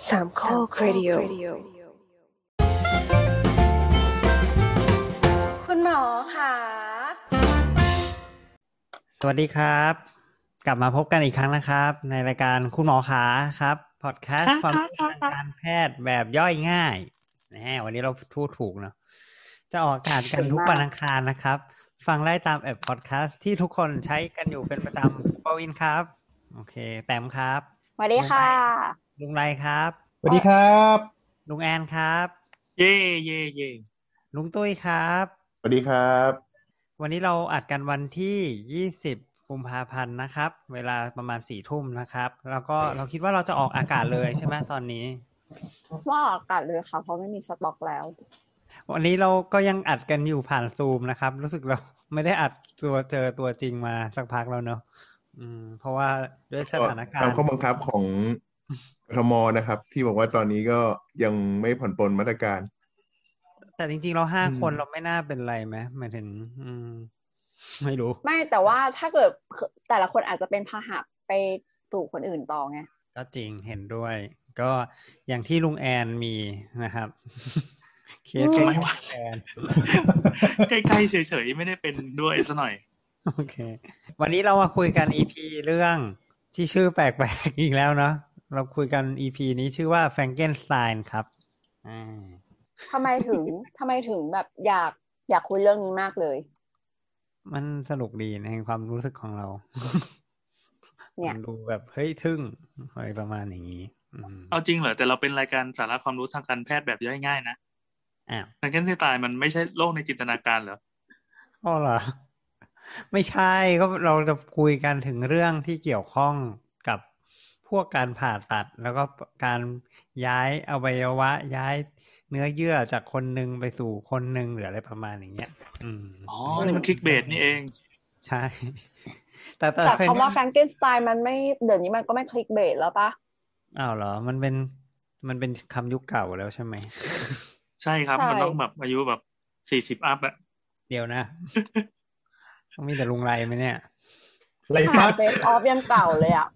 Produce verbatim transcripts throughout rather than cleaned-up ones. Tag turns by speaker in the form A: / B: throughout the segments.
A: สามข้อครดิโอคุณหมอค่ะ
B: สวัสดีครับกลับมาพบกันอีกครั้งนะครับในรายการคุณหมอขาครับพอดแคสต์ความรู้ทางการแพทย์แบบย่อยง่ายนะวันนี้เราพูดถูกเนาะจะออกอากาศกันทุกวันอังคารนะครับฟังได้ตามแอปพอดแคสต์ที่ทุกคนใช้กันอยู่เป็นประจำปวินครับโอเคแต้มครับ
C: สวัสดีค่ะ
B: ลุงไรครับ
D: สวัสดีครับ
B: ลุงแอนครับ
E: เย่เย่เย่
B: ลุงตุ้ยครับ
D: สวัสดีครับ
B: วันนี้เราอัดกันวันที่ยี่สิบกุมภาพันธ์นะครับเวลาประมาณสี่ทุ่มนะครับแล้วก็เราคิดว่าเราจะออกอากาศเลยใช่ไหมตอนนี้
C: ว่าอากาศเลยค่ะเพราะไม่มีสต็อกแล้ว
B: วันนี้เราก็ยังอัดกันอยู่ผ่านซูมนะครับรู้สึกเราไม่ได้อัดตัวเจอตัวจริงมาสักพักแล้วเนอะอืมเพราะว่าด้วยสถานการณ์
D: ตามข้อบังคับของกทมนะครับที่บอกว่าตอนนี้ก็ยังไม่ผ่อนปลนมาตรการ
B: แต่จริงๆเราห้าคนเราไม่น่าเป็นไรไหมหมายถึงอืมไม่รู้
C: ไม่แต่ว่าถ้าเกิดแต่ละคนอาจจะเป็นพาหะไปสู่คนอื่นต่อไง
B: ก็จริงเห็นด้วยก็อย่างที่ลุงแอนมีนะครับ
E: เคสไม่ว่าแอนใกล้ๆเฉยๆไม่ได้เป็นด้วยซะหน่อย
B: โอเควันนี้เรามาคุยกัน อี พี เรื่องที่ชื่อแปลกๆอีกแล้วเนาะเราคุยกัน อี พี นี้ชื่อว่า Frankenstein ครับอ่า
C: ทำไมถึงทำไมถึงแบบอยากอยากคุยเรื่องนี้มากเลย
B: มันสนุกดีในความรู้สึกของเราเนี่ยดูแบบเฮ้ยทึ่งอะไรประมาณอย่างนี้
E: เอาจริงเหรอแต่เราเป็นรายการสาระความรู้ทางการแพทย์แบบย่อยง่ายนะ
B: อ้าว
E: แฟรงเกนสไตน์มันไม่ใช่โลกในจินตนาการเหรอ
B: อ๋อเหรอไม่ใช่ก็เราจะคุยกันถึงเรื่องที่เกี่ยวข้องกับพวกการผ่าตัดแล้วก็การย้ายอวัยวะย้ายเนื้อเยื่อจากคนนึงไปสู่คนนึงหรืออะไรประมาณอย่างเงี้ยอืม
E: อ๋อนี่มันคลิกเบสนี่เอง
B: ใช่แต่
C: แต่คำว่าแฟรงเกนสไตน์มันไม่เดี๋ยวนี้มันก็ไม่คลิกเบสแล้วปะ
B: อ้าวเหรอมันเป็นมันเป็นคำยุคเก่าแล้วใช่ไหม
E: ใช่ครับมันต้องแบบอายุแบบสี่สิบอัพอะ
B: เดี๋ยวนะต้องมีแต่ลุงไรไหมเนี่ย
D: ไรฟ้า
C: เฟซออฟยังเก่าเลยอ่ะ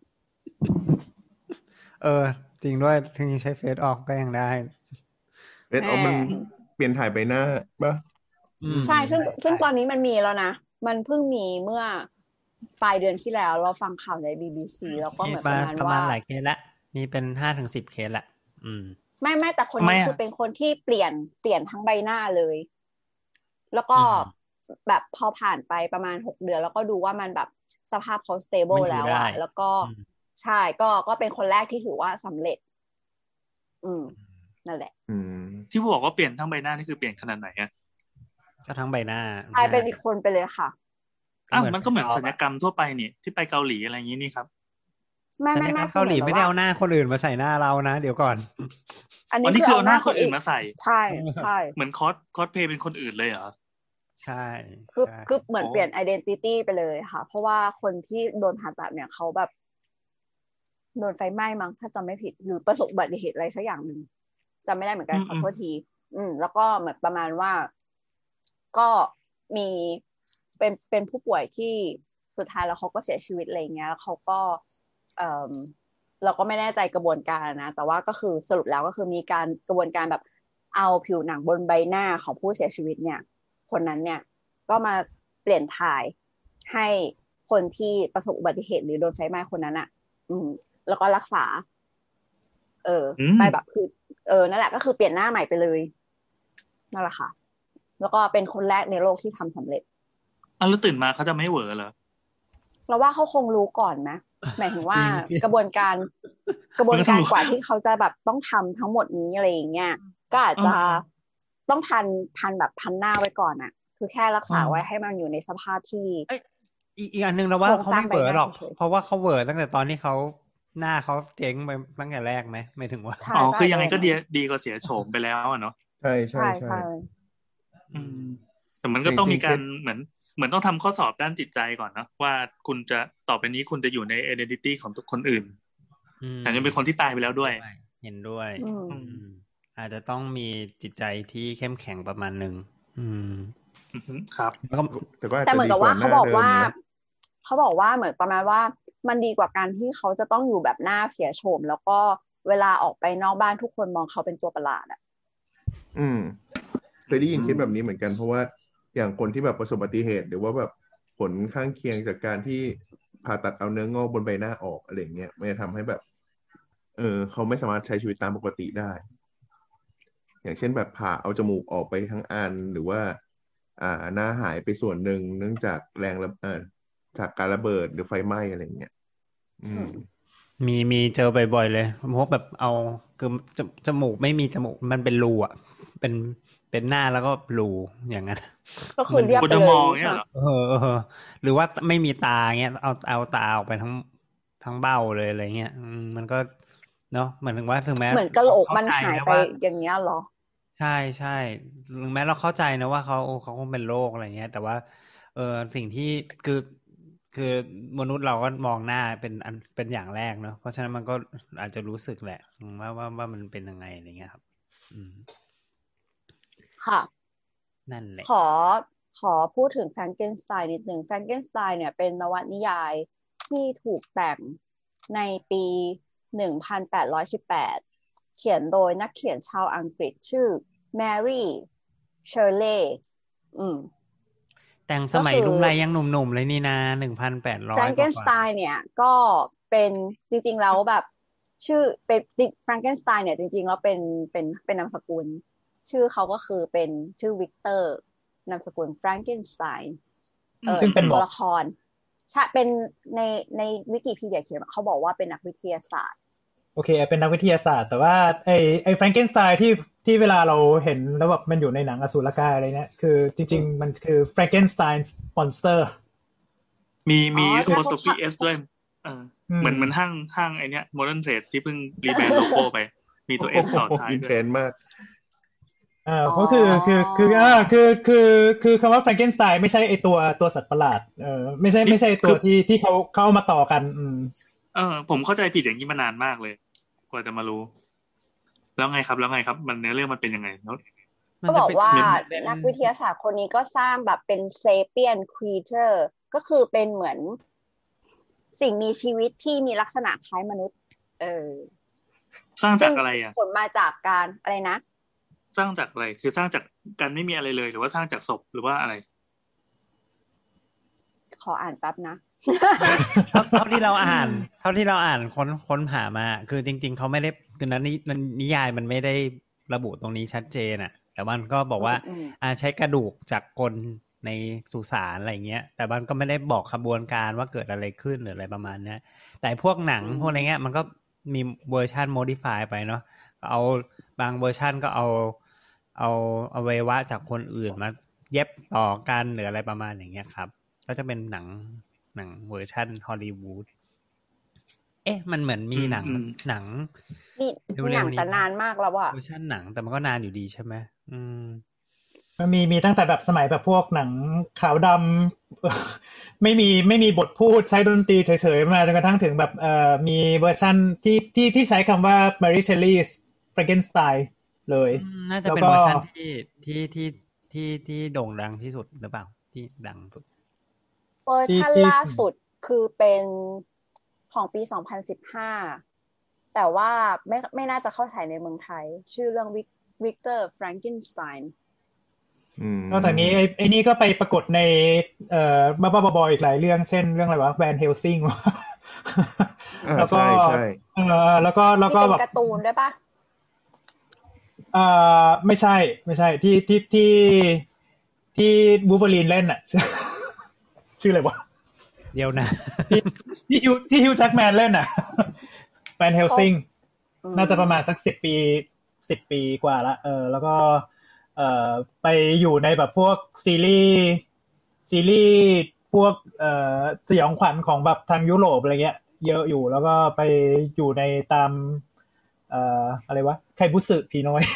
B: เออจริงด้วยถึงใช้เฟซออฟก็ยังได้
D: เฟซออฟมันเปลี่ยนถ่ายใบหน้าป่ะ
C: ใช่ซึ่งซึ่งตอนนี้มันมีแล้วนะมันเพิ่งมีเมื่อปลายเดือนที่แล้วเราฟังข่าวใน บี บี ซี แล้วก็เหมือนประมาณว่า
B: ประมาณหลายเคสละมีเป็น ห้าถึงสิบ เคสละอืม
C: ไม่ไม่แต่คนนี้คือเป็นคนที่เปลี่ยนเปลี่ยนทั้งใบหน้าเลยแล้วก็แบบพอผ่านไปประมาณหกเดือนแล้วก็ดูว่ามันแบบสภาพเขาสเตเบิลแล้วอ่ะแล้วก็ใช่ก็ก็เป็นคนแรกที่ถือว่าสำเร็จอืมนั่นแหละ
D: อืม
E: ที่บอกว่าเปลี่ยนทั้งใบหน้านี่คือเปลี่ยนขนาดไหนอ่ะ
B: ก็ทั้งใบหน้า
C: ใช่เป็นอีกคนไปเลยค่ะ
E: อ้าวมันก็เหมือนศัลยกรรมทั่วไปนี่ที่ไปเกาหลีอะไรอย่างนี้นี่ครับ
B: ไม่ไม่ไม่เกาหลีไม่ได้เอาหน้าคนอื่นมาใส่หน้าเรานะเดี๋ยวก่อน
E: อันนี้คือเอาหน้าคนอื่นมาใส่
C: ใช่ใช่
E: เหมือนคอสคอสเพย์เป็นคนอื่นเลยเหรอ
B: ใช่
C: คือคือเหมือนเปลี่ยน identity ไปเลยค่ะเพราะว่าคนที่โดนผ่าตัดเนี่ยเขาแบบโดนไฟไหม้มั้งถ้าจำไม่ผิดหรือประสบอุบัติเหตุอะไรสักอย่างนึงจำไม่ได้เหมือนกันขอโทษทีอืมแล้วก็เหมือนประมาณว่าก็มีเป็นเป็นผู้ป่วยที่สุดท้ายแล้วเขาก็เสียชีวิตอะไรเงี้ยแล้วเขาก็เอ่อเราก็ไม่แน่ใจกระบวนการนะแต่ว่าก็คือสรุปแล้วก็คือมีการกระบวนการแบบเอาผิวหนังบนใบหน้าของผู้เสียชีวิตเนี่ยคนนั้นเนี่ยก็มาเปลี่ยนถ่ายให้คนที่ประสบอุบัติเหตุหรือโดนไฟไหม้คนนั้นอ่ะอืมแล้วก็รักษาเออไปแบบคือเออนั่นแหละก็คือเปลี่ยนหน้าใหม่ไปเลยนั่นแหละค่ะแล้วก็เป็นคนแรกในโลกที่ทำสำเร็จ
E: อ่ะแล้วตื่นมาเขาจะไม่เหวอเหรอ
C: เราว่าเขาคงรู้ก่อนนะหมายถึงว่ากระบวนการกระบวนการกว่าที่เขาจะแบบต้องทำทั้งหมดนี้อะไรอย่างเงี้ยก็อาจจะต้องพันพันแบบพันหน้าไว้ก่อนอ่ะคือแค่รักษาไว้ให้มันอยู่ในสภาพที่
B: อีกอันนึงนะว่าเขาไม่เวอร์หรอกเพราะว่าเขาเวอร์ตั้งแต่ตอนที่เขาหน้าเขาเจ๊งไปตั้งแต่แรกไหมไม่ถึงว่า
E: อ๋อคือยังไงก็ดีดีกว่าเสียโฉมไปแล้วอ่ะเนาะ
D: ใช่ใช่ใช่
E: อืมแต่มันก็ต้องมีการเหมือนเหมือนต้องทำข้อสอบด้านจิตใจก่อนนะว่าคุณจะต่อไปนี้คุณจะอยู่ใน identity ของทุกคนอื่นแต่ยังเป็นคนที่ตายไปแล้วด้วย
B: เห็นด้วยอาจจะต้องมีจิตใจที่เข้มแข็งประมาณนึงอืม
E: ครับ
C: แต่เหมือนกับว่าเขาบอกว่าเขาบอกว่าเหมือนประมาณว่ามันดีกว่าการที่เขาจะต้องอยู่แบบหน้าเสียโฉมแล้วก็เวลาออกไปนอกบ้านทุกคนมองเขาเป็นตัวประหลาดอ่ะ
D: อืมเคยได้ยินคิดแบบนี้เหมือนกันเพราะว่าอย่างคนที่แบบประสบอุบัติเหตุหรือว่าแบบผลข้างเคียงจากการที่ผ่าตัดเอาเนื้องอกบนใบหน้าออกอะไรเงี้ยมันจะทำให้แบบเออเขาไม่สามารถใช้ชีวิตตามปกติได้อย่างเช่นแบบผ่าเอาจมูกออกไปทั้งอันหรือว่าอ่าหน้าหายไปส่วนหนึ่งเนื่องจากแรงระเบิดจากการระเบิดหรือไฟไหม้อะไรเงี้ยอืม
B: มีมีเจอบ่อยๆเลยพวกแบบเอาคือจจมูกไม่มีจมูกมันเป็นรูอ่ะเป็นเป็นหน้าแล้วก็รูอย่างนั้น
C: ก็คือเรียบไปเลยใช่ไหม
B: เออเออหรือว่าไม่มีตาเงี้ยเอาเอาตาออกไปทั้งทั้งเบ้าเลยอะไรเงี้ยมันก็เนาะเหมือนถึงว่าถึงแม้
C: เหมือนกะโหลกมันหายไปอย่างเงี้ยหรอ
B: ใช่ใช่ถึงแม้เราเข้าใจนะว่าเขาเขาคงเป็นโรคอะไรเงี้ยแต่ว่าเออสิ่งที่คือคือมนุษย์เราก็มองหน้าเป็นอันเป็นอย่างแรกเนาะเพราะฉะนั้นมันก็อาจจะรู้สึกแหละว่าว่าว่ามันเป็นยังไงอะไรเงี้ยครับอืม
C: ค่ะ
B: นั่นแหละ
C: ขอขอพูดถึงแฟรงเกนสไตน์นิดหนึ่งแฟรงเกนสไตน์เนี่ยเป็นนวนิยายที่ถูกแต่งในปีหนึ่งพันแปดร้อยสิบแปดเขียนโดยนักเขียนชาวอังกฤษชื่อแมรี่เชอร์เลย์อืม
B: แต่งสมัยลุงไรยังหนุ่มๆเลยนี่นะหนึ่งพันแปดร้อย
C: แฟรงเกนสไตน์เนี่ยก็เป็นจริงๆแล้วแบบชื่อเป็นแฟรงเกนสไตน์เนี่ยจริงๆแล้วเป็นเป็นเป็นนามสกุลชื่อเขาก็คือเป็นชื่อวิกเตอร์นามสกุลแฟรงเกนสไตน์ซึ่งเป็นตัวละครใช่เป็นในในวิกิพีเดียเขียนเขาบอกว่าเป็นนักวิทยาศาสตร์
F: โอเคเป็นนักวิทยาศาสตร์แต่ว่าไอ้ไอ้แฟรงเกนสไตน์ที่ที่เวลาเราเห็นแล้วแบบมันอยู่ในหนังอสูรกายอะไรเนี่ยคือจริงๆมันคือ Frankenstein's Monster
E: มีมีโอโซฟีเอสด้วยเออเหมือนเหมือนห้างห้างไอเนี้ย Modern Trade ที่เพิ่งรีแบรนด์โลโก้ไปมีตัว S ต่อท้ายด้วย
D: เทรนมาก
F: เออก็คือคือคืออ่าคือคือคือคำว่า Frankenstein ไม่ใช่ไอตัวตัวสัตว์ประหลาดเออไม่ใช่ไม่ใช่ตัวที่ที่เขาเขาเอามาต่อกันอืม
E: เออผมเข้าใจผิดอย่างนี้มานานมากเลยกว่าจะมารู้แล้วไงครับแล้วไงครับมันเนื้อเรื่องมันเป็นยังไงแล้ว
C: ก็บอกว่านักวิทยาศาสตร์คนนี้ก็สร้างแบบเป็น sapien creature ก็คือเป็นเหมือนสิ่งมีชีวิตที่มีลักษณะคล้ายมนุษย์เออ
E: สร้างจากอะไรอ่ะ
C: ผลมาจากการอะไรนะ
E: สร้างจากอะไรคือสร้างจากการไม่มีอะไรเลยหรือว่าสร้างจากศพหรือว่าอะไร
C: ขออ่านแป๊บนะ
B: เท่าที่เราอ่านเท่าที่เราอ่านค้นค้นหามาคือจริงๆเขาไม่ได้คือนั้นนิยายมันไม่ได้ระบุตรงนี้ชัดเจนอ่ะแต่มันก็บอกว่าอ่าใช้กระดูกจากคนในสุสานอะไรเงี้ยแต่มันก็ไม่ได้บอกขบวนการว่าเกิดอะไรขึ้นหรืออะไรประมาณนี้แต่พวกหนังพวกอะไรเงี้ยมันก็มีเวอร์ชันโมดิฟายไปเนาะเอาบางเวอร์ชันก็เอาเอาอวัยวะจากคนอื่นมาเย็บต่อกันหรืออะไรประมาณอย่างเงี้ยครับก็จะเป็นหนังหนังเวอร์ชันฮอลลีวูดเอ๊ะมันเหมือนมีหนังหนัง
C: มีหนังแต่นานมากแล้วอะ
B: เวอร์ชันหนังแต่มันก็นานอยู่ดีใช่ไหมอืม
F: มันมีมีตั้งแต่แบบสมัยแบบพวกหนังขาวดำไม่มีไม่มีบทพูดใช้ดนตรีเฉยๆมาจนกระทั่งถึงแบบเอ่อมีเวอร์ชันที่ที่ที่ใช้คำว่า Mary Shelley's Frankenstein เลย
B: น่าจะเป็นเวอร์ชันที่ที่ที่ที่ที่โด่งดังที่สุดหรือเปล่าที่ดังสุด
C: เวอร์ชันล่าสุดคือเป็นของปีสองพันสิบห้าแต่ว่าไม่ไม่น่าจะเข้าฉายในเมืองไทยชื่อเรื่องวิกเตอร์แฟรงเกนสไตน์
F: นอกจากนี้ไอ้ไอ้นี่ก็ไปปรากฏในเอ่อบ้าๆบอๆอีกหลายเรื่องเช่นเรื่องอะไรวะแวนเฮลซิงแล้วก็เอ่อแล้วก็แล้วก็แบบ
C: การ์ตูนด้วยป่ะ
F: เอ่อไม่ใช่ไม่ใช่ที่ที่ที่ที่วูล์ฟเวอรีนเล่นน่ะชื่ออะไรวะ
B: เดี๋ยวนะ
F: ที่ที่ฮิวที่ฮิวแจ็คแมนเล่นน่ะแวนเฮลซิงน่าจะประมาณสักสิบปีสิบปีกว่าละเออแล้วก็เอ่อไปอยู่ในแบบพวกซีรีส์ซีรีส์พวกเอ่อสยองขวัญของแบบทางยุโรปอะไรเงี้ยเยอะอยู่แล้วก็ไปอยู่ในตามเอ่ออะไรวะไคบุสึผีน้อย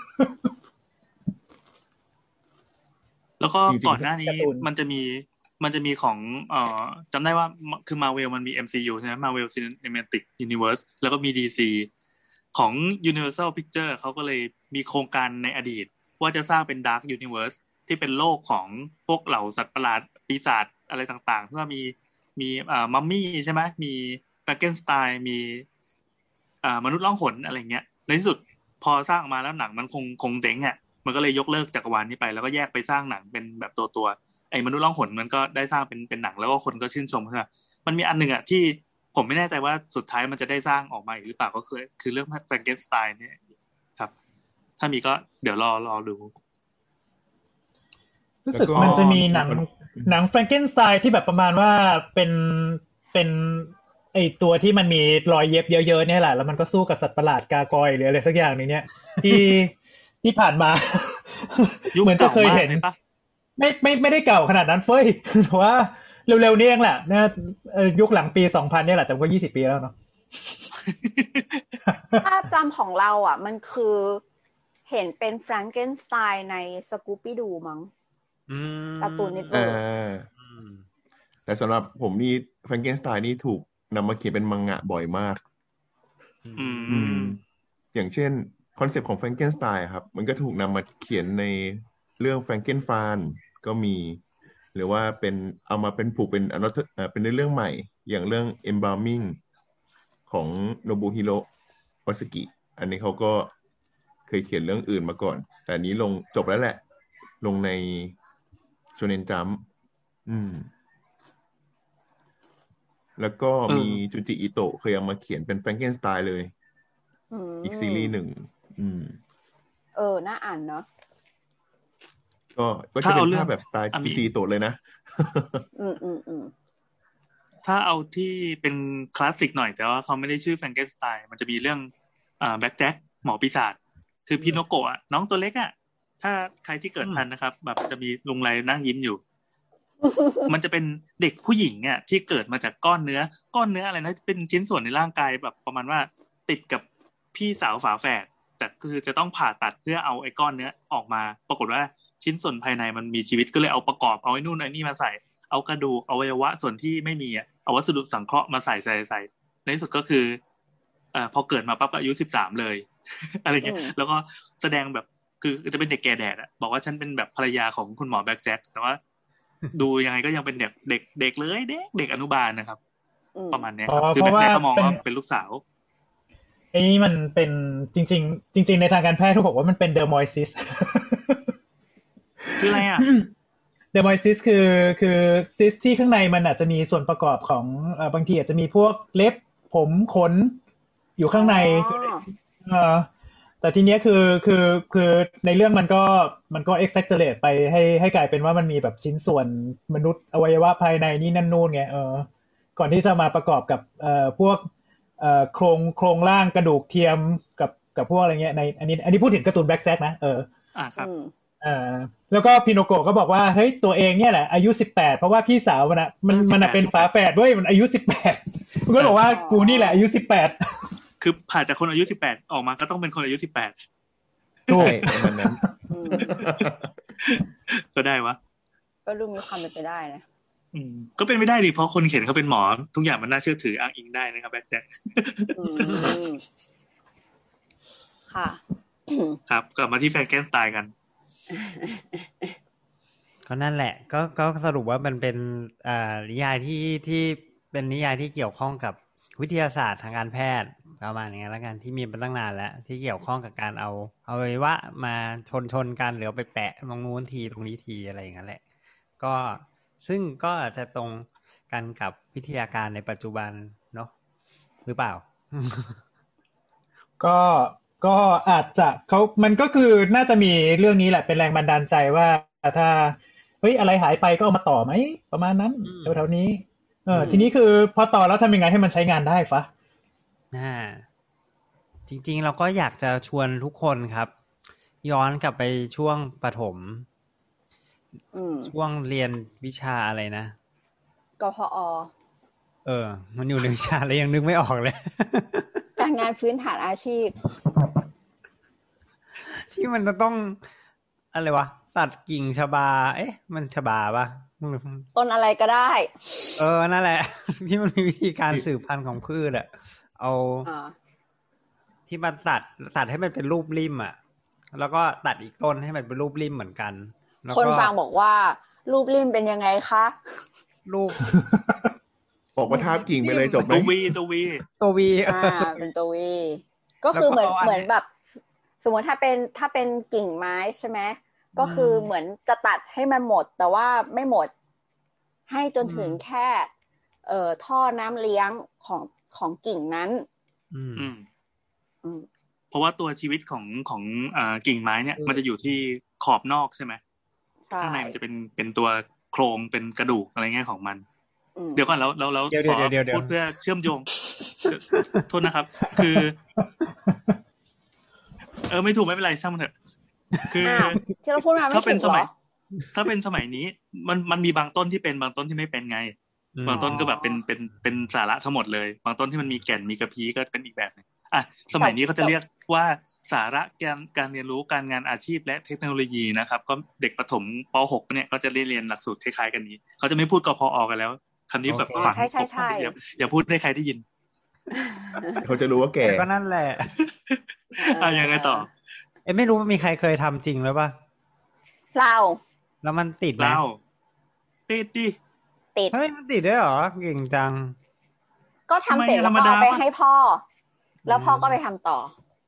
E: แล้วก็ก่อนหน้านี้มันจะมีมันจะมีของเอ่อจำได้ว่าคือ Marvel มันมี เอ็ม ซี ยู ใช่ไหม Marvel Cinematic Universe แล้วก็มี ดี ซี ของ Universal Pictures เขาก็เลยมีโครงการในอดีตว่าจะสร้างเป็น Dark Universe ที่เป็นโลกของพวกเหล่าสัตว์ประหลาดปีศาจอะไรต่างๆเพื่อมีมีเอ่อมัมมี่ใช่ไหมมีแฟรงเกนสไตน์มีอ่ามนุษย์ล่องหนอะไรเงี้ยในที่สุดพอสร้างออกมาแล้วหนังมันคงคงเจ๊งอ่ะมันก็เลยยกเลิกจักรวาลนี้ไปแล้วก็แยกไปสร้างหนังเป็นแบบตัวตัวไอ้มนุษย์ล่องหนมันก็ได้สร้างเป็นเป็นหนังแล้วก็คนก็ชื่นชมใช่ไหมมันมีอันหนึ่งอ่ะที่ผมไม่แน่ใจว่าสุดท้ายมันจะได้สร้างออกมาอีกหรือเปล่าก็คือคือเรื่องแฟรงเกนสไตน์เนี่ยครับถ้ามีก็เดี๋ยวรอรอดู
F: รู้สึกมันจะมีหนังหนังแฟรงเกนสไตน์ที่แบบประมาณว่าเป็นเป็นไอตัวที่มันมีรอยเย็บเยอะๆเนี่ยแหละแล้วมันก็สู้กับสัตว์ประหลาดกากอยหรืออะไรสักอย่างนึงเนี่ยที่ที่ผ่านมาเหมือนจะเคยเห็นไม่ไม่ไม่ได้เก่าขนาดนั้นเฟ้ยแต่ว่าเร็วๆนี้เองแหละนะยุคหลังปีสองพันเนี่ยแหละแต่ก็ยี่สิบปีแล้วเนาะ
C: ภาพจำของเราอ่ะมันคือเห็นเป็นแฟรงเกนสไตน์ในสกูปปี้ดูมั้งการ์ตูนนิดนึง
D: แต่สำหรับผมนี่แฟรงเกนสไตน์นี่ถูกนำมาเขียนเป็นมังงะบ่อยมากอืมอย่างเช่นคอนเซปต์ของแฟรงเกนสไตน์ครับมันก็ถูกนำมาเขียนในเรื่องแฟรงเกนฟานก็มีหรือว่าเป็นเอามาเป็นผูกเป็นอนเป็นเรื่องใหม่อย่างเรื่อง Embalming ของโนบุฮิโร่วาซากิอันนี้เขาก็เคยเขียนเรื่องอื่นมาก่อนแต่อันนี้ลงจบแล้วแหละลงในโชเน็นจัมป์อืมแล้วก็มีจุจิอิโตะเคยเอามาเขียนเป็นแฟรงเกนสไตน์เลยอีกซีรีส์หนึ่งอืม
C: เออน่าอ่านเนาะ
D: ก็ก็จะเป็นภาพแบบสไตล์จุจิอิโตะเลยนะ
C: อืมอืมอืม
E: ถ้าเอาที่เป็นคลาสสิกหน่อยแต่ว่าเขาไม่ได้ชื่อแฟรงเกนสไตน์มันจะมีเรื่องอ่าแบล็คแจ็คหมอปีศาจคือพิโนโกะน้องตัวเล็กอ่ะถ้าใครที่เกิดทันนะครับแบบจะมีลุงไรนั่งยิ้มอยู่ มันจะเป็นเด็กผู้หญิงอ่ะที่เกิดมาจากก้อนเนื้อก้อนเนื้ออะไรนะเป็นชิ้นส่วนในร่างกายแบบประมาณว่าติดกับพี่สาวฝาแฝดแต่คือจะต้องผ่าตัดเพื่อเอาไอ้ก้อนเนื้อออกมาปรากฏว่าชิ้นส่วนภายในมันมีชีวิตก็เลยเอาประกอบเอาไอ้นู่นไอ้นี่มาใส่เอากระดูกอวัยวะส่วนที่ไม่มีอ่ะเอาวัสดุสังเคราะห์มาใส่ใส่ใส่ในที่สุดก็คือเอ่อพอเกิดมาปั๊บก็อายุสิบสามเลย อะไรเงี้ยแล้วก็แสดงแบบคือจะเป็นเด็กแก่แดดอ่ะบอกว่าฉันเป็นแบบภรรยาของคุณหมอแบล็คแจ็คแต่ว่าดูยังไงก็ยังเป็นเด็กเด็กเด็กเลยเด็กเด็กอนุบาลนะครับประมาณนี้ครับคือแบ็คแจ็คก็มองว่าเป็นลูกสาว
F: ไอ้นี่มันเป็นจริงๆจริงๆในทางการแพทย์เขาบอกว่ามันเป็นเดอร์มอยซิส
E: คืออะไรอ่ะ
F: เดอร์มอยซิสคือคือซิสที่ข้างในมันอาจจะมีส่วนประกอบของเอ่อบางทีอาจจะมีพวกเล็บผมขนอยู่ข้างในเอ่อแต่ทีเนี้ยคือคือคือในเรื่องมันก็มันก็ exaggerate ไปให้ให้กลายเป็นว่ามันมีแบบชิ้นส่วนมนุษย์อวัยวะภายในนี่นั่นนู่นไงเออก่อนที่จะมาประกอบกับเอ่อพวกเอ่อโครงโครงร่างกระดูกเทียมกับกับพวกอะไรเงี้ยในอันนี้อันนี้พูดถึงการ์ตูนแบล็คแจ็คนะเออ
E: อ่าครับ
F: อ่าแล้วก็พิโนโกะก็บอกว่าเฮ้ยตัวเองเนี่ยแหละอายุสิบแปดเพราะว่าพี่สาวมันน่ะมันมันน่ะเป็นฝาแฝดด้วยมันอายุสิบแปดมันก็บอกว่ากูนี่แหละอายุสิบแปด
E: คือผ่านจากคนอายุสิบแปดออกมาก็ต้องเป็นคนอายุสิบแปด
F: ใช่
D: ประมาณนั้น
E: ก็ได้วะ
C: ก็ดูมีความเป็นไปได้นะ
E: อืมก็เป็นไม่ได้ดิเพราะคนเขียนเขาเป็นหมอทุกอย่างมันน่าเชื่อถืออ้างอิงได้นะครับแบ็คแจ็ค
C: ค่ะ
E: ครับกลับมาที่แฟรงเกนสไตน์กัน
B: ก็นั่นแหละก็ก็สรุปว่ามันเป็นอ่านิยายที่ที่เป็นนิยายที่เกี่ยวข้องกับวิทยาศาสตร์ทางการแพทย์ประมาณอย่างนี้แล้วกันที่มีมาตั้งนานแล้วที่เกี่ยวข้องกับการเอาเอาไว้ว่ามาชนชนกันหรือไปแปะตรงนู้นทีตรงนี้ทีอะไรอย่างนั้นแหละก็ซึ่งก็จะตรงกันกับวิทยาการในปัจจุบันเนาะหรือเปล่า
F: ก็ก็อาจจะเขามันก็คือน่าจะมีเรื่องนี้แหละเป็นแรงบันดาลใจว่าถ้าเฮ้ยอะไรหายไปก็เอามาต่อไหมประมาณนั้นแถวๆนี้เออทีนี้คือพอต่อแล้วทำยังไงให้มันใช้งานได้ฟะ
B: อ่าจริงๆเราก็อยากจะชวนทุกคนครับย้อนกลับไปช่วงประถมช่วงเรียนวิชาอะไรนะ
C: กพอ
B: เออมันอยู่ในวิชาอะไรยังนึกไม่ออกเลย
C: การงานพื้นฐานอาชีพ
B: ที่มันจะต้องอะไรวะตัดกิ่งชบาเอ๊ะมันชบาป่ะ
C: ต้นอะไรก็ได้
B: เออนั่นแหละที่มันมีวิธีการสืบพันธุ์ของพืชอ่ะเอาที่มันตัดตัดให้มันเป็นรูปริ่มอ่ะแล้วก็ตัดอีกต้นให้มันเป็นรูปริ่มเหมือนกัน
C: คนฟังบอกว่ารูปริ่มเป็นยังไงคะ
B: รูป
D: บอกว่าทาบกิ่งไปเลยจบไหม
E: ตัววีตัววี
B: ตัววี
C: อ่าเป็นตัววีก็คือเหมือนเหมือนแบบสมมติถ้าเป็นถ้าเป็นกิ่งไม้ใช่ไหมก็คือเหมือนจะตัดให้มันหมดแต่ว่าไม่หมดให้จนถึงแค่เอ่อท่อน้ำเลี้ยงของของกิ่งนั้น
B: อืม
E: อืม
C: อืม
E: เพราะว่าตัวชีวิตของของอ่ากิ่งไม้เนี่ยมันจะอยู่ที่ขอบนอกใช่ไหมข้างในมันจะเป็นเป็นตัวโครงเป็นกระดูกอะไรเงี้ยของมันเดี๋ยวก่อนแล้วแล้วแล้วขอพูดเพื่อเชื่อมโยงโทษนะครับคือเออไม่ถูกไม่เป็นไรช่างมันเถอะคือ
C: ที่เราพูดมาไม่ถูกหรอ
E: ถ้าเป็นสมัยนี้มันมันมีบางต้นที่เป็นบางต้นที่ไม่เป็นไงบางต้นก็แบบเป็นเป็นเป็นสาระทั้งหมดเลยบางต้นที่มันมีแก่นมีกระพี้ก็เป็นอีกแบบนึงอ่ะสมัยนี้เขาจะเรียกว่าสาระการการเรียนรู้การงานอาชีพและเทคโนโลยีนะครับก็เด็กประถมป หกเนี่ยก็จะได้เรียนหลักสูตรคล้ายๆกันนี้เขาจะไม่พูดกพอกันแล้วคำนี้แบบฝังใช่ใช่อย่าพูดให้ใครได้ยิน
D: เขาจะรู้ว่าแก่
B: ก็นั่นแหละ
E: อ่ะยังไงต่อ
B: เอ้ไม่รู้ว่ามีใครเคยทำจริงหรือเปล่า
C: เรา
B: แล้วมันติดไหม
E: เราติดดิ
C: ติด
B: เฮ้ยมันติดด้วยเหรอเก่งจัง
C: ก็ทำเสร็จแล้วก็เอาไปให้พ่อแล้วพ่อก็ไปทำต่อ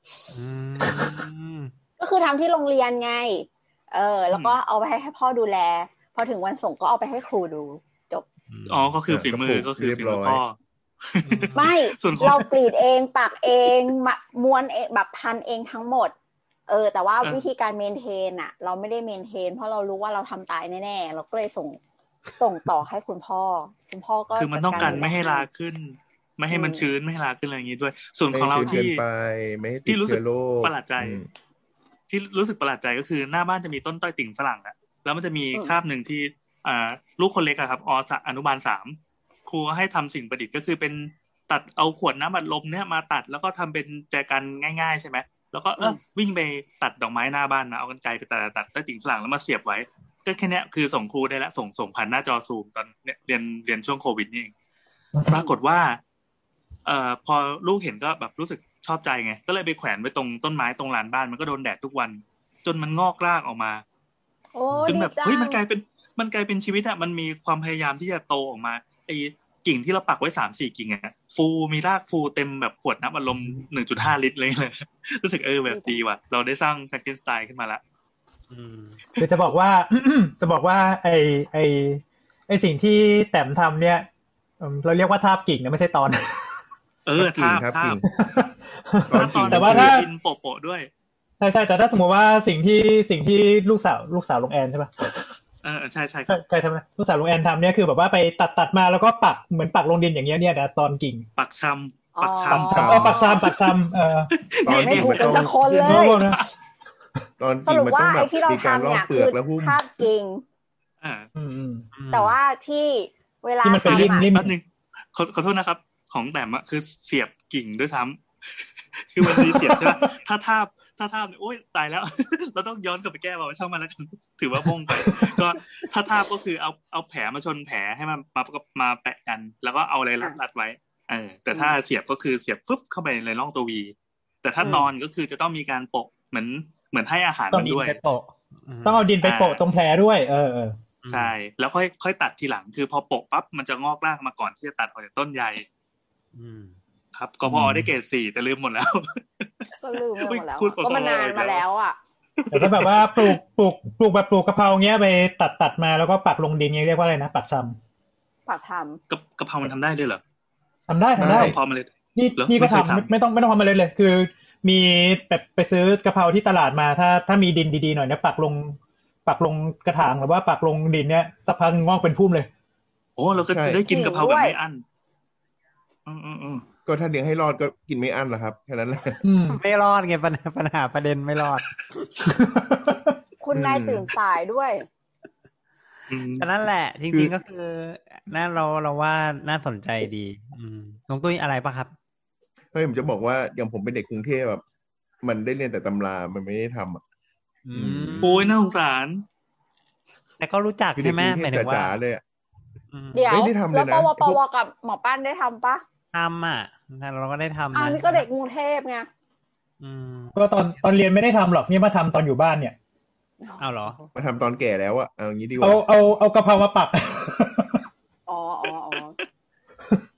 C: ก็คือทำที่โรงเรียนไงเออแล้วก็เอาไปให้พ่อดูแลพอถึงวันส่งก็เอาไปให้ครูดูจบ
E: อ๋อก็คือฝีมือก็คือฝีมือพ่อ
C: ไม่เรากรีดเองปักเองม้วนเองแบบพันเองทั้งหมดเออแต่ว่าวิธีการเมนเทนอะเราไม่ได้เมนเทนเพราะเรารู้ว่าเราทำตายแน่ๆเราก็เลยส่งส่งต่อให้คุณพ่อคุณพ่อก็
E: คือมันต้องการไม่ให้ลาขึ้นไม่ให้มันชื้นไม่ให้ลาขึ้นอะไรอย่างงี้ด้วยส่วนของเราที่ที่รู้สึกประหลาดใจที่รู้สึกประหลาดใจก็คือหน้าบ้านจะมีต้นต้อยติ่งฝรั่งอะแล้วมันจะมีคาบหนึ่งที่อ่าลูกคนเล็กอะครับออนุบาลสามครูก็ให้ทำสิ่งประดิษฐ์ก็คือเป็นตัดเอาขวดน้ำอัดลมเนี่ยมาตัดแล้วก็ทำเป็นแจกันง่ายๆใช่ไหมแล้วก็เออวิ่งไปตัดดอกไม้หน้าบ้านนะเอากรรไกรไปตัดตัดต้อยติ่งฝรั่งแล้วมาเสียบไว้ก็แค่นี้คือส่งครูได้แล้วส่งส่งผ่านหน้าจอซูมตอนเรียนเรียนช่วงโควิดนี่เองปรากฏว่าเอ่อพอลูกเห็นก็แบบรู้สึกชอบใจไงก็เลยไปแขวนไว้ตรงต้นไม้ตรงลานบ้านมันก็โดนแดดทุกวันจนมันงอกรากออกมาจนแบบเฮ้ยมันกลายเป็นมันกลายเป็นชีวิตอะมันมีความพยายามที่จะโตออกมาไอ้กิ่งที่เราปักไว้ สามสี่ กิ่งอะฟูมีรากฟูเต็มแบบขวดน้ำอัดลม หนึ่งจุดห้า ลิตรเลยเลยรู้สึกเออแบบดีว่ะเราได้สร้างแฟรงเกนสไตน์ขึ้นมาละ
F: คือจะบอกว่าจะบอกว่าไอไอไอสิ่งที่แต้มทำเนี่ยเราเรียกว่าทาบกิ่งนะไม่ใช่ตอน
E: เออทาบทาบ
F: แต่ว่าถ้า
E: ดินโปะๆด้วย
F: ใช่ใช่แต่ถ้าสมมติว่าสิ่งที่สิ่งที่ลูกสาวลูกสาวลุงแอนใช่ป่ะ
E: เออใช่ใช่
F: เคยทำไหมลูกสาวลุงแอนทำเนี่ยคือแบบว่าไปตัดตัดมาแล้วก็ปักเหมือนปักลงดินอย่างเงี้ยเนี่ยนะตอนกิ่ง
E: ปักชำปักช
F: ำอ๋อปักชำปักชำเออ
C: ตอนไม่ถูกกันสักคนเลย
D: ตอนกิ่งมันต้องแบบมีการลอกเปลือกแล้วหุ้ม
C: ทาบกิ่ง
E: อ่า
C: แต่ว่าที่เวลา
F: ทำอ่ะ
E: แป๊บนึงขอขอโทษนะครับของแต้มอ่ะคือเสียบกิ่งด้วยซ้ำคือมันมีเสียบใช่ไหมถ้าทาบถ้าทาบโอ๊ยตายแล้วเราต้องย้อนกลับไปแก้ว่าช่างมันแล้วกันถือว่าบ้งไปก็ถ้าทาบก็คือเอาเอาแผลมาชนแผลให้มันมามาแปะกันแล้วก็เอาอะไรรัดไว้เออแต่ถ้าเสียบก็คือเสียบฟึบเข้าไปในร่องตัววีแต่ถ้าตอนก็คือจะต้องมีการโปะเหมือนเหมือนให้อาหารมันด้วย
F: ต้องเอาดินไปโปะตรงแผลด้วยเออ
E: ใช่แล้วค่อยค่อยตัดทีหลังคือพอโปะปั๊บมันจะงอกรากมาก่อนที่จะตัดออกจากต้นใหญ่ครับก็พอได้เกรดสี่แต่ลืมหมดแล้ว
C: ก็ลืมหมดแล้วก็มานานมาแล้วอ่ะ
F: แต่ถ้าแบบว่าปลูกปลูกปลูกแบบปลูกกะเพราเงี้ยไปตัดตัดมาแล้วก็ปักลงดินเงี้ยเรียกว่าอะไรนะปักช
C: ำปักช
E: ำกะกะเพรามันทำได้ด้วยเหรอ
F: ทำได้ทำได้
E: กะเพราเมล็ด
F: นี่นี่ก็ทำไม่ต้องไม่ต้องทำเมล็ดเลยคือมีแบบไปซื้อกะเพราที่ตลาดมาถ้าถ้ามีดินดีๆหน่อยเนี่ยปักลงปักลงกระถางหรือว่าปักลงดินเนี่ยสักพักงอกเป็นพุ่มเลย
E: โอ้เราก็จะได้กินกะเพราแบบไม่อั้นอืมอืมอืม
D: ก็ถ้าเลี้ยงให้รอดก็กินไม่อั้นหรอกครับแค่นั้นแหละ
B: ไม่รอดไงปัญหาปัญหาประเด็นไม่รอด
C: คุณนายตื่นสายด้วย
B: ฉะนั้นแหละจริงๆก็คือน่าเราเราว่าน่าสนใจดีน้องตุ้ยอะไรป่ะครับ
D: เฮ้ยผมจะบอกว่าอย่างผมเป็นเด็กกรุงเทพแบบมันได้เรียนแต่ตำรามันไม่ได้ทำอ่ะ
E: โอ้ยน่าสงสาร
B: แต่ก็รู้จักใช่ไหมหมายถึงว่า
D: เลย
C: เดี๋ยวแล้วปวปวกับหมอปั้นได้ทำปะ
B: ทำอ่ะเราก็ได้ทำ
C: อันนี้ก็เด็กกรุงเทพไง
F: ก็ตอนตอนเรียนไม่ได้ทำหรอกนี่มาทำตอนอยู่บ้านเนี่ย
B: เอาเหรอ
D: มาทำตอนแก่แล้วอ่ะเอางี้ดีกว่า
F: เอาเอาเอากะเพรามาปัก
C: อ๋ออ๋ออ๋อ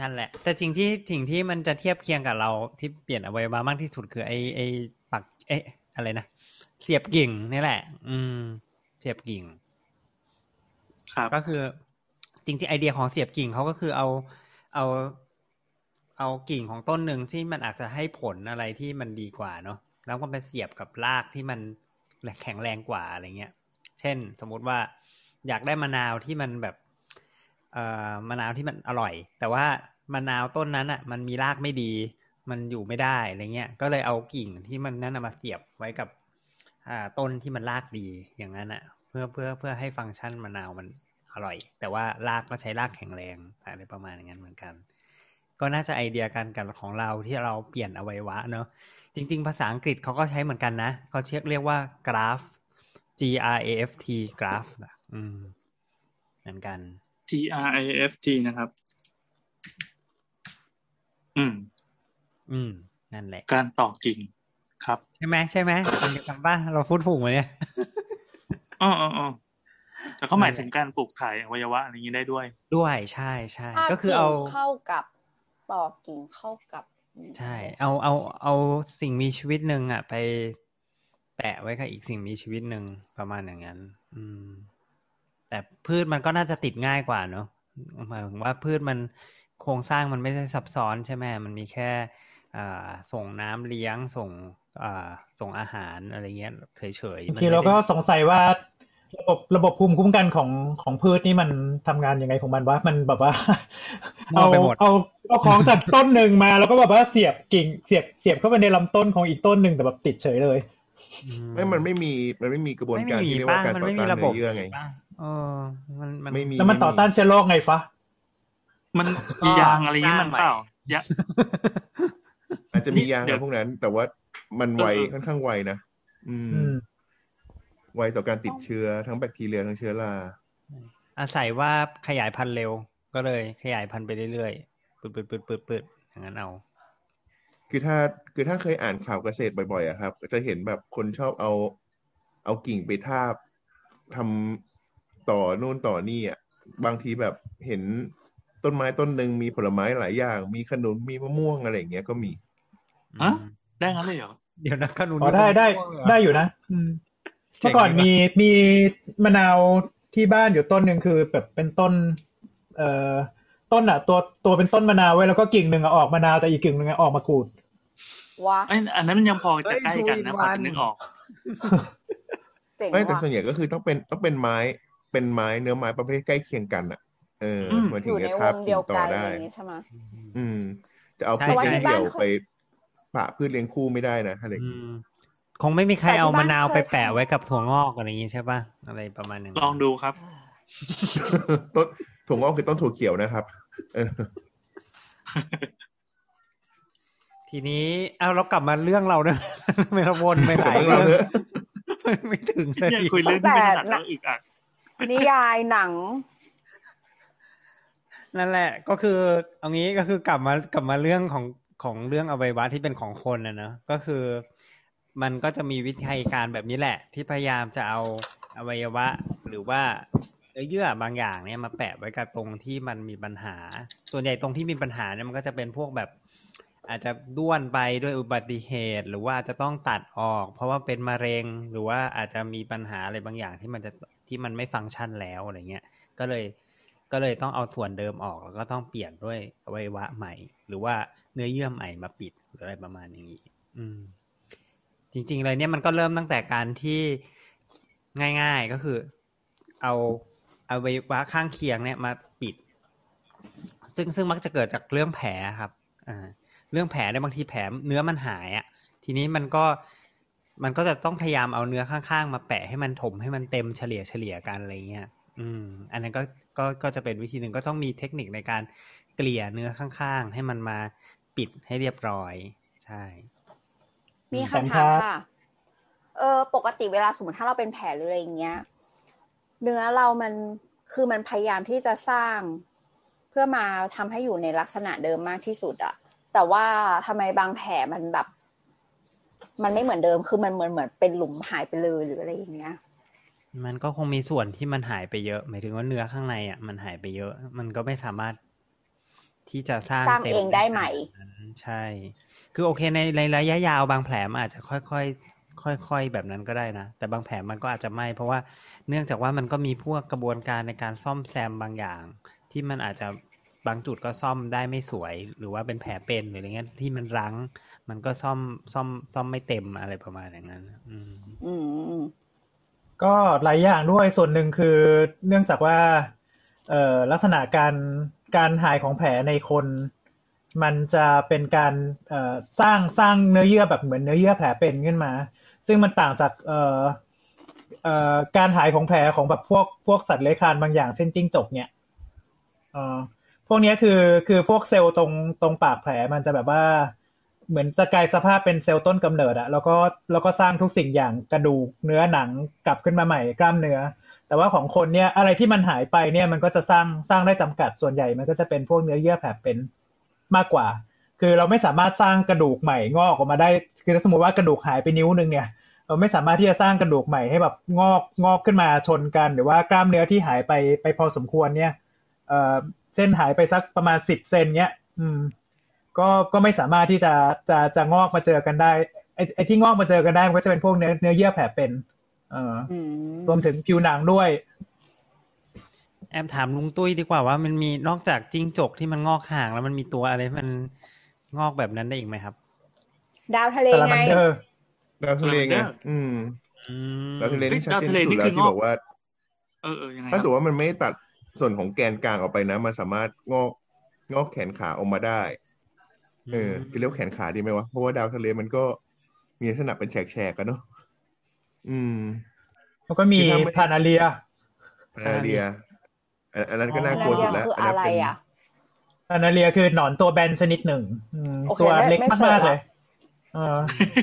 B: นั่นแหละแต่สิ่งที่สิ่งที่มันจะเทียบเคียงกับเราที่เปลี่ยนอวัยวะมากที่สุดคือไอ้ไอ้ปักเอ๊ะอะไรนะเสียบกิ่งนี่แหละอืมเสียบกิ่ง
E: ครับ
B: ก็คือจริงๆไอเดียของเสียบกิ่งเขาก็คือเอาเอาเอากิ่งของต้นหนึ่งที่มันอาจจะให้ผลอะไรที่มันดีกว่าเนาะแล้วก็ไปเสียบกับรากที่มันแข็งแรงกว่าอะไรเงี้ยเช่นสมมุติว่าอยากได้มะนาวที่มันแบบเอ่อมะนาวที่มันอร่อยแต่ว่ามะนาวต้นนั้นอ่ะมันมีรากไม่ดีมันอยู่ไม่ได้อะไรเงี้ยก็เลยเอากิ่งที่มันนั้นมาเสียบไว้กับอ่าต้นที่มันรากดีอย่างนั้นอ่ะเพื่อเพื่อเพื่อให้ฟังก์ชันมะนาวมันอร่อยแต่ว่ารากก็ใช้รากแข็งแรงอะไรประมาณอย่างนั้นเหมือนกันก็น่าจะไอเดียกันกันของเราที่เราเปลี่ยนอวัยวะเนาะจริงๆภาษาอังกฤษเขาก็ใช้เหมือนกันนะเขาเรียกเรียกว่ากราฟ G R A F T กราฟอืมเหมือนกัน
E: G R A F T นะครับอืม
B: อืมนั่นแหละ
E: การต่อกิ่งครับ
B: ใช่ไหมใช่ไหมเป็นกันป่ะเราพูดถูกไหมเนี่ย
E: อ๋ออ๋อแต่เขาหมายถึงการปลูกถ่ายอวัยวะอะไรอย่างนี้ได้ด้วย
B: ด้วยใช่ใช่ก็คือเอา
C: เข้ากับต่อกิ่งเข้ากับ
B: ใช่เอาเอาเอาสิ่งมีชีวิตหนึ่งอ่ะไปแปะไว้กับอีกสิ่งมีชีวิตหนึ่งประมาณอย่างนั้นอืมแต่พืชมันก็น่าจะติดง่ายกว่าเนอะหมายถึงว่าพืชมันโครงสร้างมันไม่ได้ซับซ้อนใช่ไหมมันมีแค่อ่าส่งน้ำเลี้ยงส่งอ่าส่งอาหารอะไรเงี้ยเฉยๆ
F: คือเราก็สงสัยว่าระบบระบบภูมิคุ้มกันของของพืชนี่มันทำงานยังไงของมันวะมันแบบว่าเอาเอาเอาของจากต้นหนึ่งมาแล้วก็แบบว่าเสียบกิ่งเสียบเสียบเข้าไปในลำต้นของอีกต้นหนึ่งแต่แบบติดเฉยเลย
D: ไม่มันไม่มีมันไม่มีกระบวนการที่เรียกว่าการต่อต้านเนื้อเยื่อไง
B: เออมันมัน
F: แล้วมันต่อต้านเชื้อโรคไงฟะ
E: มันยางอะไรนี้มันเปล่ายะ
D: อาจจะมียางพวกนั้นแต่ว่ามันไวค่อนข้างไวนะอืมไวต่อการติดเชื้อทั้งแบคทีเรียทั้งเชื้อรา
B: อาศัยว่าขยายพันธุ์เร็วก็เลยขยายพันธุ์ไปเรื่อยๆปืดๆๆๆอย่างนั้นเอา
D: คือถ้าคือถ้าเคยอ่านข่าวเกษตรบ่อยๆอะครับก็จะเห็นแบบคนชอบเอาเอากิ่งไปทาบทำต่อโน่นต่อนี่อ่ะบางทีแบบเห็นต้นไม้ต้นหนึ่งมีผลไม้หลายอย่างมีขนุนมีมะม่วงอะไรอย่างเงี้ยก็มี
E: ฮะได้งั้นเลยเหรอ
B: เดี๋ยวนะขนุน
F: อ๋อได้ได้ได้อยู่นะเมื่อก่อนมีมีมะนาวที่บ้านอยู่ต้นหนึ่งคือแบบเป็นต้นเอ่อต้นอ่ะตัวตัวเป็นต้นมะนาวไว้แล้วก็กิ่งหนึ่งออกมะนาวแต่อีกกิ่งหนึ่งออกมาขูด
C: ว้า
E: ไอ้อันนั้นมันยังพอจะใกล้กันนะพอจะนึกออก
D: ไม่แต่ส่วนใหญ่ก็คือต้องเป็นต้องเป็นไม้เป็นไม้เนื้อไม้ประเภทใกล้เคียงกันอ่ะเออมาถึงจะทาบกิ่งต่อได้ใช่ไหมอืมจะเอาพืชเดี่ยวไปปะพืชเลี้ยงคู่ไม่ได้นะอะไร
B: คงไม่มีใครเอามะนาวไปแปะไว้กับถั่วงอกอะไรอย่างงี้ใช่ป่ะอะไรประมาณนั้น
E: ลองดูครับ
D: ต้นถั่วงอกคือต้นถั่วเขียวนะครับ
B: ทีนี้เอาเรากลับมาเรื่องเราเนี่ยไม่ระวนไม่หลายเรื่องไม่ถึงเลย
E: คุยเรื่องที่ไม่ถนัดแล้วอึกอัก
C: นิยายหนัง
B: นั่นแหละก็คือเอางี้ก็คือกลับมากลับมาเรื่องของของเรื่องอวัยวะที่เป็นของคนนะเนอะก็คือมันก็จะมีวิธีการแบบนี้แหละที่พยายามจะเอาอวัยวะหรือว่าเยื่อบางอย่างเนี่ยมาแปะไว้กับตรงที่มันมีปัญหาส่วนใหญ่ตรงที่มีปัญหาเนี่ยมันก็จะเป็นพวกแบบอาจจะด้วนไปด้วยอุบัติเหตุหรือว่าจะต้องตัดออกเพราะว่าเป็นมะเร็งหรือว่าอาจจะมีปัญหาอะไรบางอย่างที่มันจะที่มันไม่ฟังก์ชันแล้วอะไรเงี้ยก็เลยก็เลยต้องเอาส่วนเดิมออกแล้วก็ต้องเปลี่ยนด้วยอวัยวะใหม่หรือว่าเนื้อเยื่อใหม่มาปิดหรืออะไรประมาณอย่างนี้อืมจริงๆเลยเนี่ยมันก็เริ่มตั้งแต่การที่ง่ายๆก็คือเอาอวัยวะข้างเคียงเนี่ยมาปิดซึ่งซึ่งมักจะเกิดจากเรื่องแผลครับอ่าเรื่องแผลเนี่ยบางทีแผลเนื้อมันหายอ่ะทีนี้มันก็มันก็จะต้องพยายามเอาเนื้อข้างๆมาแปะให้มันถมให้มันเต็มเฉลี่ยเฉลี่ยกันอะไรเงี้ยอืมอันนั้นก็ก็ก็จะเป็นวิธีหนึ่งก็ต้องมีเทคนิคในการเกลี่ยเนื้อข้างๆให้มันมาปิดให้เรียบร้อยใช่
C: มีคำถามค่ะเออปกติเวลาสมมติถ้าเราเป็นแผลหรืออะไรอย่างเงี้ยเนื้อเรามันคือมันพยายามที่จะสร้างเพื่อมาทำให้อยู่ในลักษณะเดิมมากที่สุดอะแต่ว่าทำไมบางแผลมันแบบมันไม่เหมือนเดิมคือมันเหมือนเหมือนเป็นหลุมหายไปเลยหรืออะไรอย่างเงี้ย
B: มันก็คงมีส่วนที่มันหายไปเยอะหมายถึงว่าเนื้อข้างในอ่ะมันหายไปเยอะมันก็ไม่สามารถที่จะสร้าง
C: สร้างเองได้ใหม่
B: ใช่คือโอเคในในระยะยาวบางแผลมันอาจจะค่อยๆค่อยๆแบบนั้นก็ได้นะแต่บางแผลมันก็อาจจะไม่เพราะว่าเนื่องจากว่ามันก็มีพวกกระบวนการในการซ่อมแซมบางอย่างที่มันอาจจะบางจุดก็ซ่อมได้ไม่สวยหรือว่าเป็นแผลเป็นหรืออะไรเงี้ยที่มันรั้งมันก็ซ่อมซ่อมซ่อมไม่เต็มอะไรประมาณอย่างนั้นอืม
C: อืม
F: ก็หลายอย่างด้วยส่วนหนึ่งคือเนื่องจากว่าเอ่อลักษณะการการหายของแผลในคนมันจะเป็นการเอ่อสร้างสร้างเนื้อเยื่อแบบเหมือนเนื้อเยื่อแผลเป็นขึ้นมาซึ่งมันต่างจากเอ่อเอ่อการหายของแผลของแบบพวกพวกสัตว์เลื้อยคลานบางอย่างเช่นจิ้งจกเนี่ยเอ่อพวกนี้คือคือพวกเซลล์ตรงตรงปากแผลมันจะแบบว่าเหมือนจะกลายสภาพเป็นเซลล์ต้นกำเนิดอะแล้วก็แล้วก็สร้างทุกสิ่งอย่างกระดูกเนื้อหนังกลับขึ้นมาใหม่กล้ามเนื้อแต่ว่าของคนเนี่ยอะไรที่มันหายไปเนี่ยมันก็จะสร้างสร้างได้จำกัดส่วนใหญ่มันก็จะเป็นพวกเนื้อเยื่อแผลเป็นมากกว่าคือเราไม่สามารถสร้างกระดูกใหม่งอกออกมาได้คือถ้าสมมติว่ากระดูกหายไปนิ้วนึงเนี่ยเราไม่สามารถที่จะสร้างกระดูกใหม่ให้แบบงอกงอกขึ้นมาชนกันหรือว่ากล้ามเนื้อที่หายไปไปพอสมควรเนี่ยเอ่อเส้นหายไปสักประมาณสิบเซนเนี้ยอืมก็ก็ไม่สามารถที่จะจะจะงอกมาเจอกันได้ไอ้ไอ้ที่งอกมาเจอกันได้มันก็จะเป็นพวกเนื้อเนื้อเยื่อแผลเป็นเอ่อรวมถึงผิวหนังด้วย
B: แอมถามลุงตุ้ยดีกว่าว่ามันมีนอกจากจิ้งจกที่มันงอกห่างแล้วมันมีตัวอะไรมันงอกแบบนั้นได้อีกไหมครับ
C: ดาวทะเลไง
D: ดาวทะเลไงอืมดาวทะเลนี่ชัดเจนที่สุดแล้วที่บอกว่า
E: เออเออยังไง
D: ถ้าสมมติว่ามันไม่ตัดส่วนของแกนกลางออกไปนะมันสามารถงอกงอกแขนขาออกมาได้เออจะเรียกแขนขาดีไหมวะเพราะว่าดาวทะเลมันก็มีลักษณะเป็นแฉกๆกันเนาะอืม
F: แล้วก็มีพานาเลีย
D: พานาเลียอันนั้นก็น่ากลัวสุดแล้ว
C: อันนั้นเป็น
F: พานาเลียคือหนอนตัวแบนชนิดหนึ่งตัวเล็กมากๆเลยเออ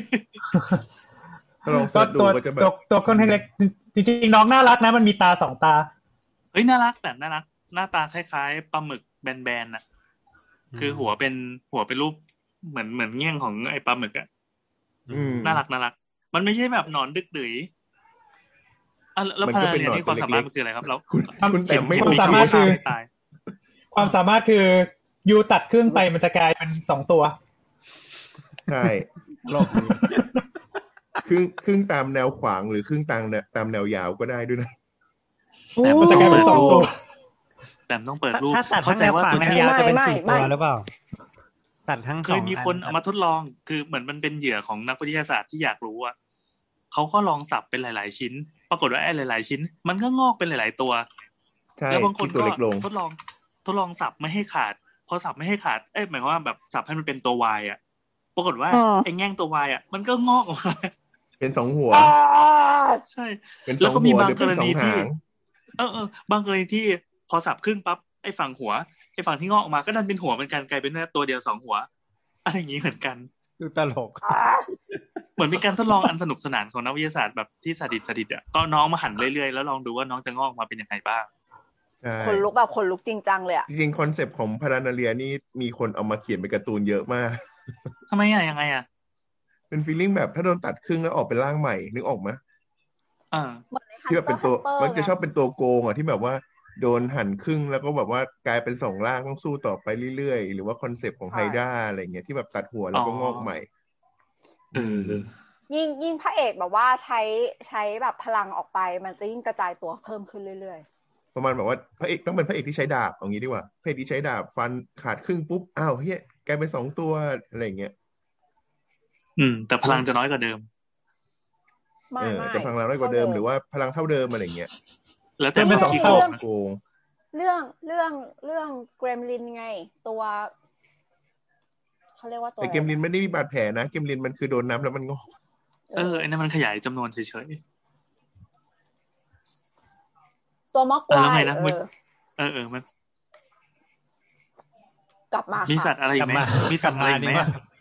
F: ก็ตัวตัวตัวค่อนข้างเล็กจริงๆน้องน่ารักนะมันมีตาสองตา
E: เฮ้ยน่ารักแต่น่ารักหน้าตาคล้ายๆปลาหมึกแบนๆน่ะคือหัวเป็นหัวเป็นรูปเหมือนเหมือนเงี้ยงของไอ้ปลาหมึกอ่ะน่ารักน่ารักมันไม่ใช่แบบหนอนดึกดื๋ยอ่ะแล้วพาราเลียนี่ความสามารถมันคืออะไรครับเรา
F: คุณแต่ไม่ความสามารถคือความสามารถคือยูตัดครึ่งไปมันจะกลายเป็นสองตัว
D: ใช่รอบนี้ครึ่งครึ่งตามแนวขวางหรือครึ่งตามตามแนวยาวก็ได้ด้วยนะ
F: แต่มันจะกลายเป็นสองตัว
E: แต่ต้องเปิดรูป
B: ถ้าตัดทั้งแนวขวางแนวยาวจะเป็นสี่ตัวหรือเปล่าตัดทั้ง
E: เคยมีคนเอามาทดลองคือเหมือนมันเป็นเหยื่อของนักวิทยาศาสตร์ที่อยากรู้อ่ะเขาก็ลองสับเป็นหลายๆชิ้นปรากฏว่าไอ้หลายๆชิ้นมันก็งอกเป็นหลายๆตัวแล้วบางคนก็ทดลองทดลองสับไม่ให้ขาดพอสับไม่ให้ขาดเอ้ยหมายความว่าแบบสับให้มันเป็นตัว Y อ่ะปรากฏว่าไอ้แง่งตัว Y อ่ะมันก็งอกออกมา
D: เป็นสองหัว
E: ใช่แล้วก็มีบางกรณีที่เออเออบางกรณีที่พอสับครึ่งปั๊บไอ้ฝั่งหัวไอ้ฝั่งที่งอกออกมาก็ดันเป็นหัวเหมือนกันกลายเป็นตัวเดียวสองหัวอะไรอย่างงี้เหมือนกัน
B: ดูตลก
E: เหมือนเป็นการทดลองอันสนุกสนานของนักวิทยาศาสตร์แบบที่สดิดสดิดอ่ะก็น้องมาหันเรื่อยๆแล้วลองดูว่าน้องจะงอกมาเป็นยังไงบ้าง
C: คนลุกแบบคนลุกจริงจังเลยอ่ะ
D: จริงๆคอนเซปต์ของพารานาเลียนี่มีคนเอามาเขียนเป็นการ์ตูนเยอะมาก
E: ทำไมอ่ะยังไงอ่ะ
D: เป็นฟีลลิ่งแบบถ้าโดนตัดครึ่งแล้วออกเป็นร่างใหม่นึกออกไหม
E: อ่า
D: ที่แบบเป็นตัวมันจะชอบเป็นตัวโกงอ่ะที่แบบว่าโดนหั่นครึ่งแล้วก็แบบว่ากลายเป็นสองร่างต้องสู้ต่อไปเรื่อยๆหรือว่าคอนเซปต์ของไฮด้าอะไรเงี้ยที่แบบตัดหัวแล้วก็งอกใหม่
E: เออ
C: ยิ่งยิ่งพระเอกแบบว่าใช้ใช้แบบพลังออกไปมันจะยิ่งกระจายตัวเพิ่มขึ้นเรื่อย
D: ๆประมาณแบบว่าพระเอกต้องเป็นพระเอกที่ใช้ดาบเอางี้ดีกว่าพระเอกที่ใช้ดาบฟันขาดครึ่งปุ๊บอ้าวเฮ้ยกลายเป็นสองตัวอะไรเงี้ย
E: อืมแต่พลังจะน้อยกว่าเดิม
C: ไม่ไม่
D: จะพลังน้อยกว่าเดิมหรือว่าพลังเท่าเดิมอะไรเงี้ย
E: แล้วแต่เป็นสอง
C: เท่าโกงเรื่องเรื่องเรื่องเกรมลินไงตัวเขาเรียกว่าตัว
D: แต่เกมลินไม่ได้มีบาดแผลนะเกมลินมันคือโดนน้ำแล้วมันงอก
E: เออไอ้นั่นมันขยายจำนวนเฉย
C: ๆตัวมอกกวาย
E: เออเออเออมัน
C: กลับมา
E: มีสัตว์อะไรอีกไหมมีสัตว์อะไรอีกไหม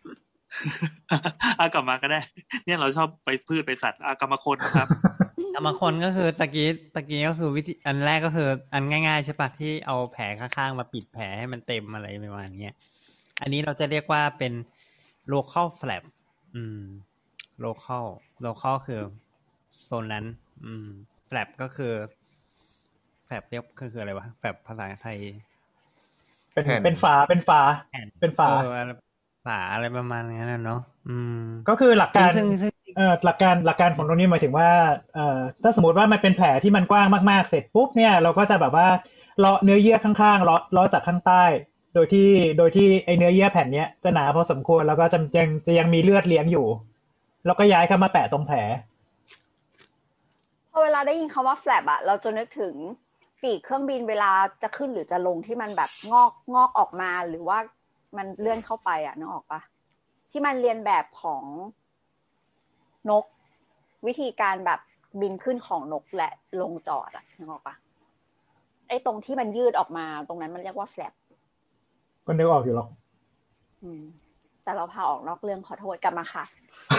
E: อ่ะกลับมาก็ได้เนี่ยเราชอบไปพืชไปสัตว์อ่ะกรรมคนครับ
B: กรรมคนก็คือตะกี้ตะกี้ก็คือวิธีอันแรกก็คืออันง่ายๆใช่ปะที่เอาแผลข้างๆมาปิดแผลให้มันเต็มอะไรประมาณนี้อันนี้เราจะเรียกว่าเป็น local flap อืม local local คือโซนนั้นอืม flap ก็คือ flap เรียกคือคืออะไรวะ flap ภาษาไทย
F: เป็น
D: แผ่น
F: เป็นฝาเป็นฝา
B: แผ่น
F: เป็นฝา
B: เออฝาอะไรประมาณนั้นนะเนาะอืม
F: ก็คือหลักการ
B: ซึ่งซึ่ง
F: เอ่อหลักการหลักการของตรงนี้หมายถึงว่าเอ่อถ้าสมมติว่ามันเป็นแผลที่มันกว้างมากๆเสร็จปุ๊บเนี่ยเราก็จะแบบว่าเลาะเนื้อเยื่อข้างๆเลาะเลาะจากข้างใต้โดยที่โดยที่ไอเนื้อเยื่อแผ่นเนี้ยจะหนาพอสมควรแล้วก็จะยังจะยังมีเลือดเลี้ยงอยู่แล้วก็ย้ายเข้ามาแปะตรงแผล
C: พอเวลาได้ยินคำว่าแฟลปอะเราจะนึกถึงปีกเครื่องบินเวลาจะขึ้นหรือจะลงที่มันแบบงอกงอกออกมาหรือว่ามันเลื่อนเข้าไปอะนึกออกปะที่มันเรียนแบบของนกวิธีการแบบบินขึ้นของนกและลงจอดอะนึกออกปะไอ้ตรงที่มันยืดออกมาตรงนั้นมันเรียกว่าแฟลป
F: ก็นึกออกอยู่หรอก
C: อืมแต่เราพาออกนอกเรื่องขอโทษกลับมาค่ะ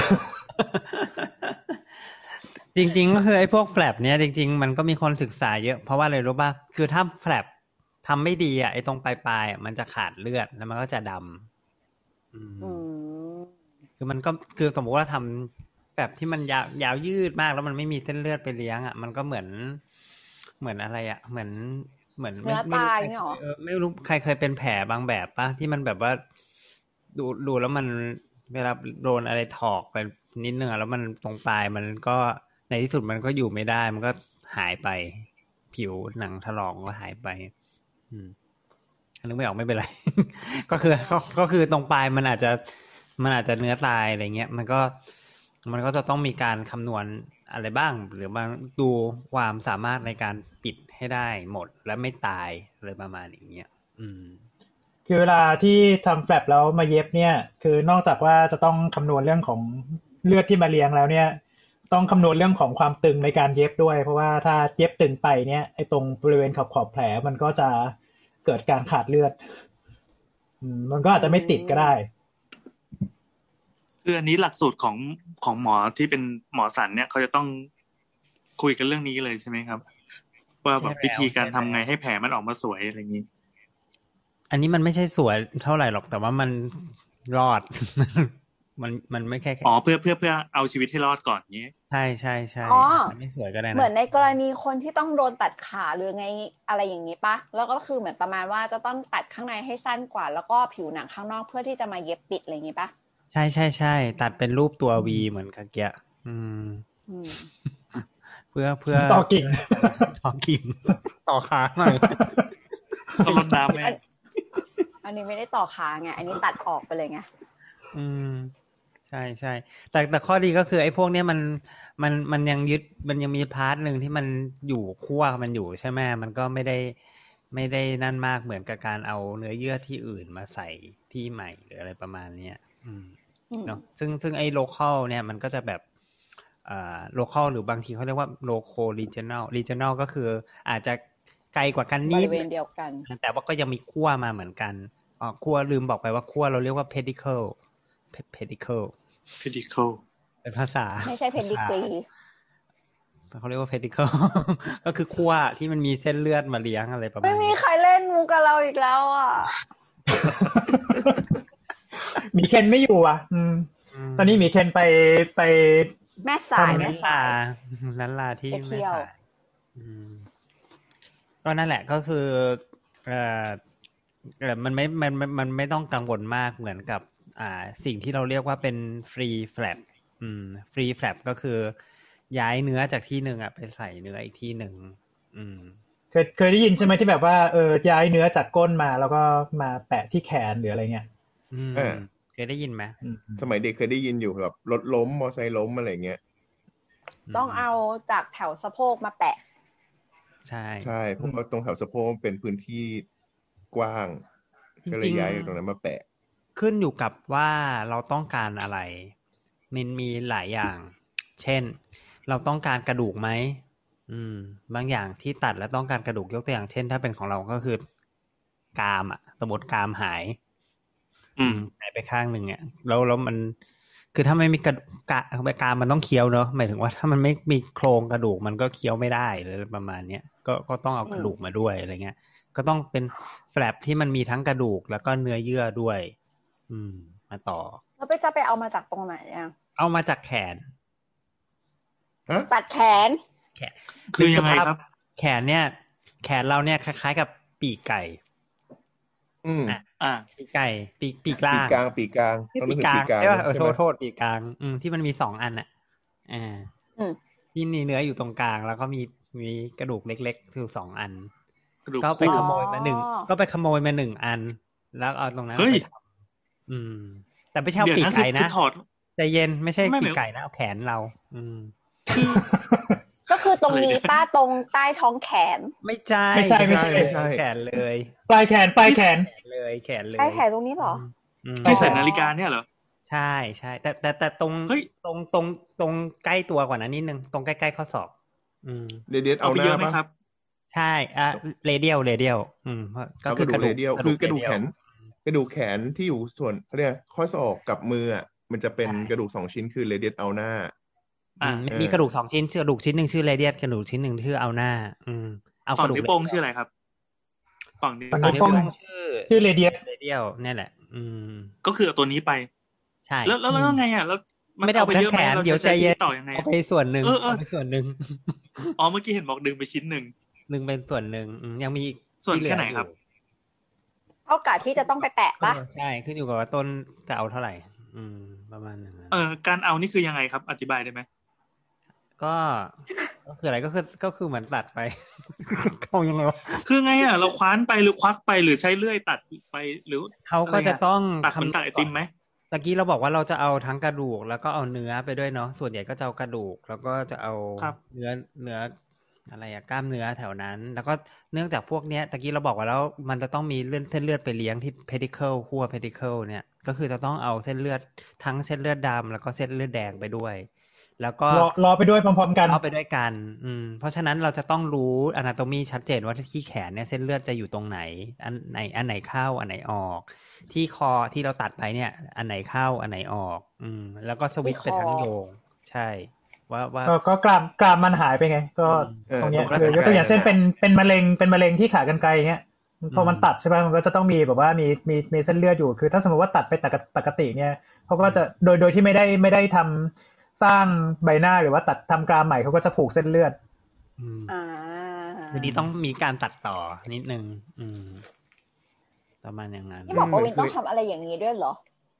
B: จริงๆก็คือไอ้พวกแฟลปเนี้ยจริงๆมันก็มีคนศึกษาเยอะเพราะว่าอะไรรู้ป่ะคือถ้าแฟลปทำไม่ดีอ่ะไอ้ตรงปลายๆอ่ะมันจะขาดเลือดแล้วมันก็จะดำอืมคือมันก็คือสมมติว่าทำแบบที่มันยาวยาวยืดมากแล้วมันไม่มีเส้นเลือดไปเลี้ยงอ่ะมันก็เหมือนเหมือนอะไรอ่ะเหมือนเหมือน
C: เนื้อตายเนี่ยหรอ
B: เออไม่รู้ใครเคยเป็นแผลบางแบบป่ะที่มันแบบว่าดูดูแล้วมันเวลาโดนอะไรถอกไปนิดนึงแล้วมันตรงปลายมันก็ในที่สุดมันก็อยู่ไม่ได้มันก็หายไปผิวหนังถลอกก็หายไปอืมนึกไม่ออกไม่เป็นไร ก็คือก็คือตรงปลายมันอาจจะมันอาจจะเนื้อตายอะไรเงี้ยมันก็มันก็จะต้องมีการคำนวณอะไรบ้างหรือบางดูความสามารถในการปิดให้ได้หมดและไม่ตายอะไรประมาณอย่างเงี้ยอืม
F: คือเวลาที่ทำแฟลปแล้วมาเย็บเนี่ยคือนอกจากว่าจะต้องคำนวณเรื่องของเลือดที่มาเลี้ยงแล้วเนี่ยต้องคำนวณเรื่องของความตึงในการเย็บด้วยเพราะว่าถ้าเย็บตึงไปเนี่ยไอ้ตรงบริเวณขอบขอบแผลมันก็จะเกิดการขาดเลือดมันก็อาจจะไม่ติดก็ได้
E: คืออันนี้หลักสูตรของของหมอที่เป็นหมอสันเนี่ยเขาจะต้องคุยกันเรื่องนี้เลยใช่ไหมครับว่าแบบวิธีการทำไงให้แผลมันออกมาสวยอะไรอย่างนี้
B: อันนี้มันไม่ใช่สวยเท่าไหร่หรอกแต่ว่ามันรอด มันมันไม่แค่
E: อ๋อเพื่อเพื่อเพื่อเอาชีวิตให้รอดก่อนอย่างนี้
B: ใช่ใช่ใช่ไม่สวยก็ได้นะ
C: เหมือนในกรณีคนที่ต้องโดนตัดขาหรือไงอะไรอย่างนี้ปะแล้วก็คือเหมือนประมาณว่าจะต้องตัดข้างในให้สั้นกว่าแล้วก็ผิวหนังข้างนอกเพื่อที่จะมาเย็บปิดอะไรอย่างนี้ปะ
B: ใช่ใช่ใช่ตัดเป็นรูปตัว V เหมือนกับเกี้ยอืมเพื่อเพื่อ
F: ต่อกิ่ง
B: ต่อกิ่งต่อขาหน่อย
E: ต้องลดน้ำไหม
C: อันนี้ไม่ได้ต่อขาไงอันนี้ตัดออกไปเลยไง
B: อืมใช่ใช่แต่แต่ข้อดีก็คือไอ้พวกเนี้ยมันมันมันยังยึดมันยังมีพาร์ทนึงที่มันอยู่คั่วมันอยู่ใช่ไหมมันก็ไม่ได้ไม่ได้นั่นมากเหมือนกับการเอาเนื้อเยื่อที่อื่นมาใส่ที่ใหม่หรืออะไรประมาณเนี้ยอืมเนาะซึ่งซึ่งไอ้ local เนี่ยมันก็จะแบบอ่า local หรือบางทีเขาเรียกว่า local regional regional ก็คืออาจจะไกลกว่ากันนิด
C: บริเวณเดียวกัน
B: แต่ว่าก็ยังมีคั่วมาเหมือนกันอ๋อคั่วลืมบอกไปว่าคั่วเราเรียกว่า pedicle pedicle
E: pedicle
B: เป็นภาษา
C: ไม่ใช่ pedigree
B: เขาเรียกว่า pedicle ก็คือคั่วที่มันมีเส้นเลือดมาเลี้ยงอะไรประมาณ
C: ไม่มีใครเล่นมุกกับเราอีกแล้วอ่ะ
F: มีเคนไม่อยู่อ่ะตอนนี้มีเคนไปไป
C: แม่สาย
B: แม่สายนั้นลาที่แม่สายก็นั่นแหละก็คือเอ่อเอ่อมันไม่มันมันไม่ต้องกังวลมากเหมือนกับอ่าสิ่งที่เราเรียกว่าเป็น free flap อืม free flap ก็คือย้ายเนื้อจากที่หนึ่งอ่ะไปใส่เนื้ออีกที่หนึ่งอืม
F: เคยเคยได้ยินใช่ไหมที่แบบว่าเออย้ายเนื้อจากก้นมาแล้วก็มาแปะที่แขนหรืออะไรเงี้ย
B: อืมเคยได้ยินไหม
D: สมัยเด็กเคยได้ยินอยู่แบบรถล้มมอไซค์ล้มอะไรเงี้ย
C: ต้องเอาจากแถวสะโพกมาแปะ
B: ใช่
D: ใช่เพราะว่าตรงแถวสะโพกเป็นพื้นที่กว้างก็เลยย้ายตรงนั้นมาแปะ
B: ขึ้นอยู่กับว่าเราต้องการอะไรมันมีหลายอย่างเช่นเราต้องการกระดูกไหมอืมบางอย่างที่ตัดแล้วต้องการกระดูกยกตัวอย่างเช่นถ้าเป็นของเราก็คือกรามอ่ะสมมติกรามหายอืมหายไปข้างหนึ่งอ่ะแล้วแล้วมันคือถ้าไม่มีกระกะกรามมันต้องเคี้ยวเนอะหมายถึงว่าถ้ามันไม่มีโครงกระดูกมันก็เคี้ยวไม่ได้เลยประมาณเนี้ยก็ก็ต้องเอากระดูกมาด้วยอะไรเงี้ยก็ต้องเป็นแฟลปที่มันมีทั้งกระดูกแล้วก็เนื้อเยื่อด้วยอืมมาต่อ
C: แล้วไปจะไปเอามาจากตรงไหนอ่ะ
B: เอามาจากแขน
C: ตัดแขน
B: แขนคือยังไงครับแขนเนี่ยแขนเราเนี่ยคล้ายๆกับปีกไก่
D: อืม
B: อ่ะ
E: อ่า
B: ปีกไก่ปีกปีกลา
D: ปี
B: ง
D: กลางปีกลาง
B: ที่
D: ต้อง
B: ปี
D: นึก
B: ก
D: ถึง
B: ลาง
D: ปีกลาง
B: ใช่ป่ะเออ
D: ใช่
B: โท
D: ไหม
B: ษโทษปีกลางอืมที่มันมีสองอันอ่ะอ่า
C: อืม
B: ที่มีเนื้ออยู่ตรงกลางแล้วก็มีมีกระดูกเล็กๆคือสองอัน
E: กระดูก
B: ก็ไป
E: คู่
B: ขโมยมาหนึ่ง
C: อ๋อ
B: ก็ไปขโมยมาหนึ่งอัน แล้วเอาตรงนั้น
E: เฮ้ย
B: ไปทำอืม แต่ไม่ใช่เอา
E: เดี๋ยว
B: ปีก
E: นะคือ
B: ไก่
E: คือ
B: นะ
E: ถอด
B: ใจเย็นไม่ใช่
E: ไม่
B: ปี
E: ไม่
B: กไก่นะเอาแขนเรา อืม
E: คือ
C: ก็คือตรง
E: อะไร
C: นี้
E: เนี่ย
C: ป้าตรงใต้ท้องแขน
B: ไม่ใช่
F: ไม่ใช่ไม่ใช่
D: ไม่ใช่
B: แขนเลย
F: ปลายแขนปลายแขน
B: แขนเลยแขนเลย
C: ใต้แขนตรงนี้เหรอ
B: อืม
E: ที่ใส่นาฬิกาเนี่ยเหรอ
B: ใช่ใช่แต่แต่แต่ตรง
E: เฮ้ย
B: ตรงตรงตรงใกล้ตัวกว่านั้นนิดนึงตรงใกล้ๆข้อศอก อืม
D: เรเดียส
E: เอา
D: เอา
E: ไป
D: ห
E: เย
D: น้า
E: อะไหม
D: ปะ
E: ครับ
B: ใช่อ่ะเรเดียลเรเดียลอืมก็
D: เอา
B: คื
D: ก
B: อ
D: ระดูกเรเดียลคือกระดูก
B: เร
D: แขน กระดูกแขนที่อยู่ส่วนเขาเรียกข้อศอกกับมืออ่ะมันจะเป็นกระดูกสองชิ้นคือเรเดียสเอาหน้า
B: อืม
E: อ่า
B: มีกระดูกสองชิ้นกระดูกชิ้นหนึ่งชื่อเรเดียสกระดูกชิ้นหนึ่งชื่อเอาหน้า อืมเอา
E: ฝั่
B: ก
E: ง
B: ระดูก
E: นิ้วโป้งชื่ออะไรครับ ฝั่งนิ้ว
F: ฝั่ง
B: ฝั่
F: นิ้
B: ง
F: ว
B: นิ้ว
F: โป้
B: โป้
F: ง
B: งชื่อ
F: ชื่อ radius
B: เรเดียลนี่แหละ อืม
E: ก็คือเอาตัวนี้ไป
B: ใช่
E: แล้วแล้วแล้วไงอ่ะแล้วน
B: ไม่ได้เอาไป
E: เย
B: ทั้
E: อะ
B: งแข
E: ไหม
B: น
E: เรา
B: เดี๋ยว
E: จะ
B: ใจ
E: ใช้ชี
B: เย็
E: วิ
B: น
E: ตต่อยังไง
B: เอา
E: อะ
B: ไปส่วนหนึ่ง
E: เออเออ
B: เอาไปส่วนหนึ่ง
E: อ๋อเมื่อกี้เห็นบอกดึงไปชิ้นหนึ่ง
B: หนึ่งเป็นส่วนหนึ่งอืมยังมีอีก
E: ส่วน
B: ที่เลือ
E: แค่ไหนครับ
B: อยู่
C: โอกาสที่จะต้องไปแปะปะ
B: เออใช่ขึ้นอยู่กับว่าต้นจะเอาเท่าไหร่ อืม ประมาณนั้น
E: เออการเอานี่คือยังไงครับ อธิบายได้ไหม
B: ก็ก็คืออะไรก็คือก็คือเหมือนตัดไป เขายังไงวะ
E: คือไงอ่ะ เราคว้านไปหรือควักไปหรือใช้เลื่อยตัดไปหรือ
B: เขาก็จะต้อง
E: ตัดเหมือนตัดไอติมไหม
B: ตะกี้เราบอกว่าเราจะเอาทั้งกระดูกแล้วก็เอาเนื้อไปด้วยเนาะส่วนใหญ่ก็จะเอากระดูกแล้วก็จะเอา
E: ครับ
B: เนื้อเนื้ออะไรอะกล้ามเนื้อแถวนั้น แล้วก็เนื่องจากพวกเนี้ยตะกี้เราบอกว่าแล้วมันจะต้องมีเลือดเส้นเลือดไปเลี้ยงที่ pedicle ขั้ว pedicle เนี่ยก็คือจะต้องเอาเส้นเลือดทั้งเส้นเลือดดำแล้วก็เส้นเลือดแดงไปด้วย แล้วก็
F: รอรอไปด้วยพร้อมๆกัน
B: เอาไปด้วยกัน อืม เพราะฉะนั้นเราจะต้องรู้ anatomy ชัดเจนว่าที่แขนเนี่ยเส้นเลือดจะอยู่ตรงไหน อันไหน อันไหนเข้า อันไหนออก ที่คอที่เราตัดไปเนี่ย อันไหนเข้า อันไหนออก อืม แล้วก็สวิตช์ไปทั้งโยง ใช่ ว่าว่า
F: ก็ก็กรามกรามมันหายไปไง ก็
D: เออ
F: ตรงเนี้ย
D: ตรง
F: คือยกตัวอย่างเช่น
D: กรรไกร
F: เป็นเป็นมะเร็งเป็นมะเร็งที่ขากรรไกรเงี้ยพอมัน
B: อืม
F: ตัดใช่ป่ะมันก็จะต้องมีแบบว่ามีมีมีเส้นเลือดอยู่คือถ้าสมมติว่าตัดไปปกติเนี่ยเขาก็จะโดยโดยที่ไม่ได้ไม่ได้ทำสร้างใบหน้าหรือว่าตัดทำกรามใหม่เขาก็จะผูกเส้นเลือด
B: อืม
C: อ่า
B: ทีนี้ต้องมีการตัดต่อนิดนึง อืม ประมาณอย่างนั้น
C: ที่บอกว่าวินต้องทำอะไรอย่างนี้ด้วยเหรอ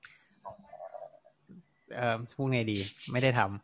B: เออพูดไงดี ไม่ได้ทำ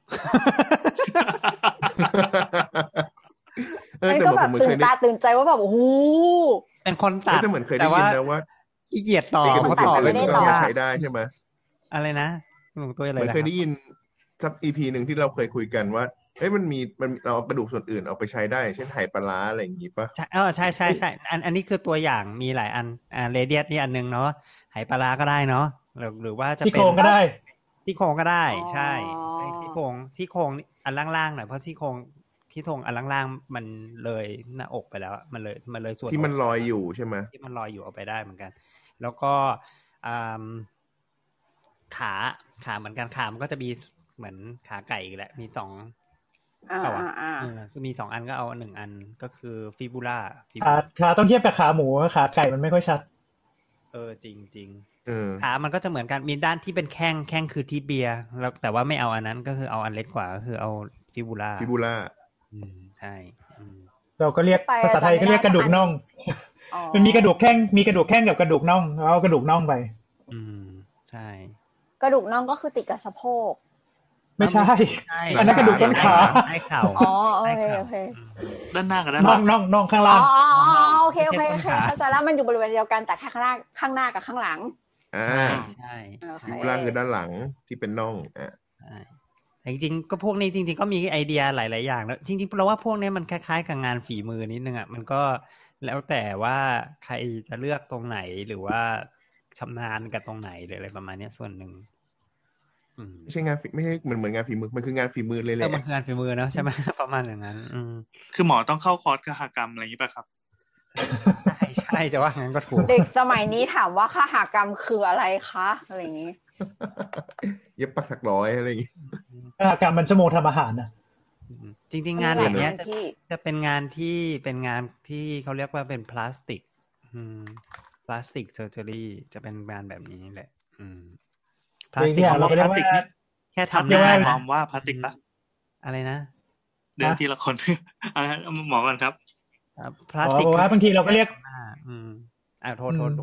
D: เออ
C: มัน
D: แต่
C: ก็
D: เห
C: แบ
D: มือบ นผม
C: ตื่
D: เคน ยได้
C: ตาตื่นใจว่าแบบโอ้โห
B: เป็นคนตัด
D: แต่เหมือนเคยได้
B: แต่
D: ยิ
B: ว่าน
D: นะว่า
B: ขี้เกียจต่อ
D: ไอ้กระดู
B: เพ
D: ก
B: ราะต่อ
C: ไม่
D: เล็ก
C: ได้
D: ๆ
C: ต่
D: เรา
C: อ
D: ใช้ได้ใช่ไหม
B: อะไรนะหลวงตัวอะไร
D: เหมือน
B: นะ
D: เค
B: ค
D: ย
B: รับ
D: ได้ยินสักอีพีหนึ่งที่เราเคยคุยกันว่าเอ้ยมันมีมันเราเอากระดูกส่วนอื่นเอาไปใช้ได้ เช่นไหปลาร้าอะไรอย่างงี้ปะ
B: ใช่เออใช่ใช่ใช่อันอันนี้คือตัวอย่างมีหลายอันอ่าเรเดียสนี่อันนึงเนาะไหปลาร้าก็ได้เนาะหรือหรือว่าจะ
F: ที่
B: เป็
F: โคน รงก็ได้
B: ที่โครงก็ได้ ใช่
C: อ๋อ
B: ไอ้ที่โครงที่โครงอันล่างๆหน่อยเพราะที่โครงที่โครงอันล่างๆมันเลยหน้าอกไปแล้วมันเลยมันเลยส่วน
D: ที่มัน
B: ก
D: ลอยอยู่ใช่ไหม
B: ที่มันลอยอยู่เอาไปได้เหมือนกัน แล้วก็อ่าขาขาเหมือนกันขามันก็จะมีเหมือนขาไก่อีกแหละมีสอง
C: อ่า
B: เปล่าวะ
C: อ่าอ่า
B: เออคือมีสองอันก็เอาหนึ่งอันก็คือฟิบูล่า
F: ขาขาต้องเทียบกับขาหมูขาไก่มันไม่ค่อยชัด
B: เออจริงจริง
D: เออ
B: ขามันก็จะเหมือนกันมีด้านที่เป็นแข้งแข้งคือที่เบียแล้วแต่ว่าไม่เอาอันนั้นก็คือเอาอันเล็กกว่าก็คือเอาฟิบูล่า
D: ฟิบูล่า
B: อืมใช่อืม
F: เราก็เรียกภาษาไทยก็เรียกกระดูกน่อง
C: อ๋อ
F: มันมีกระดูกแข้งมีกระดูกแข้งกับกระดูกน่องเอากระดูกน่องไป
B: อืมใช่
C: กระดูกน่องก็คือติดกับสะโพก
F: ไม่ใช่
B: ใช่
F: อันนั้นกระดูกต้นขา
B: ให้เข่า
C: อ๋อโอ
B: ให้
C: เค
B: เข่า
C: โอเค
B: อืม
E: ด้านหน้ากับด้านห
F: น่
E: ลั
F: อง
E: ง
F: น่องน่องข้าง
C: อ๋
F: ล่า
C: อง อ๋ออ๋อโอเคโอเคโอเค
B: ต้นขา
C: เข้าใจแล้วมันอยู่บริเวณเดียวกันแต่แค่ข้างหน้าข้างหน้ากับข้างหลัง
D: อ่า
B: ใช่
C: โอเค
B: ใช่
D: ฟิบูล่าคือด้านหลังที่เป็นน่องอ่า
B: ใช่แต่จริงๆก็พวกนี้จริงๆก็มีไอเดียหลายๆอย่างแล้วจริงๆเราว่าพวกนี้มันคล้ายๆกับงานฝีมือนิดนึงอ่ะมันก็แล้วแต่ว่าใครจะเลือกตรงไหนหรือว่าชำนาญกับตรงไหนหรืออะไรประมาณเนี้ยส่วนหนึ่งอืม
D: ไม่ใช่งานฝีไม่ใช่เหมือนเหมือนงานฝีมือมันคืองานฝีมือเลยแห
B: เอ
D: ละ
B: อมันคืองานฝีมือเนาะใช่ไหม ประมาณอย่างนั้น อืม
E: คือหมอต้องเข้าคอร์สคหกรรมอะไรอย่างนี้ป่ะครับ
B: ใช่ใช่จะว่างั้นก็ถูก
C: เด็กสมัยนี้ถามว่าคหกรรมคืออะไรคะอะไรอย่างนี้
D: เย็บปักถักร้อยอะไรอย่างงี้
F: อาการมันชั่วโมงทำอาหารนะ
B: อืมจริง ๆ งานแบบเนี้ย
C: มันหลายงาน
B: จะ
C: ที่
B: จะเป็นงานที่เป็นงานที่เขาเรียกว่าเป็นพลาสติก อืมพลาสติกเซอร์เจอรี่จะเป็นงานแบบนี้แหละ อืมพลาสติก
F: เนี่ยเราก็เรียก
E: พลาสติก
F: ว่า
E: นี่
B: แค่
E: พลาส
B: ทำห
E: ติก
B: น้า
E: หมายค
B: นะ
E: วามว่าพลาสติกปะ
B: อะไรนะ
E: เดี๋ยวทีละคน อ่ะหมอก่อนครับ
B: พลา
F: อ๋
B: สติก
F: อว่าบางทีเราก็เรียก
B: ทำหน้าอืมอ่าโทษโทษ
F: อืม
B: ถูกไหม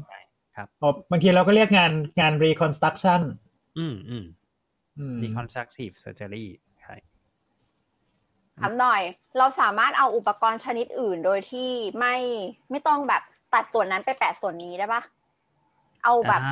B: ครับ
F: อ๋อบางทีเราก็เรียกงานงาน reconstruction
B: อืมอืม
F: อืม
B: reconstructive surgery ใช่
C: ถามหน่อยเราสามารถเอาอุปกรณ์ชนิดอื่นโดยที่ไม่ไม่ต้องแบบตัดส่วนนั้นไปแปะส่วนนี้ได้ปะเอาแบบ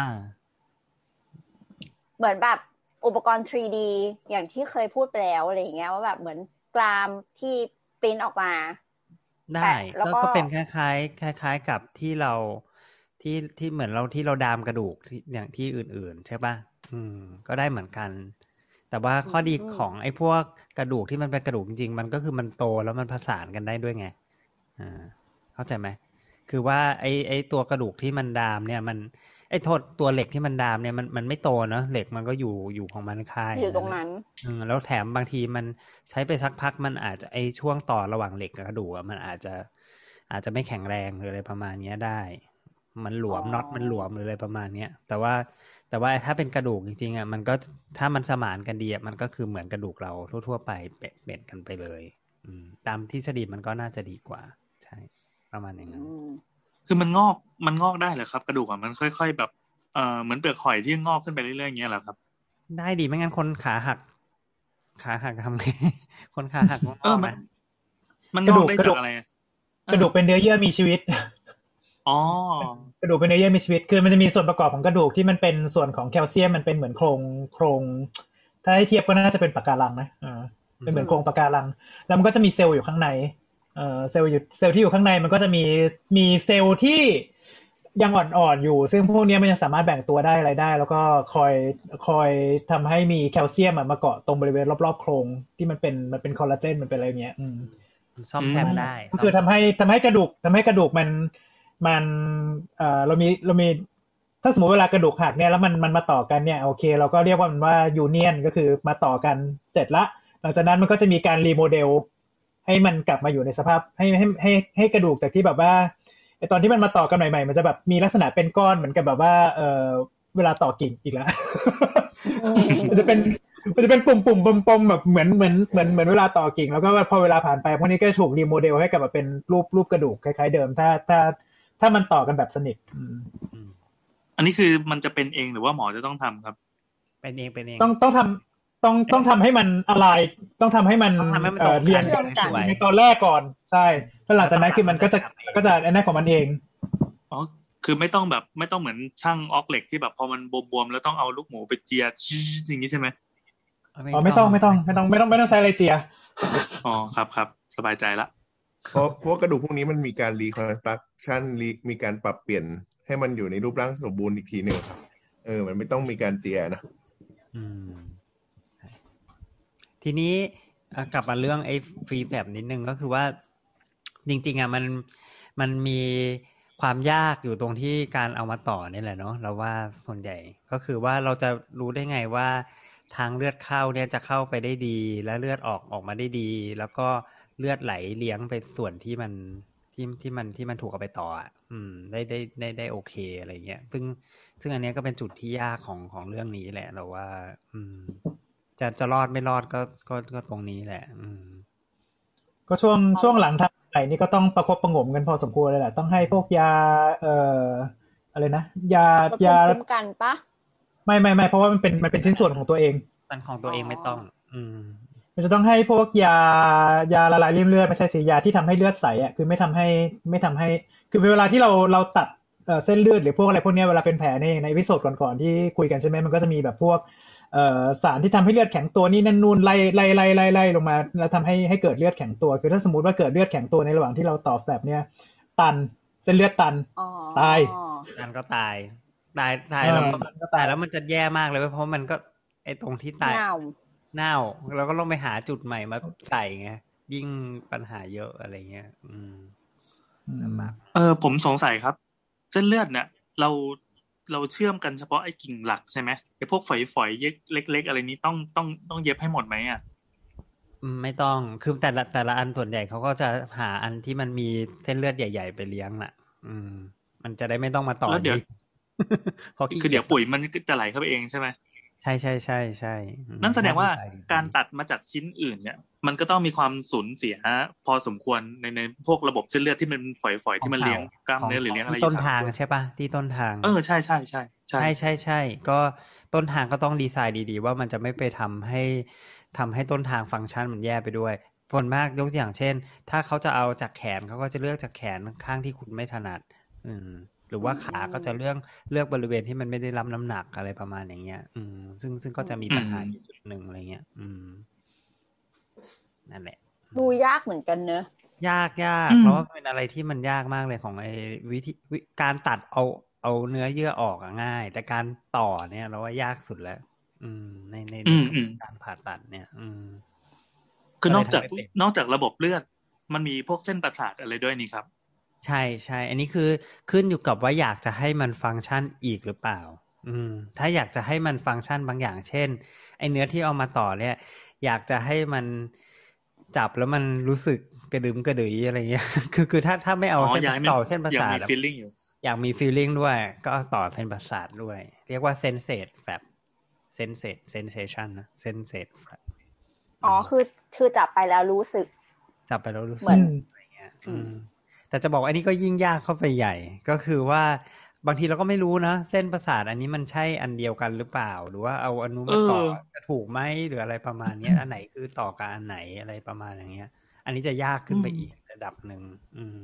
C: เหมือนแบบอุปกรณ์ ทรี ดี อย่างที่เคยพูดไปแล้วอะไรอย่างเงี้ยว่าแบบเหมือนกรามที่ปริ้นออกมา
B: ได้แล้วก็เป็นคล้ายๆคล้ายๆกับที่เราที่ที่เหมือนเราที่เราดามกระดูกที่อย่างที่อื่นๆใช่ป่ะอืมก็ได้เหมือนกันแต่ว่าข้อดีของไอ้พวกกระดูกที่มันเป็นกระดูกจริงๆมันก็คือมันโตแล้วมันผสานกันได้ด้วยไงอ่าเข้าใจไหมคือว่าไอ้ไอ้ตัวกระดูกที่มันดามเนี่ยมันไอ้โทษตัวเหล็กที่มันดามเนี่ยมันมันไม่โตเนาะเหล็กมันก็อยู่อยู่ของมันค่าย
C: อยู่ตรงนั้น
B: อืมแล้วแถมบางทีมันใช้ไปสักพักมันอาจจะไอ้ช่วงต่อระหว่างเหล็กกับกระดูกมันอาจจะอาจจะไม่แข็งแรงหรืออะไรประมาณนี้ได้มันหลวมน็อตมันหลวมหรืออะไรประมาณนี้แต่ว่าแต่ว่าถ้าเป็นกระดูกจริงๆอ่ะมันก็ถ้ามันสมานกันดีมันก็คือเหมือนกระดูกเราทั่วๆไปเบ็ดเบ็ดกันไปเลยอืมตามทฤษฎีมันก็น่าจะดีกว่าใช่ประมาณอย่างนั้น
E: คือมันงอกมันงอกได้เหรอครับกระดูกอ่ะมันค่อยๆแบบเอ่อเหมือนเปลือกหอยที่งอกขึ้นไปเรื่อยๆอย่างเงี้ยเหรอครับ
B: ได้ดีไม่งั้นคนขาหักขาหักทำไงคนขาหักงอกนะ
E: มันงอกได้จากอะไร
F: กระดูกเป็นเนื้อเยื่อมีชีวิต
E: อ๋อก
F: ระดูกเป็นเนื้อเยื่อมีชีวิตคือมันจะมีส่วนประกอบของกระดูกที่มันเป็นส่วนของแคลเซียมมันเป็นเหมือนโครงโครงถ้าให้เทียบก็น่าจะเป็นปะการังนะอ่าเป็นเหมือนโครงปะการังแล้วมันก็จะมีเซลล์อยู่ข้างในเอ่อเซลล์อยู่เซลล์ที่อยู่ข้างในมันก็จะมีมีเซลล์ที่ยังอ่อนๆอยู่ซึ่งพวกนี้มันยังสามารถแบ่งตัวได้อะไรได้แล้วก็คอยคอยทำให้มีแคลเซียมมาเกาะตรงบริเวณรอบๆโครงที่มันเป็นมันเป็นคอลลาเจนมันเป็นอะไรเงี้ยอืม
B: ซ่อมแซมได้
F: คือทำให้ทำให้กระดูกทำให้กระดูกมันมันเอ่อเรามีเรามีถ้าสมมติเวลากระดูกหักเนี่ยแล้วมันมันมาต่อกันเนี่ยโอเคเราก็เรียกว่ามันว่ายูเนียนก็คือมาต่อกันเสร็จละหลังจากนั้นมันก็จะมีการรีโมเดลให้มันกลับมาอยู่ในสภาพให้ให้ให้ให้กระดูกจากที่แบบว่าไอตอนที่มันมาต่อกันใหม่ๆมันจะแบบมีลักษณะเป็นก้อนเหมือนกับแบบว่าเออเวลาต่อกิ่งอีกแล้ว มันจะเป็นมันจะเป็นปุ่มปุ่มปมปมแบบเหมือนเหมือนเหมือนเหมือนเวลาต่อกิ่งแล้วก็พอเวลาผ่านไปพวกนี้ก็ถูกรีโมเดลให้กลับมาเป็นรูปรูปกระดูกคล้ายๆเดิมถ้าถ้าถ้ามันต่อกันแบบสนิท
E: อันนี้คือมันจะเป็นเองหรือว่าหมอจะต้องทำครับ
B: เป็นเองเป็นเอง
F: ต้องต้องทำต้องต้องทำให้มันอะไรต้องทำให้มัน
B: เอ่อ
F: เรียนในตอนแรกก่อนใช่แล้วหลังจากนั้นคือมันก็จะก็จะอันนั้นของมันเอง
E: อ๋อคือไม่ต้องแบบไม่ต้องเหมือนช่างออกเหล็กที่แบบพอมันบวมๆแล้วต้องเอาลูกหมูไปเจียอย่างนี้ใช่ไหม
F: อ๋อไม่ต้องไม่ต้องไม่ต้องไม่ต้องไม่ต้องใช้อะไรเจีย
E: อ๋อครับครับสบายใจละ
D: เพราะพวกกระดูกพวกนี้มันมีการรีคอนสตรัคชั่นมีการปรับเปลี่ยนให้มันอยู่ในรูปร่างสมบูรณ์อีกทีหนึ่งครับเออมันไม่ต้องมีการเจียนะ
B: อืมทีนี้กลับมาเรื่องไอ้ฟรีแบบนิดนึงก็คือว่าจริงๆอ่ะมันมันมีความยากอยู่ตรงที่การเอามาต่อนี่แหละเนาะเราว่าส่วนใหญ่ก็คือว่าเราจะรู้ได้ไงว่าทางเลือดเข้าเนี่ยจะเข้าไปได้ดีและเลือดออกออกมาได้ดีแล้วก็เลือดไหลเลี้ยงไปส่วนที่มันที่ที่มันที่มันถูกเอาไปต่ออ่ะอืมได้ได้ได้ได้โอเคอะไรเงี้ยซึ่งซึ่งอันนี้ก็เป็นจุดที่ยากของของเรื่องนี้แหละเราว่าอืมจะจะรอดไม่รอดก็ก็ก็ตรงนี้แหละอืม
F: ก็ช่วงช่วงหลังทำไหนนี่ก็ต้องประคบประงมกันพอสมควรเลยแหละต้องให้พวกยาเอ่ออะไรนะยายา
C: คุ้มกันปะ
F: ไม่ไม่ไม่เพราะว่ามันเป็นมันเป็นชิ้นส่วนของตัวเอง
B: มันของตัวเองไม่ต้องอืม
F: มันจะต้องให้พวกยายาละลายริ่มเลือดไม่ใช่สิยาที่ทำให้เลือดใสอ่ะคือไม่ทำให้ไม่ทำให้คือเวลาที่เราเราตัดเส้นเลือดหรือพวกอะไรพวกนี้เวลาเป็นแผลในในวิดีโอก่อนๆที่คุยกันใช่ไหมมันก็จะมีแบบพวกเอ่อสารที่ทำให้เลือดแข็งตัวนี่นั่นนู่นไล่ไล่ไล่ไล่ไล่ลงมาแล้วทำให้ให้เกิดเลือดแข็งตัวคือถ้าสมมติว่าเกิดเลือดแข็งตัวในระหว่างที่เราต่อแฟบเนี่ยตันเส้นเลือดตันตาย
B: ตันก็ตายตายตายแล้วก็ตายแล้วมันจะแย่มากเลยเพราะมันก็ไอ้ตรงที่ตายเน่าแล้วก็ลงไปหาจุดใหม่มาใส่ไงยิ่งปัญหาเยอะอะไรเงี้ยอืมลำบาก
E: เออผมสงสัยครับเส้นเลือดเนี่ยเราเราเชื่อมกันเฉพาะไอ้กิ่งหลักใช่ไหมไอ้พวกฝอยๆเย็กเล็กๆอะไรนี้ต้องต้องต้องเย็บให้หมดไหมอ่ะ
B: ไม่ต้องคือแต่ละแต่ละอันส่วนใหญ่เขาก็จะหาอันที่มันมีเส้นเลือดใหญ่ๆไปเลี้ยงน่ะอืมมันจะได้ไม่ต้องมาต่อ
E: แล้วเดี๋ยวคือเดี๋ยวปุ๋ยมันจะไหลเข้าไปเองใช่ไหม
B: ใช่ใช่ใช่ใช่
E: นั่นแสดงว่าการตัดมาจากชิ้นอื่นเนี่ยมันก็ต้องมีความสูญเสียพอสมควรในในพวกระบบเส้นเลือดที่มันฝอยๆที่มันเลี้ยงกล้ามเนื้อหรือเลี้ยงอะไรอยู่
B: ต้นทางใช่ป่ะที่ต้นทาง
E: เออใช่ใช่ใช่ใช่
B: ใช่ใช่ใช่ก็ต้นทางก็ต้องดีไซน์ดีๆว่ามันจะไม่ไปทำให้ทำให้ต้นทางฟังก์ชันมันแย่ไปด้วยผลมากยกตัวอย่างเช่นถ้าเขาจะเอาจากแขนเขาก็จะเลือกจากแขนข้างที่คุณไม่ถนัดอืมหรือว่าขาก็จะเลือกเลือกบริเวณที่มันไม่ได้รับน้ำหนักอะไรประมาณอย่างเงี้ยอืมซึ่งซึ่งก็จะมีปัญหาอยู่จุดหนึ่งอะไรเงี้ยอืมนั่นแหละ
C: ดูยากเหมือนกันเนอะ
B: ยากยากเพราะว่าเป็นอะไรที่มันยากมากเลยของไอ้วิธีการตัดเอาเอาเนื้อเยื่อออกง่ายแต่การต่อเนี่ยเราว่ายากสุดแล้วอืมในในการผ่าตัดเนี่ยอืม
E: คือนอกจากนอกจากระบบเลือดมันมีพวกเส้นประสาทอะไรด้วยนี่ครับ
B: ใช่ใช่อันนี้คือขึ้นอยู่กับว่าอยากจะให้มันฟังก์ชันอีกหรือเปล่าอืมถ้าอยากจะให้มันฟังก์ชันบางอย่างเช่นไอ้เนื้อที่เอามาต่อเนี่ยอยากจะให้มันจับแล้วมันรู้สึกกระดึมกระดือยอะไรเงี้ยคือคือถ้าถ้าไม่เอาเส้นต่อเส้นประสาทอยากมี
E: feeling อยู่
B: อยากมี feeling ด้วยก็ต่อเส้นประสาทด้วยเรียกว่า sensate flap sensate sensation นะ sensate flap
C: อ๋อคือคือจับไปแล้วรู้สึก
B: จับไปแล้วรู้สึกอะไรเงี้ยอืมแต่จะบอกอันนี้ก็ยิ่งยากเข้าไปใหญ่ก็คือว่าบางทีเราก็ไม่รู้นะเส้นประสาทอันนี้มันใช่อันเดียวกันหรือเปล่าหรือว่าเอาอันนู้นมาต่อจะถูกไหมหรืออะไรประมาณนี้อันไหนคือต่อกับอันไหนอะไรประมาณอย่างเงี้ยอันนี้จะยากขึ้นไปอีกระดับหนึ่งอืม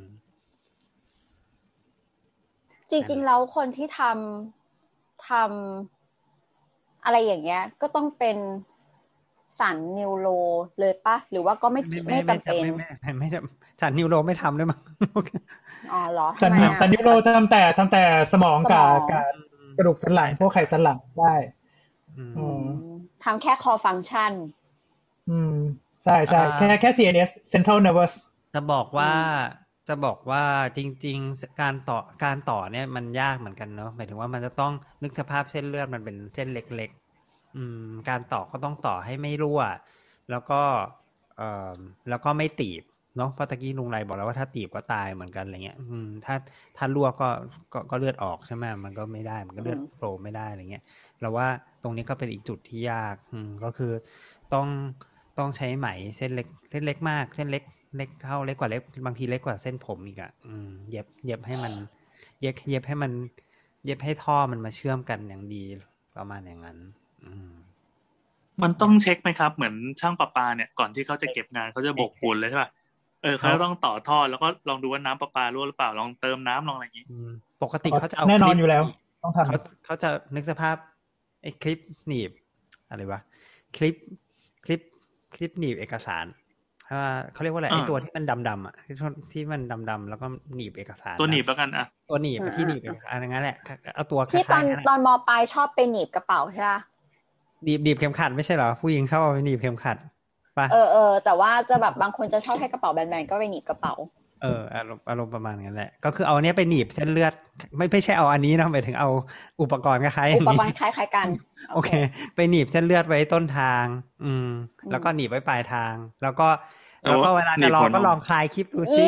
C: จริงๆแล้วคนที่ทำทำอะไรอย่างเงี้ยก็ต้องเป็นสันนิวโรเลยปะหรือว่าก็ไม่ไม่จำเป็น
B: ไม่ไม่ไม่จะสันนิวโรไม่ทำด้วยมั้ง
C: อ๋อเหรอ
F: สันสันนิวโรทำแต่ทำแต่สมองกับกับกระดูกสันหลังพวกไขสันหลังได้
C: ทำแค่ core function
F: อืมใช่ใช่แค่แค่ ซี เอ็น เอสCentral Nervous
B: จะบอกว่าจะบอกว่าจริงๆการต่อการต่อเนี่ยมันยากเหมือนกันเนาะหมายถึงว่ามันจะต้องนึกสภาพเส้นเลือดมันเป็นเส้นเล็กๆอืมการต่อก็ต้องต่อให้ไม่รั่วแล้วก็เอ่อแล้วก็ไม่ตีบเนาะเพราะตะกี้ลุงไรบอกแล้วว่าถ้าตีบก็ตายเหมือนกันอะไรเงี้ยอืมถ้าถ้ารั่วก็ก็ก็เลือดออกใช่ไหมมันก็ไม่ได้มันก็เลือดโฟลว์ไม่ได้อะไรเงี้ยเราว่าตรงนี้ก็เป็นอีกจุดที่ยากอืมก็คือต้องต้องใช้ไหมเส้นเล็กเส้นเล็กมากเส้นเล็กเล็กเท่าเล็กกว่าเล็กบางทีเล็กกว่าเส้นผมอีกอ่ะอืมเย็บเย็บให้มันเย็บเย็บให้มันเย็บให้ท่อมันมาเชื่อมกันอย่างดีประมาณอย่างนั้นอืม
E: มันต้องเช็คไหมครับเหมือนช่างประปาเนี่ยก่อนที่เขาจะเก็บงานเขาจะโบกปูนเลยใช่ป่ะเออเขาต้องต่อท่อแล้วก็ลองดูว่าน้ำประปารั่วหรือเปล่าลองเติมน้ำลองอะไรอย่างนี้
B: ปกติเขาจะเอา
F: แน่นอนอยู่แล้วต้องทำ
B: เขาเขาจะนึกสภาพไอ้คลิปหนีบอะไรวะคลิปคลิปคลิปหนีบเอกสารเขาเรียกว่าอะไรไอ้ตัวที่มันดำๆอ่ะที่ที่มันดำๆแล้วก็หนีบเอกสาร
E: ตัวหนีบแล้วกันอ่ะ
B: ตัวหนีบที่หนีบอะไรงั้นแหละเอาตัว
C: ที่ตอนตอนม.ปลายชอบไปหนีบกระเป๋าใช่ป่ะ
B: หนีบหนีบเข็มขัดไม่ใช่เหรอผู้หญิงชอบเอาไปหนีบเข็มขัดป่ะ
C: เออเออแต่ว่าจะแบบบางคนจะชอบให้กระเป๋าแบนๆก็ไปหนีบกระเป๋า
B: เอออารมณ์อารมณ์ประมาณนั้นแหละก็คือเอาอันนี้ไปหนีบเส้นเลือดไม่ไม่ใช่เอาอันนี้นะหมายถึงเอาอุปกรณ์คล้ายๆ
C: อุปกรณ์คล้ายๆกัน
B: โอเคไปหนีบเส้นเลือดไว้ต้นทางอืมแล้วก็หนีบไว้ปลายทางแล้วก็แล้วก็เวลาจะลองก็ลองคลายคลิปดูสิ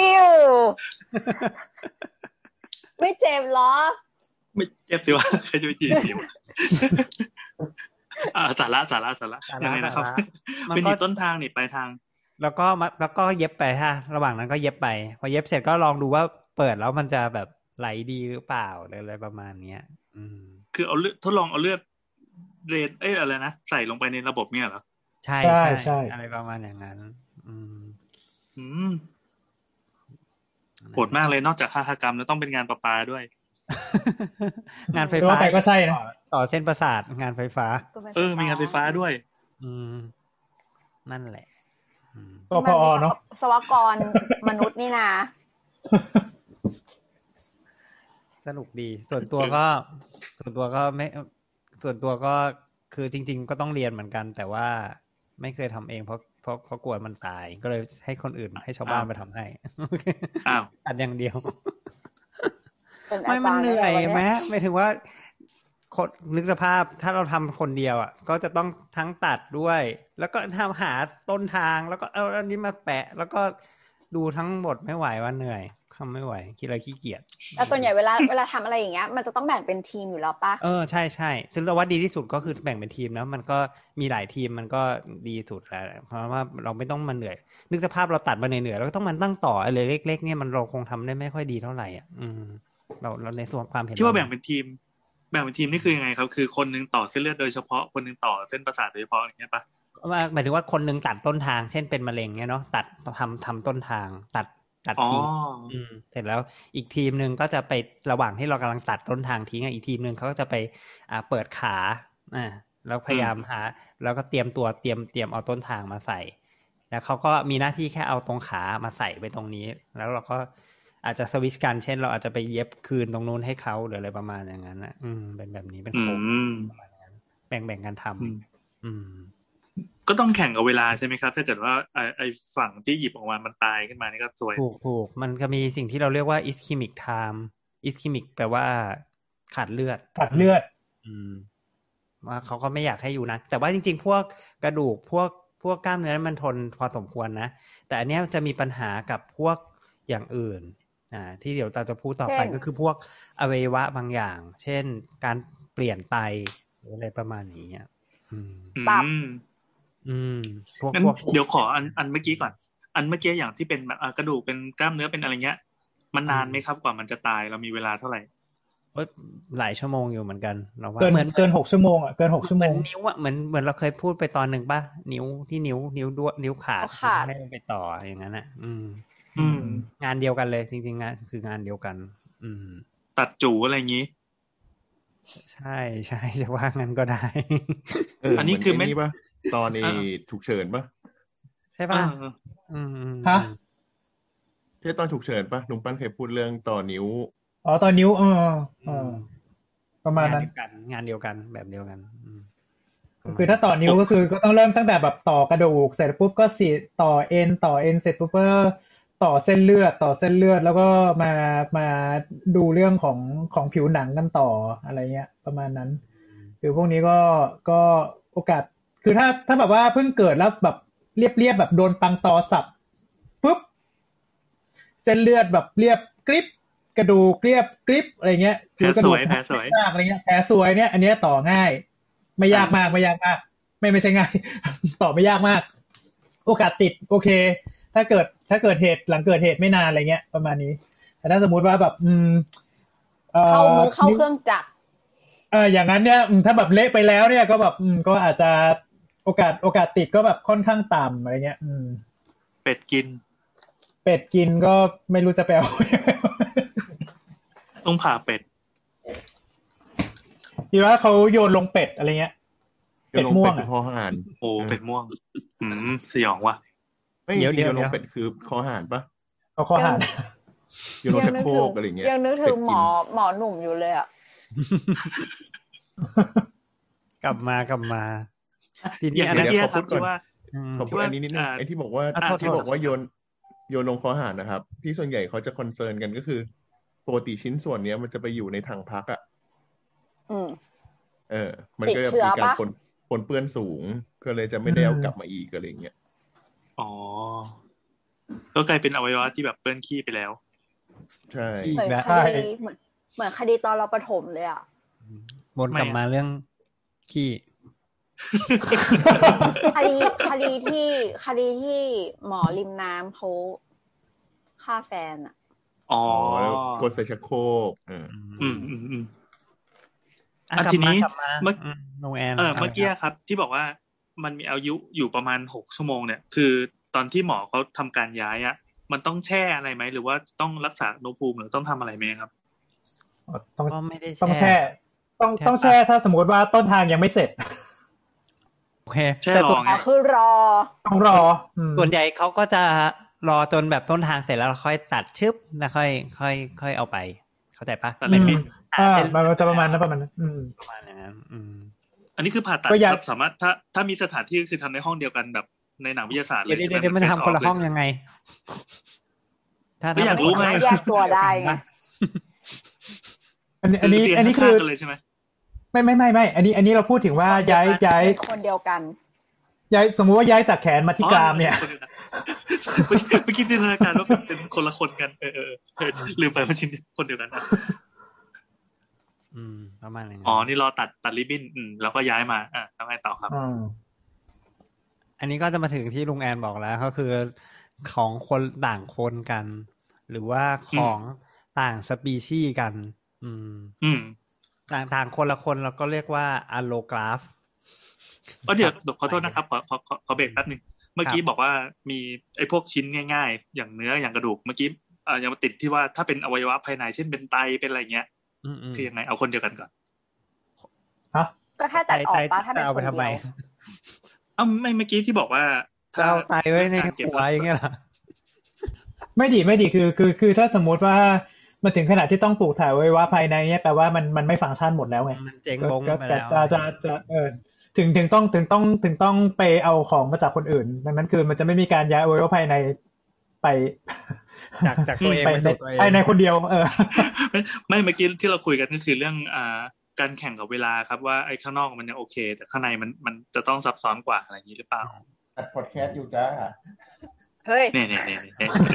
C: ไม่เจ็บหรอ
E: ไม่เจ็บสิวะใครจะไปจีบอ่าสาระสาระสาระยังไงนะครับเป็นหนีบต้นทางหนีบปลายทาง
B: แล้วก็แล้วก็เย็บไปฮะระหว่างนั้นก็เย็บไปพอเย็บเสร็จก็ลองดูว่าเปิดแล้วมันจะแบบไหลดีหรือเปล่าอะไรประมาณเนี้ยอืม
E: คือเอาเลือดทดลองเอาเลือดเรนเอ้ยอะไรนะใส่ลงไปในระบบเนี่ยเหรอ
B: ใช่ใช่ใช่อะไรประมาณอย่างนั้นอืม
E: อืมโหดมากเลยนอกจากฆาตกรรมแล้วต้องเป็นงานประปาด้วย
B: งานไฟฟ้า
F: ก็ใช่นะ
B: ต่อเส้นประสาทงานไฟฟ้า
E: เออมีงานไฟฟ้าด้วย
B: อืมนั่นแหละ
F: ก็พอเนาะ
C: สวกรมนุษย์นี่นะ
B: สนุกดีส่วนตัวก็ส่วนตัวก็ไม่ส่วนตัวก็คือจริงๆก็ต้องเรียนเหมือนกันแต่ว่าไม่เคยทำเองเพราะเพราะเพราะกลัวมันตายก็เลยให้คนอื่นให้ชาวบ้านมาทำให้
E: อ้าว
B: ตัดอย่างเดียวไม่มันเหนื่อยไหมไม่ถึงว่าคนนึกสภาพถ้าเราทำคนเดียวอ่ะก็จะต้องทั้งตัดด้วยแล้วก็ทำหาต้นทางแล้วก็เอาอันนี้มาแปะแล้วก็ดูทั้งหมดไม่ไหวว่าเหนื่อยทำไม่ไหวคิดอะไรขี้เกียจ
C: แต่ส่วนใหญ่เวลาเวลาทำอะไรอย่างเงี้ยมันจะต้องแบ่งเป็นทีมอยู่แล้วป่ะ
B: เออใช่ใช่ซึ่งเราว่าดีที่สุดก็คือแบ่งเป็นทีมแล้วมันก็มีหลายทีมมันก็ดีสุดแล้วเพราะว่าเราไม่ต้องมาเหนื่อยนึกสภาพเราตัดมาเหนื่อยๆแล้วก็ต้องมันตั้งต่ออะไรเล็กๆเนี่ยมันเราคงทำได้ไม่ค่อยดีเท่าไหร่อ่ะอืมเราเราในส่วนความเห็น
E: ที่ว่าแบ่งเป็นทีมแบ่งเป็นทีมนี่คือยังไงครับคือคนนึงต่อเส้นเลือดโดยเฉพาะคนนึงต่อเส้นประสาทโดยเฉพาะอย่างเงี้ยป่ะ
B: ว่าหมายถึงว่าคนนึงตัดต้นทางเช่นเป็นมะเร็งเนี่ยเนาะตัดทำทำต้นทางตัดตัดทิ้งอืมเสร็จแล้วอีกทีมนึงก็จะไประหว่างที่เรากำลังตัดต้นทางทิ้งอีกทีมนึงเขาก็จะไปอ่าเปิดขาอ่าแล้วพยายามหาแล้วก็เตรียมตัวเตรียมเตรียมเอาต้นทางมาใส่แล้วเขาก็มีหน้าที่แค่เอาตรงขามาใส่ไปตรงนี้แล้วเราก็อาจจะสวิตช์กันเช่นเราอาจจะไปเย็บคืนตรงนู้นให้เขาหรืออะไรประมาณอย่างนั้นนะอืมเป็นแบบนี้เป็นโค้งประมาณนั้นแบ่งแบ่งกันทำอืม
E: ก็ต้องแข่งกับเวลาใช่ไหมครับถ้าเกิดว่าไอไอฝั่งที่หยิบออกมามันตายขึ้นมานี่ก็สวย
B: ถูกถูกมันก็มีสิ่งที่เราเรียกว่า ischemic time ischemic แปลว่าขาดเลือด
F: ขาดเลือด
B: อืมว่าเขาก็ไม่อยากให้อยู่นะแต่ว่าจริงๆพวกกระดูกพวกพวกกล้ามเนื้อมันทนพอสมควรนะแต่อันนี้จะมีปัญหากับพวกอย่างอื่นอ่าที่เดี๋ยวเราจะพูดต่อไปก็คือพวกอวัยวะบางอย่างเช่นการเปลี่ยนไตหรืออะไรประมาณนี้อ่ะอืม
C: ตับ
B: อืม
E: พวกพวกเดี๋ยวขออันอันเมื่อกี้ก่อนอันเมื่อกี้อย่างที่เป็นแบบกระดูกเป็นกล้ามเนื้อเป็นอะไรเงี้ยมันนานไหมครับกว่ามันจะตายเรามีเวลาเท่าไหร่
B: หลายชั่วโมงอยู่เหมือนกันเราว่า
F: เกินเหมือนเกินหกชั่วโมงอ่ะเกินหกชั่วโมง
B: นิ้วอ่ะเหมือนเหมือนเราเคยพูดไปตอนหนึ่งป่ะนิ้วที่นิ้วนิ้วด้วนิ้วขาดไม่ไปต่ออย่างนั้นอ่ะอืมอืมงานเดียวกันเลยจริงๆงานคืองานเดียวกันอืม
E: ตัดจูอะไรอย่างงี้
B: ใช่ใช่จะว่างั้นก็ได้
D: อันนี้คือไม่ป่ะตอนนี้ฉุกเฉินป่ะ
B: ใช่ป่ะ
F: อืมฮะ
D: ใช่ตอนฉุกเฉินป่ะลุงปั้นเคยพูดเรื่องต่อนิ้ว
F: อ๋อต่อนิ้วเออเออประมาณนั้น
B: งานเดียวกันแบบเดียวกัน
F: คือถ้าต่อนิ้วก็คือก็ต้องเริ่มตั้งแต่แบบต่อกระดูกเสร็จปุ๊บก็สีต่อเอ็นต่อเอ็นเสร็จปุ๊บก็ต่อเส้นเลือดต่อเส้นเลือดแล้วก็มามาดูเรื่องของของผิวหนังกันต่ออะไรเงี้ยประมาณนั้นคือพวกนี้ก็ก็โอกาสคือถ้าถ้าแบบว่าเพิ่งเกิดแล้วแบบเรียบๆแบบโดนปังตอสับปุ๊บเส้นเลือดแบบเรียบกริบกระดูกเรียบกริบอะไรเงี้ย
E: แผลสวยแผลสวย
F: อะไรเงี้ยแผลสวยเนี่ยอันนี้ต่อง่ายไม่ยากมากไม่ยากมากไม่ไม่ใช่ง่ายต่อไม่ยากมากโอกาสติดโอเคถ้าเกิดถ้าเกิดเหตุหลังเกิดเหตุไม่นานอะไรเงี้ยประมาณนี้แต่ถ้าสมมุติว่าแบบอืม
C: เข้ามือเข้าเครื่องจักร
F: เอออย่างนั้นเนี่ยถ้าแบบเละไปแล้วเนี่ยก็แบบอืมก็อาจจะโอกาสโอกาสติดก็แบบค่อนข้างต่ำอะไรเงี้ยอืม
E: เป็ดกิน
F: เป็ดกินก็ไม่รู้จะไปเอา
E: ต้องผ่าเป็ด
F: ที่ว่าเขาโยนลงเป็ดอะไรเงี้ย
D: เป็ดม่วงคอหาน
E: โอ้เป็ดม่วงอืมสยองว่ะ
D: ไม่เดี๋ยวเดี๋ยวลงเป็ดคือคอหานปะ
F: เอาคอหาน
D: โยนลงชักโครกอะไรเงี้ย
C: ยังนึกถึงหมอหมอหนุ่มอยู่เลยอ่ะ
B: กลับมากลับมา
E: ทีนี้อันนี้ที่ครับที่ว่า
D: ผมพูดอันนี้นิดนึงไอ้ที่บอกว่าที่บอกว่าโยนโยนลงคอหานนะครับที่ส่วนใหญ่เขาจะคอนเซิร์นกันก็คือปกติชิ้นส่วนเนี้ยมันจะไปอยู่ในถังพักอ่ะ
C: อืม
D: เออมันก็จะมีการปนปนเปื้อนสูงก็เลยจะไม่ได้เอากลับมาอีกอะไรเงี้ย
E: อ๋อก็กลายเป็นอวัยวะที่แบบเปื้อนขี้ไปแล้ว
D: ใช่
C: เหมือนคดีเหมือนเหมือนคดีตอนเราประถมเลยอ่ะ
B: วนกลับมาเรื่องขี้
C: คดีคดีที่คดีที่หมอริมน้ำเขาฆ่าแฟนอ่ะ
E: อ๋อ
D: แล้วกดใส่ชักโครกอืม
E: อืมอืมอ่ะทีนี้เมื่อเออเมื่อกี้ครับที่บอกว่ามันมีอายุอยู่ประมาณหกชั่วโมงเนี่ยคือตอนที่หมอเขาทำการย้ายอ่ะมันต้องแช่อะไรไหมหรือว่าต้องรักษาอุณหภูมิหรือต้องทำอะไรไหมครับ
F: ต้องไม่ได้ต้องแช่ต้องต้องแช่ถ้าสมมติว่าต้นทางยังไม่เสร็จ
B: โอเค
E: แต่ตัว
C: คือรอ
F: ต้องรอ
B: ส่วนใหญ่เขาก็จะรอจนแบบต้นทางเสร็จแล้วค่อยตัดชึบแล้วค่อยค่อยค่อยเอาไปเข้าใจปะ
E: ตัดเล็ก
F: ๆอ่ามันจะประมาณนั้นประมาณนั้นอืม
B: ประมาณนั้นอืม
E: อันนี้คือผ่าตัดครับสามารถถ้าถ้ามีสถานที่คือทำในห้องเดียวกันแบบในหนังวิทยาศาสตร์เลย
B: เดี๋ยวๆมันทำคนละห้องยังไง
E: ถ้าอยากรู้ไง
C: แยกตัวได้ไง
F: อันนี้อันนี้อันนี้คือ
E: เลยใช่ไหม
F: ไม่ไม่ไม่ไม่อันนี้อันนี้เราพูดถึงว่าย้ายย้าย
C: คนเดียวกัน
F: ย้ายสมมุติว่าย้ายจากแขนมาที่กรามเนี่ย
E: เมื่อกี้จินตนาการว่าเป็นคนละคนกันเออเออเออลืมไปว่าชิ้นคนเดียวกันนะ
B: อืมประมาณนั้น
E: อ๋อนี่รอตัดตัดริบบิ้นอืมแล้วก็ย้ายมาอ่ะแล้วไงต่อครับ
F: อืม
B: อันนี้ก็จะมาถึงที่ลุงแอนบอกแล้วก็คือของคนต่างคนกันหรือว่าของต่างสปีชีส์กันอืม
E: อืม
B: ต่างต่างคนละคนเราก็เรียกว่าอะโลกราฟ
E: ก็เดี๋ยวขอโทษนะครับขอขอขอเบรกแป๊บนึงเมื่อกี้บอกว่ามีไอ้พวกชิ้นง่ายๆอย่างเนื้ออย่างกระดูกเมื่อกี้อ่ายังมาติดที่ว่าถ้าเป็นอวัยวะภายในเช่นเป็นไตเป็นอะไรเงี้ยคือยังไงเอาคนเดียวกันก่อน
F: ฮะ
C: ก็แค่ตัดออกป่ะถ้าเป็นคนเดียว
E: เอ้าไม่เมื่อกี้ที่บอกว่า
B: ถ้าเอาไตไว้ในหัวอย่างเงี้ยล่ะ
F: ไม่ดีไม่ดีคือคือคือถ้าสมมติว่ามันถึงขนาดที่ต้องปลูกถ่ายไว้ว่าภายในเนี่ยแปลว่ามันมันไม่ฟังก์ชันหมดแล้วไง
B: มันเจ๊งบงไปแล้ว
F: จะจะจะเออถึงถึงต้องถึงต้องถึงต้องไปเอาของมาจากคนอื่นดังนั้นคือมันจะไม่มีการย้ายไว้ว่าภายในไป
B: จากจากตัวเองไปตัวเอง
F: ภายในคนเดียวเออ
E: ไม่เมื่อกี้ที่เราคุยกันก็คือเรื่องอ่าการแข่งกับเวลาครับว่าไอ้ข้างนอกมันยังโอเคแต่ข้างในมันมันจะต้องซับซ้อนกว่าอะไรอย่างนี้หรือเปล่า
D: อัดพอดแคสต์อยู่จ้า
C: เฮ้ย
E: เนี่ยเนี่ยเนี่ย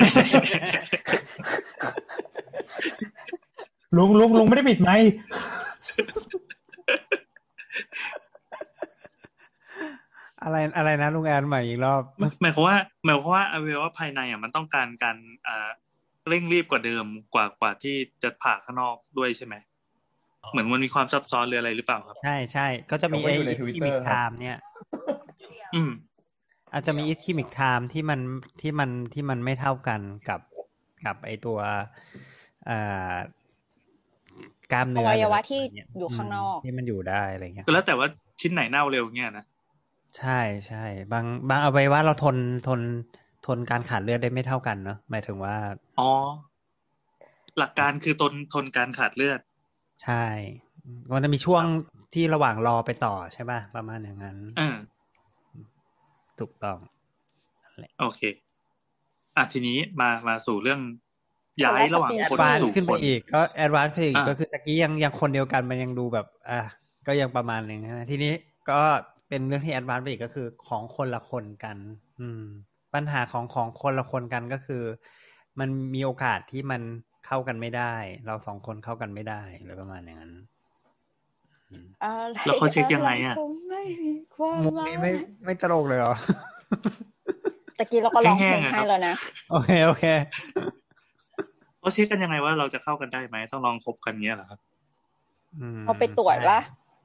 F: ลุงลุงลุงไม่ได้ปิดไมค์
B: อะไรอะไรนะลุงแอนใหม่อีกรอบ
E: หมายความว่าหมายความว่าอวัยวะภายในอ่ะมันต้องการการอ่าเร่งรีบกว่าเดิมกว่ากว่าที่จะผ่าข้างนอกด้วยใช่ไหมเหมือนมันมีความซับซ้อนหรืออะไรหรือเปล่าครับ
B: ใช่ใช่ก็จะมีไอ้อิสคิมิกไทม์เนี่ย
E: อืม
B: อาจจะมีอิสคิมิกไทม์ที่มันที่มันที่มันไม่เท่ากันกับกับไอตัวอ่ากล้ามเนื้อ
C: อวัยวะที่อยู่ข้างนอก
B: ที่มันอยู่ได้อะไรเงี้ย
E: แล้วแต่ว่าชิ้นไหนเน่าเร็วเงี้ยนะ
B: ใช่ใช่บางบางอวัยวะเราทนทนทนการขาดเลือดได้ไม่เท่ากันเนาะหมายถึงว่า
E: อ๋อหลักการคือทนทนการขาดเลือด
B: ใช่มันจะมีช่วงที่ระหว่างรอไปต่อใช่ป่ะประมาณอย่างนั้น
E: อ่า
B: ถูกต้อง
E: โอเคอ่ะทีนี้มามาสู่เรื่องย้ายระหว่างคนสู่
B: ขึ้นไปอีกก็แอดวานซ์ไปอีกก็คือตะกี้ยังยังคนเดียวกันมันยังดูแบบอ่ะก็ยังประมาณนึงใช่ไหมทีนี้ก็เป็นเรื่องที่แอดวานซ์ไปอีกก็คือของคนละคนกันอืมปัญหาของของคนละคนกันก็คือมันมีโอกาสที่มันเข้ากันไม่ได้เราสองคนเข้ากันไม่ได้หรือประมาณอย่างนั้น
E: แล้วเขาเช็คยังไงอ่ะ
B: มุกนี้ไม่ไม่ตลกเลยเหรอ
C: ตะกี้เราก็ร้องเพลงให้แล้วนะ
B: โอเคโอเค
E: เขาเช็คกันยังไงว่าเราจะเข้ากันได้ไหมต้องลองคบกันเงี้ยเหรอครับ
C: เอาไปตรวจป่ะ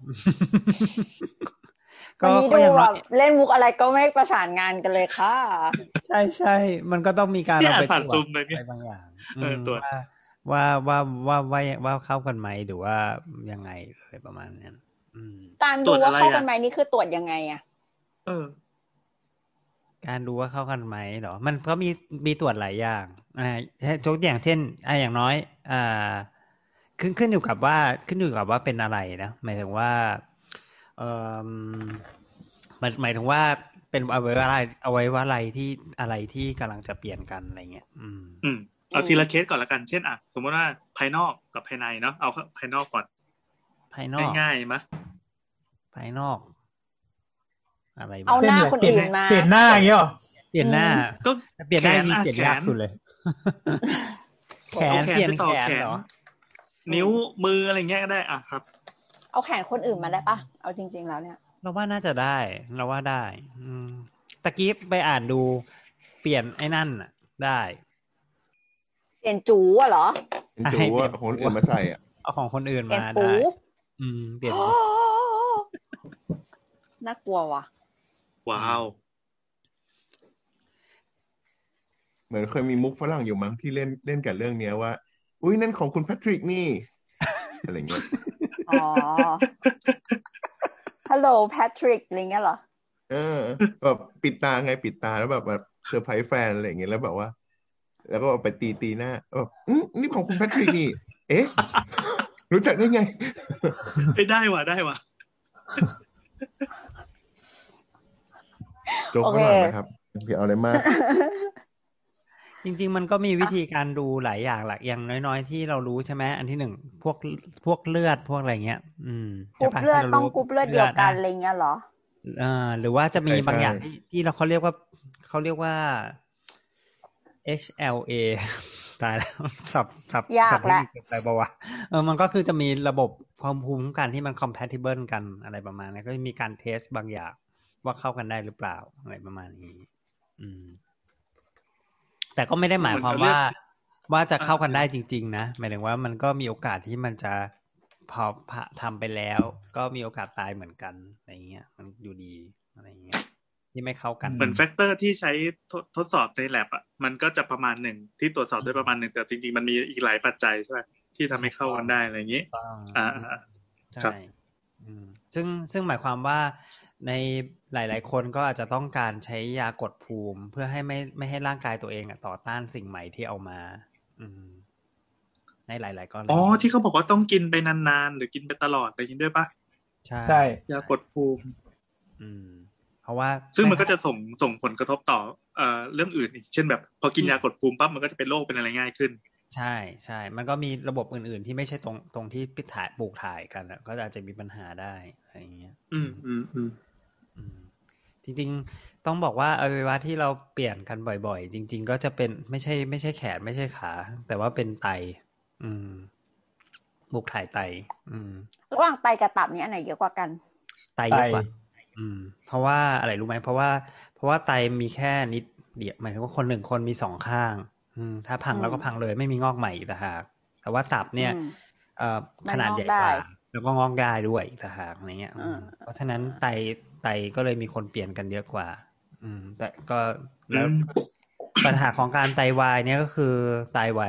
C: วันนี้ดูแบบเล่นมุกอะไรก็ไม่ประสานงานกันเลยค่ะ
B: ใช่ใช่มันก็ต้องมีการเอาไปตรวจ
E: อะไร
B: บางอย่าง
E: ตรวจ
B: ว่าว่าว่าว่าว่าเข้ากันไหมหรือว่ายังไงอะไรประมาณนั้น
C: การดูว่าเข้ากันไหมนี่คือตรวจยังไงอ่ะ
E: เออ
B: การดูว่าเข้ากันไหมเหรอมันก็มีมีตรวจหลายอย่างอ่ายกอย่างเช่นอ่าอย่างน้อยอ่าขึ้นขึ้นอยู่กับว่าขึ้นอยู่กับว่าเป็นอะไรนะหมายถึงว่าเอ่อมันหมายถึงว่าเป็นอวัยวะอะไรอวัยวะอะไรที่อะไรที่กำลังจะเปลี่ยนกันอะไรเงี้ยอืม
E: อืมเอาทีละเคสก่อนละกันเช่นอ่ะสมมติว่าภายนอกกับภายในเนาะเอาภายนอกก่อน
B: ภายนอก
E: ง่ายๆมั้ย
B: ภายนอกอะไร
C: เอาหน้าคนอื่นมา
F: เปลี่ยนหน้าอย่างเงี้ยหรอ
B: เปลี่ยนหน้า
E: ก็
B: เปลี่ยนหน้าจริงเปลี่ยนยากสุดเลยแขนเปลี่ยนแขนเหรอ
E: นิ้วมืออะไรเงี้ยก็ได้อ่ะครับ
C: เอาแขนคนอื่นมาได้ป่ะเอาจริงๆแล้วเนี่ย
B: เราว่าน่าจะได้เราว่าได้อืมตะกี้ไปอ่านดูเปลี่ยนไอ้นั่นน่ะได้
C: เปลี่ยนจู๋อ่ะเหรอ
D: เปลี่ยนจู๋อ่ะคนอื่นมาใส่อ่ะ
B: เอาของคนอื่นมาได้อืมเปลี่ยน
C: น่ากลัวว่ะ
E: ว้าว
D: เหมือนเคยมีมุกฝรั่งอยู่มั้งที่เล่นเล่นกับเรื่องเนี้ยว่าอุ้ยนั่นของคุณแพทริกนี่อะไรเงี้ย
C: อ๋อฮัลโหลแพทริกอะไรเงี้ยเหรอ
D: เออแบบปิดตาไงปิดตาแล้วแบบแบบเซอร์ไพรส์แฟนอะไรอย่างเงี้ยแล้วแบบว่าแล้วก็ไปตีตีหน้าแบบอืมนี่ของคุณแพทริกนี่เอ๊ะรู้จักได้ไง
E: ได้ว่ะได้ว่ะ
D: โจ๊กฝรั่งนะครับพี่เอาอะไรมาก
B: จริงๆมันก็มีวิธีการดูหลายอย่างหลักอย่างน้อยๆที่เรารู้ใช่ไหมอันที่หนึ่งพวกพวกเลือดพวกอะไรเงี้ยอืม
C: กรุ๊ปเลือดต้องกรุ๊ปเลือดเดียวกันอะไรเงี้ยเหรอ
B: เอ่อหรือว่าจะมีบางอย่างที่ที่เราเขาเรียกว่าเขาเรียกว่า เอช แอล เอ ตายแล้วสับสับ
C: ยากแล้ว
B: อะไรบ้าวะเออมันก็คือจะมีระบบความภูมิคุ้มกันที่มัน compatible กันอะไรประมาณนี้ก็มีการเทสบางอย่างว่าเข้ากันได้หรือเปล่าอะไรประมาณนี้อืมแต่ก็ไม่ได้หมายความว่าว่าจะเข้ากันได้จริงๆนะหมายถึงว่ามันก็มีโอกาสที่มันจะพอทำไปแล้วก็มีโอกาสตายเหมือนกันอะไรเงี้ยมันอยู่ดีอะไรเงี้ยที่ไม่เข้ากัน
E: เหมือนแฟกเตอร์ที่ใช้ทดสอบใน lab อ่ะมันก็จะประมาณหนึ่งที่ตรวจสอบได้ประมาณหนึ่งแต่จริงๆมันมีอีกหลายปัจจัยใช่ไหมที่ทำให้เข้ากันได้อะไรอย่างนี้อ่า
B: ใช่ซึ่งซึ่งหมายความว่าในหลายๆคนก็อาจจะต้องการใช้ยากดภูมิเพื่อให้ไม่ไม่ให้ร่างกายตัวเองอ่ะต่อต้านสิ่งใหม่ที่เอามาอืมในหลายๆกรณี
E: อ๋อที่เขาบอกว่าต้องกินไปนานๆหรือกินไปตลอดอะไรอย่างนี้ด้วยปะ
B: ใช่
F: ใช่
E: ยากดภูมิ
B: อืมเพราะว่า
E: ซึ่งมันก็จะส่งส่งผลกระทบต่อเอ่อเรื่องอื่นอีกเช่นแบบพอกินยากดภูมิปั๊บมันก็จะเป็นโรคเป็นอะไรง่ายขึ้น
B: ใช่ใช่มันก็มีระบบอื่นๆที่ไม่ใช่ตรงตรงที่พิถ่ายปลูกถ่ายกันอ่ะก็อาจจะมีปัญหาได้อะไรอย่างเงี้ย
E: อืมอืมอืม
B: อืมจริงๆต้องบอกว่าอวัยวะที่เราเปลี่ยนกันบ่อยๆจริงๆก็จะเป็นไม่ใช่ไม่ใช่แขนไม่ใช่ขาแต่ว่าเป็นไตอืมปลูกถ่ายไตอืม
C: ระหว่างไตกับตับนี้อันไหนเยอะกว่ากัน
B: ไตเยอะกว่าอืมเพราะว่าอะไรรู้ไหมเพราะว่าเพราะว่าไตมีแค่นิดเดียวหมายถึงว่าคนหนึ่งคนมีสองข้างอืมถ้าพังแล้วก็พังเลยไม่มีงอกใหม่อีกต่างหากแต่ว่าตับเนี่ยเอ่อขนาดใหญ่กว่าแล้วก็งอกได้ด้วยอีกต่างหากอะไรเงี้ยเพราะฉะนั้นไตไตก็เลยมีคนเปลี่ยนกันเยอะกว่าอืมแต่ก็แล้วปัญหาของการไตวายเนี่ยก็คือตายไว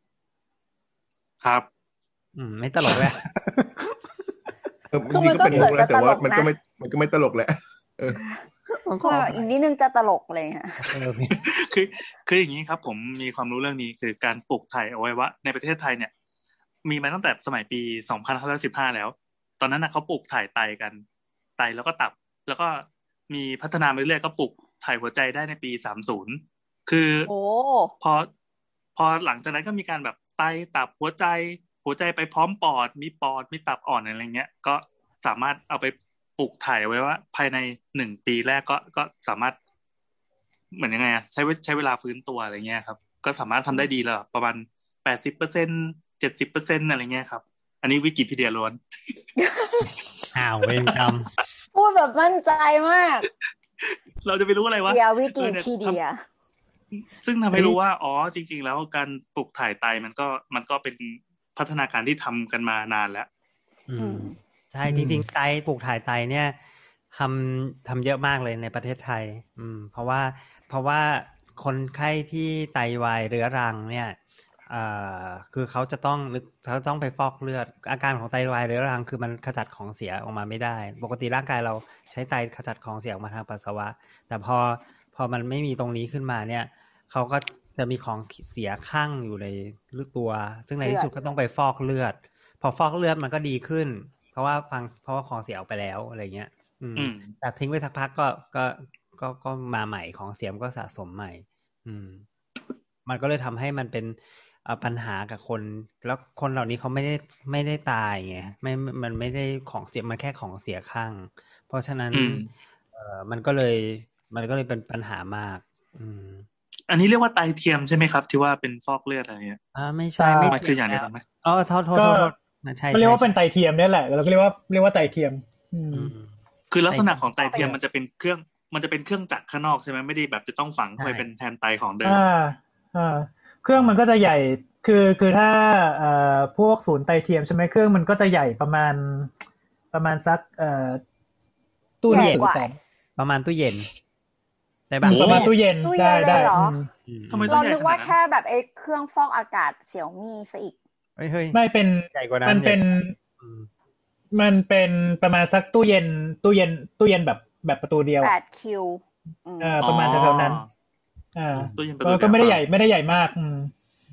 E: ครับ
B: อืมไม่ตลกเลย
D: เออมันก็เป็นมุกแล้วแต่ว่ามันก็ไม่มันก็ไม่ตลกแหละเออ
C: อีกนิดนึงจะตลกเลยฮะ
E: คือคืออย่างนี้ครับผมมีความรู้เรื่องนี้คือการปลูกถ่ายอวัยวะในประเทศไทยเนี่ยมีมาตั้งแต่สมัยปีสองพันห้าร้อยสิบห้าแล้วตอนนั้นนะเขาปลูกถ่ายไตกันไตแล้วก็ตับแล้วก็มีพัฒนาไปเรื่อยๆก็ปลูกถ่ายหัวใจได้ในปีสามสิบคือโอ้พอพอหลังจากนั้นก็มีการแบบไตตับหัวใจหัวใจไปพร้อมปอดมีปอดมีตับอ่อนอะไรเงี้ยก็สามารถเอาไปปลูกถ่ายไว้ว่าภายในหนึ่งปีแรกก็ก็สามารถเหมือนยังไงอ่ะใช้ใช้เวลาฟื้นตัวอะไรเงี้ยครับก็สามารถทำได้ดีแล้วประมาณ แปดสิบเปอร์เซ็นต์ เจ็ดสิบเปอร์เซ็นต์ อะไรเงี้ยครับอันนี้วิกิพีเดียล้วน
B: อ้าวเวรกรรม
C: พูดแบบมั่นใจมาก
E: เราจะไปรู้อะไรวะ
C: เดี๋ยววิกิพีเดีย
E: ซึ่งทำให้รู้ว่าอ๋อจริงๆแล้วการปลูกถ่ายไตมันก็มันก็เป็นพัฒนาการที่ทำกันมานานแล้ว
B: อืมใช่จริงๆไตปลูกถ่ายไตเนี่ยทำทำเยอะมากเลยในประเทศไทยอืมเพราะว่าเพราะว่าคนไข้ที่ไตวายเรื้อรังเนี่ยเอ่อคือเขาจะต้องเขาต้องไปฟอกเลือดอาการของไตวายเรื้อรังคือมันขจัดของเสียออกมาไม่ได้ปกติร่างกายเราใช้ไตขจัดของเสียออกมาทางปัสสาวะแต่พอพอมันไม่มีตรงนี้ขึ้นมาเนี่ยเขาก็จะมีของเสียข้างอยู่ในเลือดตัวซึ่งในที่สุดก็ต้องไปฟอกเลือดพอฟอกเลือดมันก็ดีขึ้นเพราะว่าฟังเพราะว่าของเสียออกไปแล้วอะไรเงี้ยอืมแต่ทิ้งไว้สักพักก็ก็ก็ก็มาใหม่ของเสียมันก็สะสมใหม่อืมมันก็เลยทำให้มันเป็นปัญหากับคนแล้วคนเหล่านี้เขาไม่ได้ไม่ได้ตายไงไม่มันไม่ได้ของเสียมันแค่ของเสียข้างเพราะฉะนั้นเอ่อมันก็เลยมันก็เลยเป็นปัญหามากอืม
E: อันนี้เรียกว่าไตเทียมใช่ไหมครับที่ว่าเป็นฟอกเลือดอะไรเงี้ย
B: อ่าไม่ใช่ไม่
E: มันคืออย่างเดียวกันไหม
B: อ๋อโทษโทษโทษ
F: ใช่เรียกว่าเป็นไตเทียมนี่แหละเราก็เรียกว่าเรียกว่าไตเทียมอืม
E: คือลักษณะของไตเทียมมันจะเป็นเครื่องมันจะเป็นเครื่องจักรข้างนอกใช่ไหมไม่ได้แบบจะต้องฝังเข้าไปเป็นแทนไตของเดิม
F: อ่าอ่าเครื่องมันก็จะใหญ่คือคือถ้าเอ่อพวกศูนย์ไตเทียมใช่ไหมเครื่องมันก็จะใหญ่ประมาณประมาณสักเอ่อ
C: ตู้เย็น
B: ประมาณตู้เย็น
F: ได้บ้างประมาณตู้เย็นได้ได้
E: ทำไม
C: เรานึกว่าแค่แบบไอ้เครื่องฟอกอากาศเสี่ยวมี่ซะอีก
B: เฮ้ย
F: ไม่เป็น
B: ใหญ่กว่านั้น
F: มันเป็นมันเป็นประมาณสักตู้เย็นตู้เย็นตู้เย็นแบบแบบประตูเดียว
C: แปดคิว
F: อ่าประมาณแถวๆนั้นอ่าก็ไม่ได้ใหญ่ไม่ได้ใหญ่มากอืม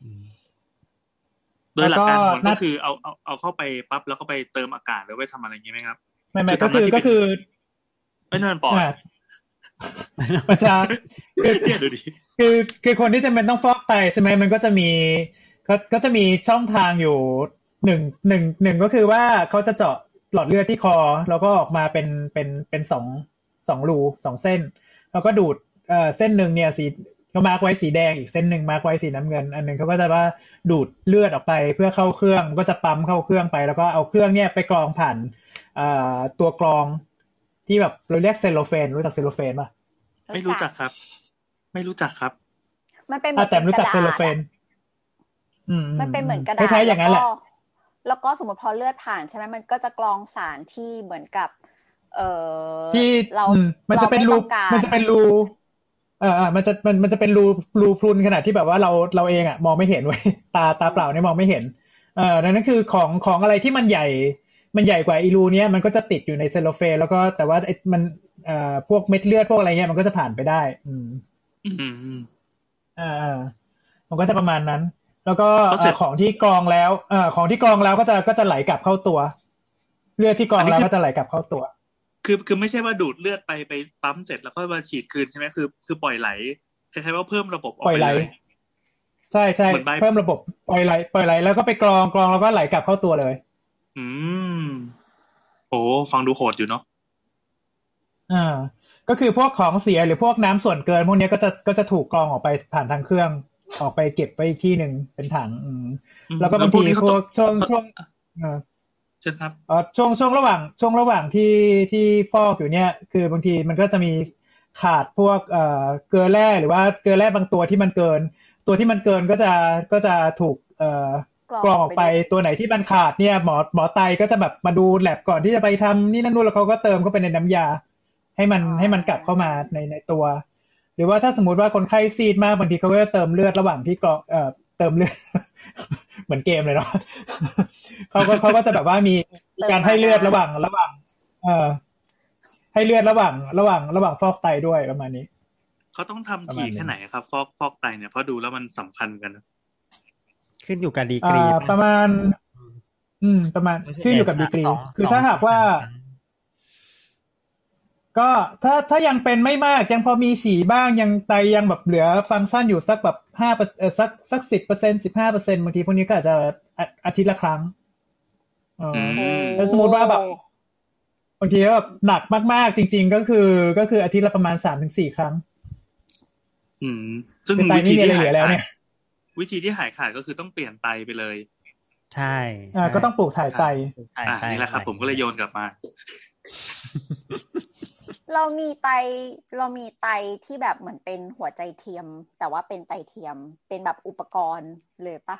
E: โดยหลักการมันก็คือเอาเอาเอาเข้าไปปั๊บแล้วก็ไปเติมอากาศหรือไปทำอะไรอย่างงี้ไหมครับ
F: ไม่ไม่ก็คือก็คือ
E: ไม่นั่นปอด
F: มันจะ
E: เนี่ยดูดิ
F: คือคือคนที่จะเป็นต้องฟอกไตใช่ไหมมันก็จะมีก็ก็จะมีช่องทางอยู่หนึ่งหนึ่งหนึ่งก็คือว่าเขาจะเจาะหลอดเลือดที่คอแล้วก็ออกมาเป็นเป็นเป็นสองสองรูสองเส้นแล้วก็ดูดเอ่อเส้นนึงเนี่ยสีเขามาร์คไว้สีแดงอีกเส้นนึงมาร์คไว้สีน้ำเงินอันนึงเขาก็จะว่าดูดเลือดออกไปเพื่อเข้าเครื่องก็จะปั๊มเข้าเครื่องไปแล้วก็เอาเครื่องเนี่ยไปกรองผ่านเอ่อตัวกรองที่แบบเราเรียกเซลโลเฟนรู้จักเซลโลเฟนป่ะ
E: ไม่รู้จักครับไม่รู้จักครับ
C: มันเป็นเหมือน
F: แต่รู้จักเซลโลเฟนอืม
C: มันเป็นเหมือนกระดาษ
F: คล้ายๆอย่างนั้นแหละ
C: แล้วก็สมมติพอเลือดผ่านใช่ไหมมันก็จะกรองสารที่เหมือนกับเอ่อ
F: ที่
C: เรา
F: มันจะเป็นรูมันจะเป็นรูเออๆมันจะมันมันจะเป็นรูรูพรุนขนาดที่แบบว่าเราเราเองอ่ะมองไม่เห็นเว้ยตาตาเปล่าเนี่ยมองไม่เห็นเออดังนั้นคือของของอะไรที่มันใหญ่มันใหญ่กว่าอีรูเนี้ยมันก็จะติดอยู่ในเซลโลเฟนแล้วก็แต่ว่าไอ้มันเอ่อพวกเม็ดเลือดพวกอะไรเงี้ยมันก็จะผ่านไปได้อืม
E: อืม
F: อ่าๆมันก็จะประมาณนั้นแล้วก็ของที่กรองแล้วเอ่อของที่กรองแล้วก็จะก็จะไหลกลับเข้าตัวเลือดที่กรองแล้วก็จะไหลกลับเข้าตัว
E: คือคือไม่ใช่ว่าดูดเลือดไปไปปั๊มเสร็จแล้วก็มาฉีดคืนใช่ไหมคือคือปล่อยไหลคล้ายๆว่าเพิ่มระบบออกไปเลย
F: ใช่ใช่เพิ่มระบบปล่อยไหลปล่อยไหลแล้วก็ไปกรองกรองแล้วก็ไหลกลับเข้าตัวเลย
E: อืมโอ้ฟังดูโหดอยู่เนาะ
F: อ่าก็คือพวกของเสียหรือพวกน้ำส่วนเกินพวกนี้ก็จะก็จะถูกกรองออกไปผ่านทางเครื่องออกไปเก็บไว้อีกที่หนึ่งเป็นถังอืมแล้วก็บางทีพวกช่วงช่วงอ่า
E: เช่นครับ
F: อ๋อช่วงช่วงระหว่างช่วงระหว่างที่ที่ฟอกอยู่เนี่ยคือบางทีมันก็จะมีขาดพวกเอ่อเกลือแร่หรือว่าเกลือแร่บางตัวที่มันเกินตัวที่มันเกินก็จะก็จะถูกเอ่อกรองออกไปตัวไหนที่มันขาดเนี่ยหมอหมอไตก็จะแบบมาดูแลบก่อนที่จะไปทำนี่นั่นนู่นแล้วเขาก็เติมเข้าไปในน้ำยาให้มันให้มันกลับเข้ามาในในตัวหรือว่าถ้าสมมุติว่าคนไข้ซีดมากบางทีเขาก็จะเติมเลือดระหว่างที่กรองเอ่อเติมเลือด เหมือนเกมเลยเนาะ เขาก็เขาก็จะแบบว่ามีการให้เลือดระหว่างระหว่างเอ่อให้เลือดระหว่างระหว่างระหว่างฟอกไตด้วยประมาณนี้
E: เขาต้องทำถี่แค่ไหนครับฟอกฟอกไตเนี่ยเพราะดูแล้วมันสำคัญกันนะ
B: ขึ้นอยู่กับดีกรี
F: ประมาณอืมประมาณขึ้นอยู่กับดีกรีคือถ้าหากว่าก็ถ้าถ้ายังเป็นไม่มากยังพอมีฉี่บ้างยังไตยังแบบเหลือฟังก์ชันอยู่สักแบบห้าเปอร์เซ็นต์สักสัก สิบเปอร์เซ็นต์ สิบห้าเปอร์เซ็นต์ บางทีพวกนี้ก็อาจจะอาทิตย์ละครั้งอ๋อแล้วสมมุติว่าแบบบางทีก็แบบหนักมากๆจริงๆก็คือก็คืออาทิตย์ละประมาณ สามถึงสี่ ครั้ง
E: อืมซึ่งวิธีที่หายขาดวิธีที่หายขาดก็คือต้องเปลี่ยนไตไปเลย
B: ใช่
F: อ่าก็ต้องปลูกถ่ายไต
E: อ่านี่แหละครับผมก็เลยโยนกลับมา
C: เรามีไตเรามีไตที่แบบเหมือนเป็นหัวใจเทียมแต่ว่าเป็นไตเทียมเป็นแบบอุปกรณ์เลยปะ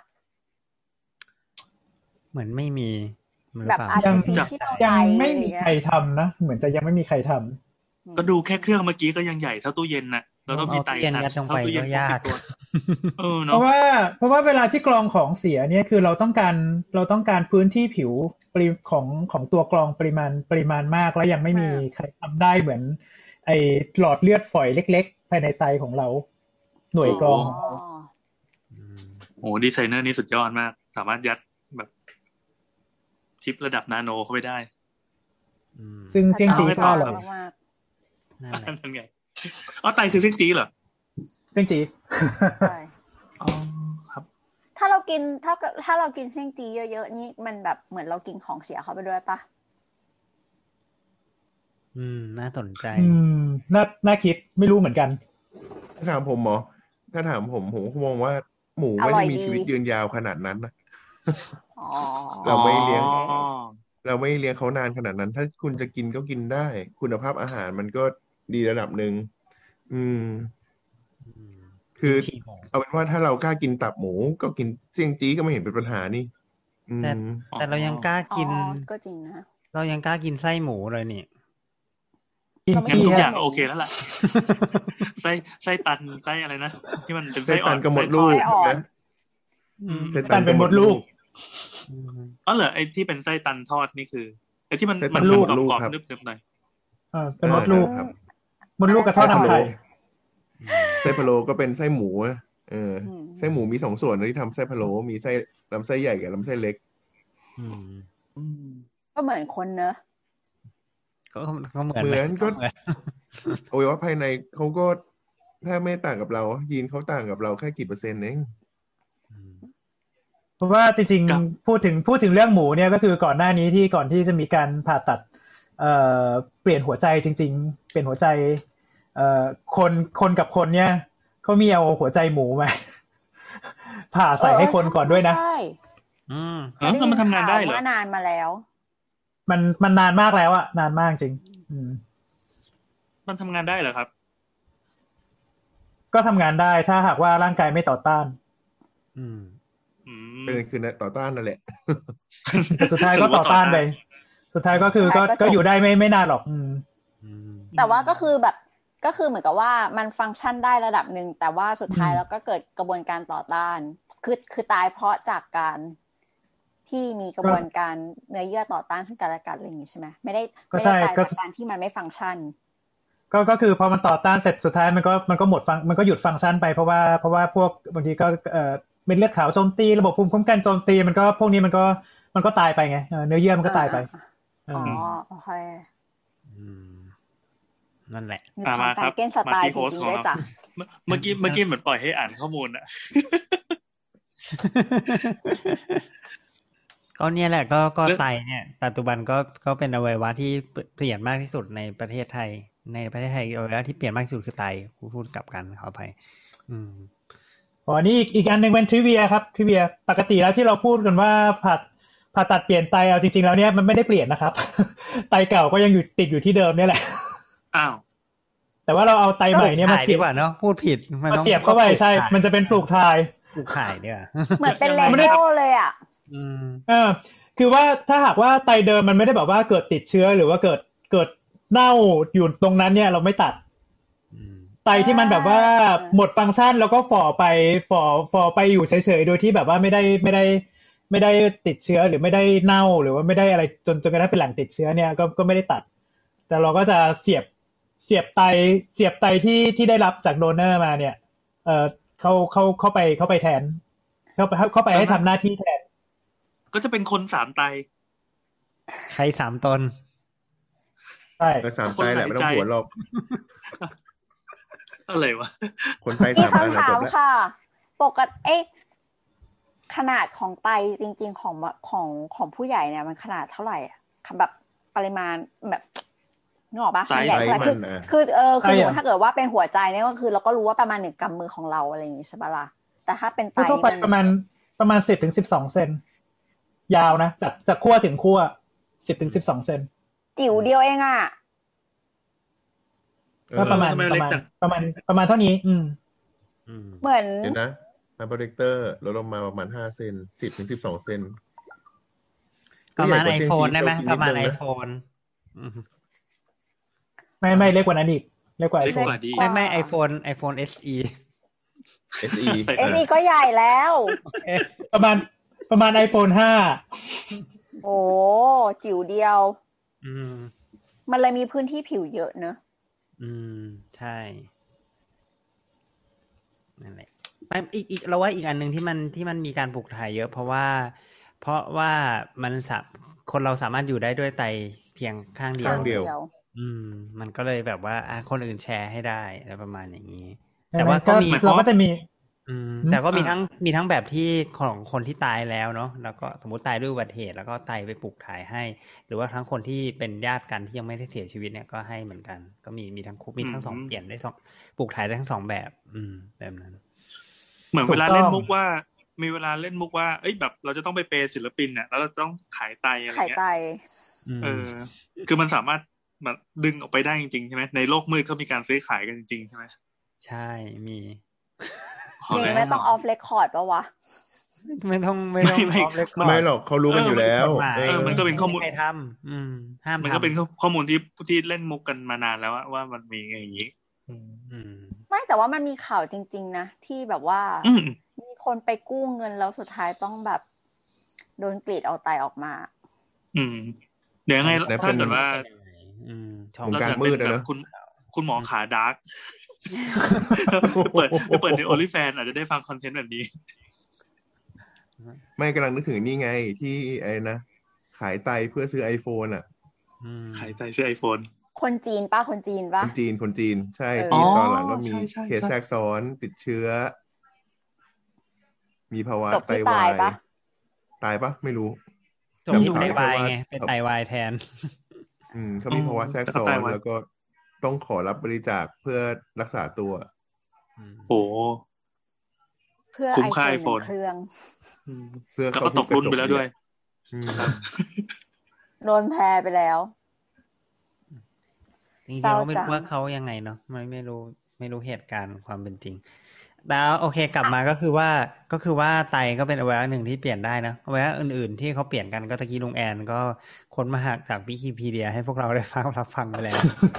B: เหมือนไม่มี
C: แบบ
F: artificial ยังไม่มีใครทำนะเหมือนจะยังไม่มีใครทำ
E: ก็ดูแค่เครื่องเมื่อกี้ก็ยังใหญ่เท่าตู้เย็นน่ะเราต้องมีไตขนาดเท่าตู้เย็น
B: ยาก
E: เออเนาะ
F: เพราะว่าเพราะว่าเวลาที่กรองของเสียเนี่ยคือเราต้องการเราต้องการพื้นที่ผิวปริของของตัวกรองปริมาณปริมาณมากแล้วยังไม่มีใครทำได้เหมือนไอ้หลอดเลือดฝอยเล็กๆภายในไตของเราหน่วยกรอง
E: โอ้ดีไซเนอร์นี่สุดยอดมากสามารถยัดแบบชิประดับนาโนเข้าไปได้
F: ซึ่งเซี่ยงจี้ก็อร่อย
E: นั่นไงอ๋อไตคือเซี่ยงจี้เหรอ
F: เซี่ยงจี้
C: ใช่อ๋อครับถ้าเรากินถ้าถ้าเรากินเซี่ยงจี้เยอะๆนี่มันแบบเหมือนเรากินของเสียเข้าไปด้วยปะ
B: อืมน่าสนใจ
F: อืมน่าน่าคิดไม่รู้เหมือนกัน
D: ถ้าถามผมหมอถ้าถามผมผมมองว่าหมูไม่ได้มีชีวิตยืนยาวขนาดนั้นนะเราไม่เลี้ยงเราไม่เลี้ยงเขานานขนาดนั้นถ้าคุณจะกินก็กินได้คุณภาพอาหารมันก็ดีระดับหนึ่งอืมคือเอาเป็นว่าถ้าเรากล้ากินตับหมูก็กินเซี่ยงจี้ก็ไม่เห็นเป็นปัญหานี่
B: แต่แต่เรายังกล้ากิน
C: ก็จริงนะ
B: เรายังกล้ากินไส้หมูเลยนี่
E: งั้นทุกอย่างโอเคแล้วล่ะไส้ไส้ตันไส้อะไรนะที่มันเป็นไส้อ่อน
D: กับหมดลูกนะ
F: ไส้ตันเป็นหมดลูก
E: อ๋อเหรอไอ้ที่เป็นไส้ตันทอดนี่คือไอ้ที่มันมันกรอบๆนึบๆหน่อย
F: อ่าเป็นหมดลูกครับหมดลูกกับทอดน้ำไข่
D: ไส้พะโล้ก็เป็นไส้หมูเออไส้หมูมีสองส่วนที่ทำไส้พะโล้มีไส้ลำไส้ใหญ่กับลำไส้เล็ก
C: ก็เหมือนคนเนอะ
B: ก็ก็เหมือน
D: เหมือนก็โอ้ยว่าภายในเขาก็แทบไม่ต่างกับเรายีนเขาต่างกับเราแค่กี่เปอร์เซ็นต์เอง
F: เพราะว่าจริงๆพูดถึงพูดถึงเรื่องหมูเนี่ยก็คือก่อนหน้านี้ที่ก่อนที่จะมีการผ่าตัดเอ่อเปลี่ยนหัวใจจริงๆเปลี่ยนหัวใจเอ่อคนคนกับคนเนี่ยเขามีเอาหัวใจหมูมาผ่าใส่ให้คนก่อนด้วยนะ
B: อืม
E: แล้วมันทำงานได้เหรอ
C: ว่านานมาแล้ว
F: มันมันนานมากแล้วอะนานมากจริงอืม
E: มันทำงานได้เหรอครับ
F: ก็ทำงานได้ถ้าหากว่าร่างกายไม่ต่อต้าน
B: อืม
D: เป็นคือต่อต้านนั่นแหละ
F: แต่สุดท้ายก็ต่อต้านไปสุดท้ายก็คือก็ก็อยู่ได้ไม่ไม่นานหรอกอืม
C: แต่ว่าก็คือแบบก็คือเหมือนกับว่ามันฟังก์ชันได้ระดับหนึ่งแต่ว่าสุดท้ายแล้วก็เกิดกระบวนการต่อต้านคือคือตายเพราะจากการที่มีกระบวนการเนื้อเยื่อต่อต้านซึ่งกันและกันอะไรอย่างนี้ใช่ไหมไม่ได้ไม่ได้ตายจากการที่มันไม่ฟังก์ชัน
F: ก็ก็คือพอมันต่อต้านเสร็จสุดท้ายมันก็มันก็หมดฟังมันก็หยุดฟังก์ชันไปเพราะว่าเพราะว่าพวกบางทีก็เอ่อเม็ดเลือดขาวโจมตีระบบภูมิคุ้มกันโจมตีมันก็พวกนี้มันก็มันก็ตายไปไงเนื้อเยื่อมันก็ตายไป
C: อ๋อโอเค
B: อืมนั่นแหละ
E: มาครับ
C: มาที่โฮสต์ของเรา
E: เมื่อกี้เมื่อกี้เหมือนปล่อยให้อ่านข้อมูลอะ
B: ก็เนี่ยแหละก็ก็ไตเนี่ยปัจจุบันก็ก็เป็นอวัยวะที่เปลี่ยนมากที่สุดในประเทศไทยในประเทศไทยอวัยวะที่เปลี่ยนมากที่สุดคือไตพูดกลับกันขออภัยอืม
F: อ๋อนี่อีกอีกอันนึงเป็นทริเวียครับทริเวียปกติแล้วที่เราพูดกันว่าผ่าผ่าตัดเปลี่ยนไตเอาจริงๆแล้วเนี่ยมันไม่ได้เปลี่ยนนะครับไตเก่าก็ยังอยู่ติดอยู่ที่เดิมนี่แหละ
E: อ้าว
F: แต่ว่าเราเอาไตใหม่เนี่ยมา
B: เสียบเนาะพูดผิด
F: มันต้องเสียบเข้าไปใช่มันจะเป็นปลูกถ่าย
B: ปลูกถ่ายเนี่ย
C: เหมือนเป็นเลโก้เลยอ่ะ
B: อืม
F: เออคือว่าถ้าหากว่าไตเดิมมันไม่ได้แบบว่าเกิดติดเชื้อหรือว่าเกิดเกิดเน่าอยู่ตรงนั้นเนี่ยเราไม่ตัดไตที่มันแบบว่าหมดฟังก์ชันแล้วก็ฝ่อไปฝ่อฝ่อไปอยู่เฉยๆโดยที่แบบว่าไม่ได้ไม่ได้ไม่ได้ติดเชื้อหรือไม่ได้เน่าหรือว่าไม่ได้อะไรจนจนกระทั่งเป็นแหล่งติดเชื้อเนี่ยก็ก็ไม่ได้ตัดแต่เราก็จะเสียบเสียบไตเสียบไตที่ที่ได้รับจากโดเนอร์มาเนี่ยเอ่อเข้าเข้าเข้าไปเข้าไปแทนเข้าไปเข้าไปให้ทำหน้าที่แทน
E: ก็จะเป็นคนสามไต
B: ใครสามตน
F: ใช่
D: สามไตแหละไม่ต้องหัวหรอก
E: อะไรวะ
D: คนไตสามไต
C: คำถามค่ะปกติเอ๊ะขนาดของไตจริงๆของของของผู้ใหญ่เนี่ยมันขนาดเท่าไหร่อ่ะแบบปริมาณแบบนึกออกปะ
D: ใหญ่
C: คือคือเออคือถ้าเกิดว่าเป็นหัวใจเนี่ยก็คือเราก็รู้ว่าประมาณหนึ่งกำมือของเราอะไรอย่างงี้ใช่ปะล่ะแต่ถ้าเป็นไต
F: ทั่วไปประมาณประมาณสิบถึงสิบสองเซนยาวนะจากจากขั้วถึงขั้วสิบถึงสิบสองเซน
C: จิ๋วเดียวเองอ่ะ
F: ก็ประมาณประมาณประมาณประมาณเท่านี้อืม
C: เหมือน
D: เห็นนะมาโปรเจคเตอร์ลดลงมาประมาณห้าเซนสิบถึงสิบสองเซน
B: ประมาณ iPhone ได้ไหมประมาณ iPhone
F: ไม่ไม่เล็กกว่านั้นอีกเล็กกว่า
E: iPhone
B: ไม่ไม่ iPhone iPhone เอส อี
D: เอส อี
C: เอส อี ก็ใหญ่แล้ว
F: ประมาณประมาณ iPhone ห้า
C: โอ้จิ๋วเดียว
B: อืม
C: มันเลยมีพื้นที่ผิวเยอะเนอะ
B: อืมใช่นั่นแหละอีกอีกเราว่าอีกอันนึงที่มันที่มันมีการปลูกถ่ายเยอะเพราะว่าเพราะว่ามันสับคนเราสามารถอยู่ได้ด้วยไตเพียงข้างเดียว
D: ข้างเดียว
B: อืมมันก็เลยแบบว่าอ่ะคนอื่นแชร์ให้ได้อะไรประมาณอย่างนี้
F: แต่
B: ว่าก็มี
F: เราก็จะมี
B: อืมแต่ก็มีทั้งมีทั้งแบบที่ของคนที่ตายแล้วเนาะแล้วก็สมมติตายด้วยอุบัติเหตุแล้วก็ไตไปปลูกถ่ายให้หรือว่าทั้งคนที่เป็นญาติกันที่ยังไม่ได้เสียชีวิตเนี่ยก็ให้เหมือนกันก็มีมีทั้งคุมีทั้งสองเปลี่ยนได้สองปลูกถ่ายได้ทั้งสองแบบอืมแบบนั้น
E: เหมือนเวลาเล่นมุกว่ามีเวลาเล่นมุกว่าเอ้ยแบบเราจะต้องไปเปย์ศิลปินเนี่ยแล้วเราต้องขายไตอะไรเงี้ย
C: ขายไต
E: เออคือมันสามารถแบบดึงออกไปได้จริงๆใช่ไหมในโลกมืดเขามีการซื้อขายกันจริงๆใช่ไหม
B: ใช่มี
C: นี่ไม่ต้องออฟเรคคอร์ดป่ะวะ
B: ไม่ต้องไม่ต้องออฟเรคคอร์ด
D: ไม่หรอกเขารู้กันอยู่แล้ว
E: เออมันก็เป็นข้อมูล
B: ใครทำอืมห้าม
E: มันก็เป็นข้อมูลที่ที่เล่นมุกกันมานานแล้วว่ามันมีอย่างนี้
C: ไม่แต่ว่ามันมีข่าวจริงๆนะที่แบบว่ามีคนไปกู้เงินแล้วสุดท้ายต้องแบบโดนกรีดเอาไตออกมา
E: อืมเดี๋ยวไงถ้าเกิดว่า
D: วงการมืดนะ
E: คุณคุณหมอขาดาร์กเปิดเปิดใน OnlyFans อาจจะได้ฟังคอนเทนต์แบบนี้
D: ไม่กำลังนึกถึงนี่ไงที่ไอ้นะขายไตเพื่อซื้อ iPhone อ่ะ
E: ขายไตซื้อ iPhone
C: คนจีนป่ะคนจีนป่ะ
D: คนจีนคนจีนใช่ที่ตอนหลังก็มีเคสแทรกซ้อนติดเชื้อมีภาวะไตวายตายปะไม่รู้
B: จบอยู่ในวายไงเป็นไตวายแทน
D: อืมเขามีภาวะแทรกซ้อนแล้วก็ต้องขอรับบริจาคเพื่อรักษาตัว
E: โอ้
C: เพื่อ
E: คุ้มค่า
C: iPhone
E: ไอโฟน
C: เครื่อง
D: เพื่อ
E: แล้วก็ตกรุ่นไปแล้วด้วย
C: โดนแพ้ไปแล้ว
B: จริงๆเราไม่รู้ว่าเขายังไงเนาะไม่ไม่รู้ไม่รู้เหตุการณ์ความเป็นจริงแล้วโอเคกลับมาก็คือว่าก็คือว่าไตก็เป็นอวัยวะหนึ่งที่เปลี่ยนได้นะอวัยวะอื่นๆที่เขาเปลี่ยนกันก็ตะกี้ลุงแอนก็ค้นมาจากวิกิพีเดียให้พวกเราได้ฟังรับฟังไปแล้ว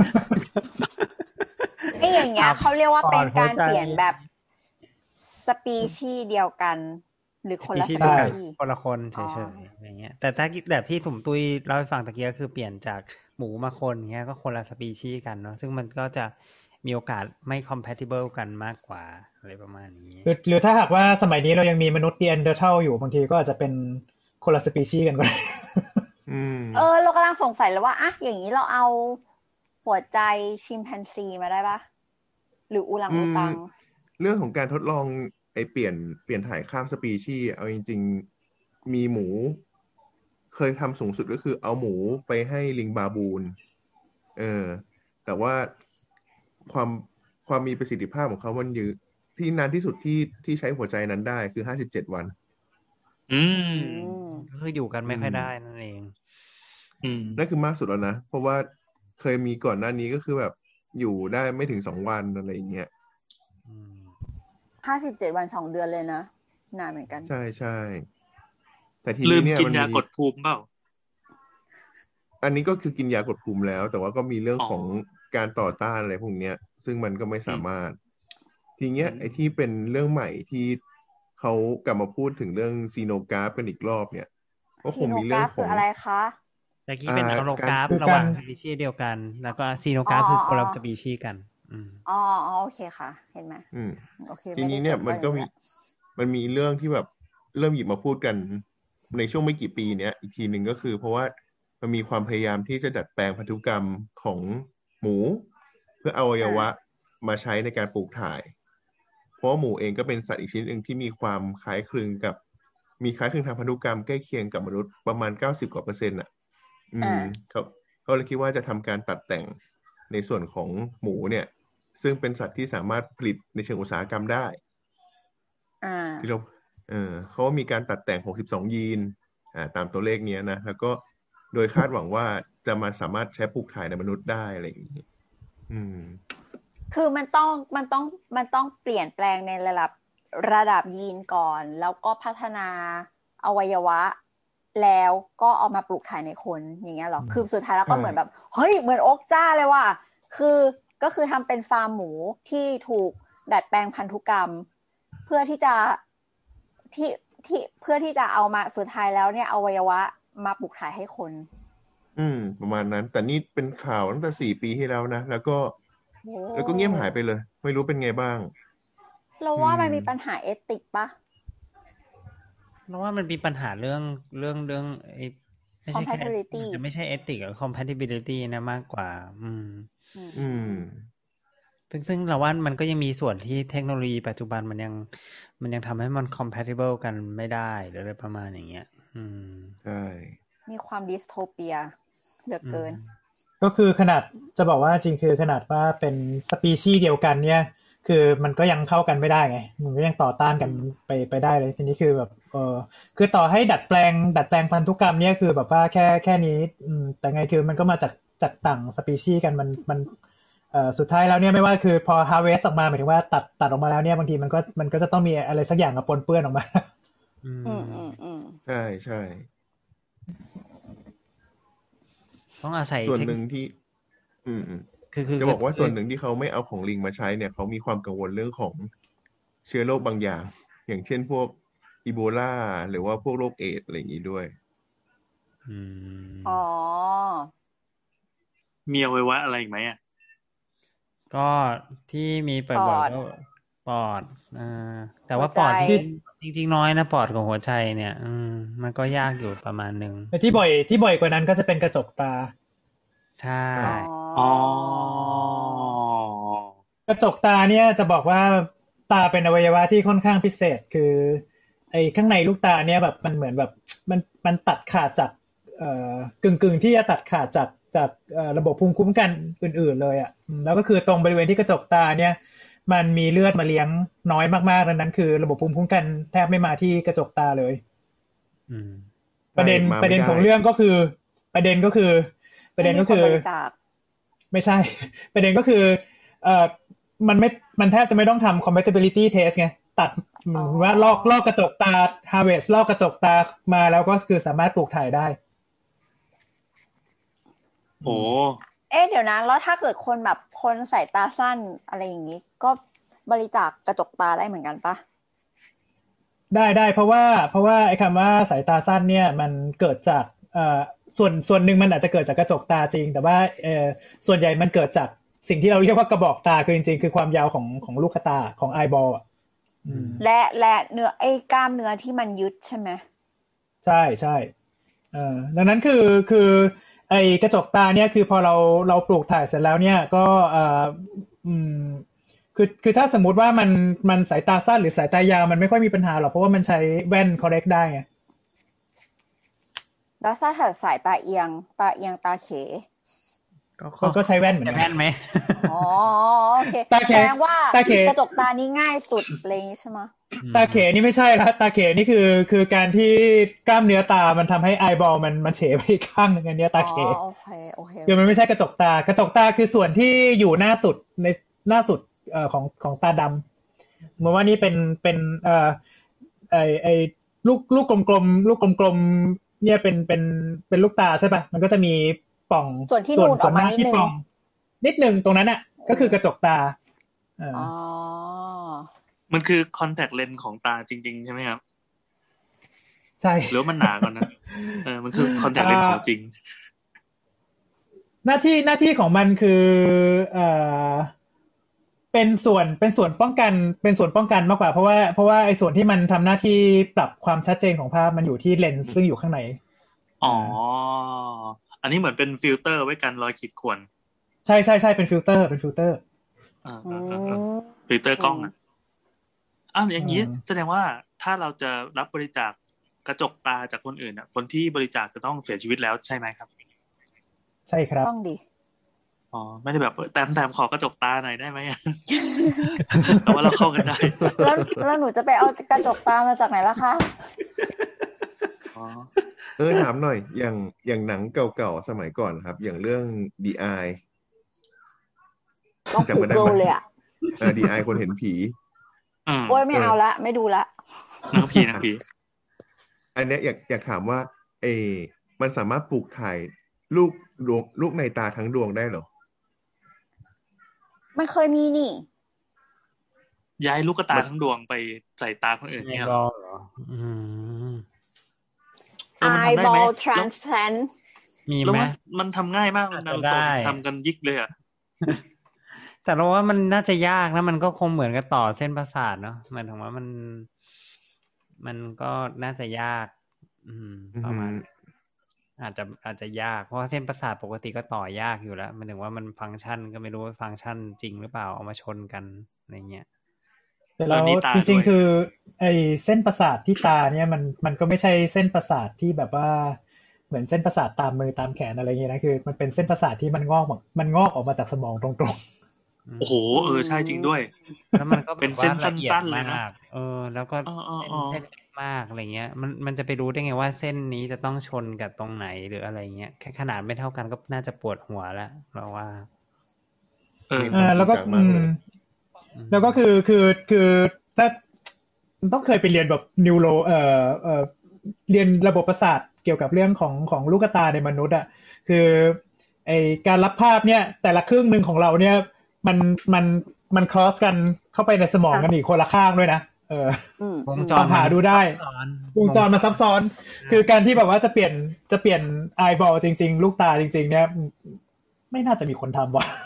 C: ไอ้อย่างเงี้ยเขาเรียกว่าเป็นการเปลี่ยนแบบสปีชีส์เดียวกันหรือคนละสปีชีส์
B: คนละคนเฉยๆอย่างเงี้ยแต่ถ้าแบบที่ถุ่มตุ้ยเล่าให้ฟังตะกี้ก็คือเปลี่ยนจากหมูมาคนเงี้ยก็คนละสปีชีส์กันเนาะซึ่งมันก็จะมีโอกาสไม่ compatible กันมากกว่าอะไรประมาณนี้
F: หรือหรือถ้าหากว่าสมัยนี้เรายังมีมนุษย์ Neanderthal อยู่บางทีก็อาจจะเป็นคนละสปีชีส์กันก็ได้
C: เออเรากำลังสงสัยแล้วว่าอ่ะอย่างนี้เราเอาหัวใจชิมแปนซีมาได้ปะหรืออูรังอูตัง
D: เรื่องของการทดลองไอเปลี่ยนเปลี่ยนถ่ายข้ามสปีชีส์เอาจริงๆมีหมูเคยทำสูงสุดก็คือเอาหมูไปให้ลิงบาบูนเออแต่ว่าความความมีประสิทธิภาพของเขามันยืนที่นานที่สุดที่ที่ใช้หัวใจนั้นได้คือห้าสิบเจ็ดวัน
E: อืม
B: ก็คืออยู่กันไม่ค่อยได้นั่นเอง
D: อืมนั่นคือมากสุดแล้วนะเพราะว่าเคยมีก่อนหน้านี้ก็คือแบบอยู่ได้ไม่ถึงสองวันอะไรอย่างเงี้ย
C: ห้าสิบเจ็ดวันสองเดือนเลยนะนานเหมือนกัน
D: ใช่ใช่แต่ที
E: นี้
D: เนี่ย
E: ลืมกินยากดภูมิเปล่า
D: อันนี้ก็คือกินยากดภูมิแล้วแต่ว่าก็มีเรื่องของการต่อต้านอะไรพวกเนี้ยซึ่งมันก็ไม่สามารถทีเนี้ยไอ้ที่เป็นเรื่องใหม่ที่เขากลับมาพูดถึงเรื่องซีโนกราฟกันอีกรอบเนี่ยก็คงมีเรื่องของ
C: อะไรคะ
B: ตะกี้เป็นอะโลกราฟระหว่างสปีชีส์เดียวกันแล้วก็ซีโนกราฟคือคนละสปีชีส์กัน
C: อ๋อโอเคค่ะเห็นไหม
D: อืมโอเคทีนี้เนี่ยมันก็มีมันมีเรื่องที่แบบเริ่มหยิบมาพูดกันในช่วงไม่กี่ปีเนี้ยอีกทีหนึ่งก็คือเพราะว่ามันมีความพยายามที่จะดัดแปลงพันธุกรรมของหมูเพื่อเอาอวัยวะมาใช้ในการปลูกถ่ายเพราะหมูเองก็เป็นสัตว์อีกชนิดหนึ่งที่มีความคล้ายคลึงกับมีคล้ายคลึงทางพันธุกรรมใกล้เคียงกับมนุษย์ประมาณเก้าสิบกว่าเปอร์เซ็นต์อ่ะอืมเขาเขาเลยคิดว่าจะทำการตัดแต่งในส่วนของหมูเนี่ยซึ่งเป็นสัตว์ที่สามารถผลิตในเชิงอุตสาหกรรมได้
C: อ่า
D: ที่เราเออเขามีการตัดแต่งหกสิบสองยีนอ่าตามตัวเลขเนี้ยนะแล้วก็โดยคาดหวังว่าจะมาสามารถใช้ปลูกถ่ายในมนุษย์ได้อะไรอย่างนี้อืม
C: คือมันต้องมันต้องมันต้องเปลี่ยนแปลงในระดับระดับยีนก่อนแล้วก็พัฒนาอวัยวะแล้วก็เอามาปลูกถ่ายในคนอย่างเงี้ยหรอคือสุดท้ายแล้วก็เหมือนแบบเฮ้ยเหมือนโอ๊กจ้าเลยว่ะคือก็คือทำเป็นฟาร์มหมูที่ถูกดัดแปลงพันธุกรรมเพื่อที่จะที่ที่เพื่อที่จะเอามาสุดท้ายแล้วเนี่ยอวัยวะมาปลูกถ่ายให้คน
D: อืมประมาณนั้นแต่นี่เป็นข่าวตั้งแต่สี่ปีที่แล้วนะแล้วก็แล้วก็เงียบหายไปเลยไม่รู้เป็นไงบ้าง
C: เราว่ามันมีปัญหาเอติกปะ
B: เราว่ามันมีปัญหาเรื่องเรื่องเรื่องไอ้ไม่ใช่แค่จะไม่ใช่เอติกหรือ compatibility นะมากกว่าอืม
D: อืม
B: ซึ่งซึ่งเราว่ามันก็ยังมีส่วนที่เทคโนโลยีปัจจุบันมันยังมันยังทำให้มัน compatible กันไม่ได้หรืออะไรประมาณอย่างเงี้ยอืม
D: ใช่
C: มีความดิสโทเปียเหลือเกิน
F: ก็คือขนาดจะบอกว่าจริงคือขนาดว่าเป็นสปีชีส์เดียวกันเนี่ยคือมันก็ยังเข้ากันไม่ได้ไงมันก็ยังต่อต้านกันไปไปได้เลยทีนี้คือแบบเออคือต่อให้ดัดแปลงดัดแปลงพันธุกรรมเนี่ยคือแบบว่าแค่แค่นี้อืมแต่ไงคือมันก็มาจากจากต่างสปีชีส์กันมันมันเอ่อสุดท้ายแล้วเนี่ยไม่ว่าคือพอ harvest ออกมาหมายถึงว่าตัดตัดออกมาแล้วเนี่ยบางทีมันก็มันก็จะต้องมีอะไรสักอย่างปนเปื้อนออกมา
B: อืม
C: อืม
D: ใช่ใช่
B: ต้องอาศัย
D: ส่วนหนึ่งที่อืมคือคือจะบอกว่าส่วนหนึ่งที่เขาไม่เอาของลิงมาใช้เนี่ยเขามีความกังวลเรื่องของเชื้อโรคบางอย่างอย่างเช่นพวกอีโบลาหรือว่าพวกโรคเอดส์อะไรอย่างนี้ด้วย
B: อืม
C: อ๋อ
E: มีอวัยวะอะไรอีกไหมอ่ะ
B: ก็ที่มีบ่อยๆก็ปอดอ่าแต่ว่าปอดจริงๆน้อยนะปอดกับหัวใจเนี่ยอืมมันก็ยากอยู่ประมาณนึง
F: แต่ที่บ่อยที่บ่อยกว่านั้นก็จะเป็นกระจกตา
B: ใช่
E: อ๋
F: อกระจกตาเนี่ยจะบอกว่าตาเป็นอวัยวะที่ค่อนข้างพิเศษคือไอ้ข้างในลูกตาเนี่ยแบบมันเหมือนแบบมันมันตัดขาดจากเอ่อกึ่งๆที่จะตัดขาดจากจากระบบภูมิคุ้มกันอื่นๆเลยอ่ะแล้วก็คือตรงบริเวณที่กระจกตาเนี่ยมันมีเลือดมาเลี้ยงน้อยมากๆดังนั้นคือระบบภูมิคุ้มกันแทบไม่มาที่กระจกตาเลยประเด็นประเด็นของเรื่องก็คือประเด็นก็คือประเด็นก็คือไม่ใช่ประเด็นก็คือเอ่อมันไม่มันแทบจะไม่ต้องทำ compatibility test ไงตัดว่าลอกลอกกระจกตา harvest ลอกกระจกตามาแล้วก็คือสามารถปลูกถ่ายได้
E: โอ้
C: เอ๊ะเดี๋ยวนะแล้วถ้าเกิดคนแบบคนสายตาสั้นอะไรอย่างนี้ก็บริจาคกระจกตาได้เหมือนกันปะ
F: ได้ได้เพราะว่าเพราะว่าไอ้คำว่าสายตาสั้นเนี่ยมันเกิดจากเอ่อส่วนส่วนหนึ่งมันอาจจะเกิดจากกระจกตาจริงแต่ว่าเอ่อส่วนใหญ่มันเกิดจากสิ่งที่เราเรียกว่ากระบอกตาคือจริงๆคือความยาวของของลูกตาของไอบอลอ่ะ
C: และและเนื้อไอ้กล้ามเนื้อที่มันยึดใช่ไหม
F: ใช่ใช่เออดังนั้นคือคือไอ้กระจกตาเนี่ยคือพอเราเราปลูกถ่ายเสร็จแล้วเนี่ยก็เอ่ออืมคือคือถ้าสมมุติว่ามันมันสายตาสั้นหรือสายตายาวมันไม่ค่อยมีปัญหาหรอกเพราะว่ามันใช้แว่น correct ได้ไง
C: แล้วถ้าสายตาเอียงตาเอียงตาเข
F: ก็ก็ใช้แว่นเหมือนกัน
B: แว่นไหม
C: อ๋อโอเคแสดงว่ากระจกตานี่ง่ายสุดเลยใช่ไหม
F: ตาเขนี่ไม่ใช่ละตาเขนี่คือคือการที่กล้ามเนื้อตามันทำให้ไอบอลมันมันเฉไปอีกข้างนึงอันนี้ตาเข
C: โอเคโอเค
F: คือมันไม่ใช่กระจกตากระจกตาคือส่วนที่อยู่หน้าสุดในหน้าสุดเอ่อของของตาดำเหมือนว่านี่เป็นเป็นเอ่อไอไอลูกลูกกลมๆลูกกลมๆเนี่ยเป็นเป็นเป็นลูกตาใช่ป่ะมันก็จะมีป่อง
C: ส่วนที่นูนออกมานิดนึง
F: นิดนึงตรงนั้นน่ะก็คือกระจกตา
C: อ๋อ
E: มันคือคอนแทคเลนส์ของตาจริงๆใช่ไหมครับ
F: ใช่
E: หรือมันหนากว่านั้นเออมันคือคอนแทคเลนส์ของจริง
F: หน้าที่หน้าที่ของมันคือเอ่อเป็นส่วนเป็นส่วนป้องกันเป็นส่วนป้องกันมากกว่าเพราะว่าเพราะว่าไอ้ส่วนที่มันทำหน้าที่ปรับความชัดเจนของภาพมันอยู่ที่เลนส์ซึ่งอยู่ข้างใน
E: อ๋ออันนี้เหมือนเป็นฟิลเตอร์ไว้กันรอยขีดข่วน
F: ใช่ใช่ใช่เป็นฟิลเตอร์เป็นฟิลเตอร์
E: อ่าฟิลเตอร์กล้องอ่ะอ้าวอย่างนี้แสดงว่าถ้าเราจะรับบริจาคกระจกตาจากคนอื่นอ่ะคนที่บริจาคจะต้องเสียชีวิตแล้วใช่ไหมครับ
F: ใช่ครับ
C: ต้องดิ
E: อ๋อไม่ได้แบบแต้มแต้มขอกระจกตาหน่อยได้ไหมแต่ว่าเราเข้ากันได้
C: แล้วแล้วหนูจะไปเอากระจกตามาจากไหนล่ะคะ
D: อ๋อเออถามหน่อยอย่างอย่างหนังเก่าๆสมัยก่อนครับอย่างเรื่อง The Eye
C: ต้องผูกโกเลยอ่ะ
D: เออ The Eye คนเห็นผี
C: โอ้ยไม่เอาละไม่ดูละ
E: นักผีนักผี
D: อันเนี้ยอยากอยากถามว่าเอมันสามารถปลูกถ่ายลูกดวงลูกในตาทั้งดวงได้เหรอ
C: มันเคยมีนี่
E: ย้ายลูกตาทั้งดวงไปใส่ตาคนอื่นเนี่ยหรออืม
C: eyeball transplant
B: มีไหม
E: มันทำง่ายมากนะเราทำกันยิกเลยอ่ะ
B: แต่เราว่ามันน่าจะยากนะมันก็คงเหมือนกับต่อเส้นประสาทเนาะหมายถึงว่ามันมันก็น่าจะยากอืมประมาณอาจจะอาจจะยากเพราะว่าเส้นประสาทปกติก็ต่อยากอยู่แล้วหมายถึงว่ามันฟังก์ชันก็ไม่รู้ว่าฟังก์ชันจริงหรือเปล่าเอามาชนกันอะไรเงี้ย
F: แต่แล้วจริงๆคือไอ้เส้นประสาทที่ตาเนี่ยมันมันก็ไม่ใช่เส้นประสาทที่แบบว่าเหมือนเส้นประสาทตามมือตามแขนอะไรเงี้ยนะคือมันเป็นเส้นประสาทที่มันงอกมันงอกออกมาจากสมองตรง
E: ๆโอ้โหเออใช่จริงด้วย
B: แล้วมันก็
E: เป็นเส้นสั้นๆเลยนะ
B: เออแล้วก็เส้นมากอะไรเงี้ยมันมันจะไปรู้ได้ไงว่าเส้นนี้จะต้องชนกับตรงไหนหรืออะไรเงี้ยแค่ขนาดไม่เท่ากันก็น่าจะปวดหัวแล้วเราว่า
F: เออแล้วก็แล้วก็คือคือคือถ้าต้องเคยไปเรียนแบบนิวโรเอ่อเอ่อเรียนระบบประสาทเกี่ยวกับเรื่องของของลูกตาในมนุษย์อ่ะคือไอการรับภาพเนี่ยแต่ละครึ่งนึงของเราเนี่ยมันมันมันครอสกันเข้าไปในสมองกันอีกคนละข้างด้วยนะเออวงจรหาดูได้วงจรมาซับซ้อนคือการที่แบบว่าจะเปลี่ยนจะเปลี่ยนไอบอลจริงๆลูกตาจริงๆเนี่ยไม่น่าจะมีคนทำว่ะ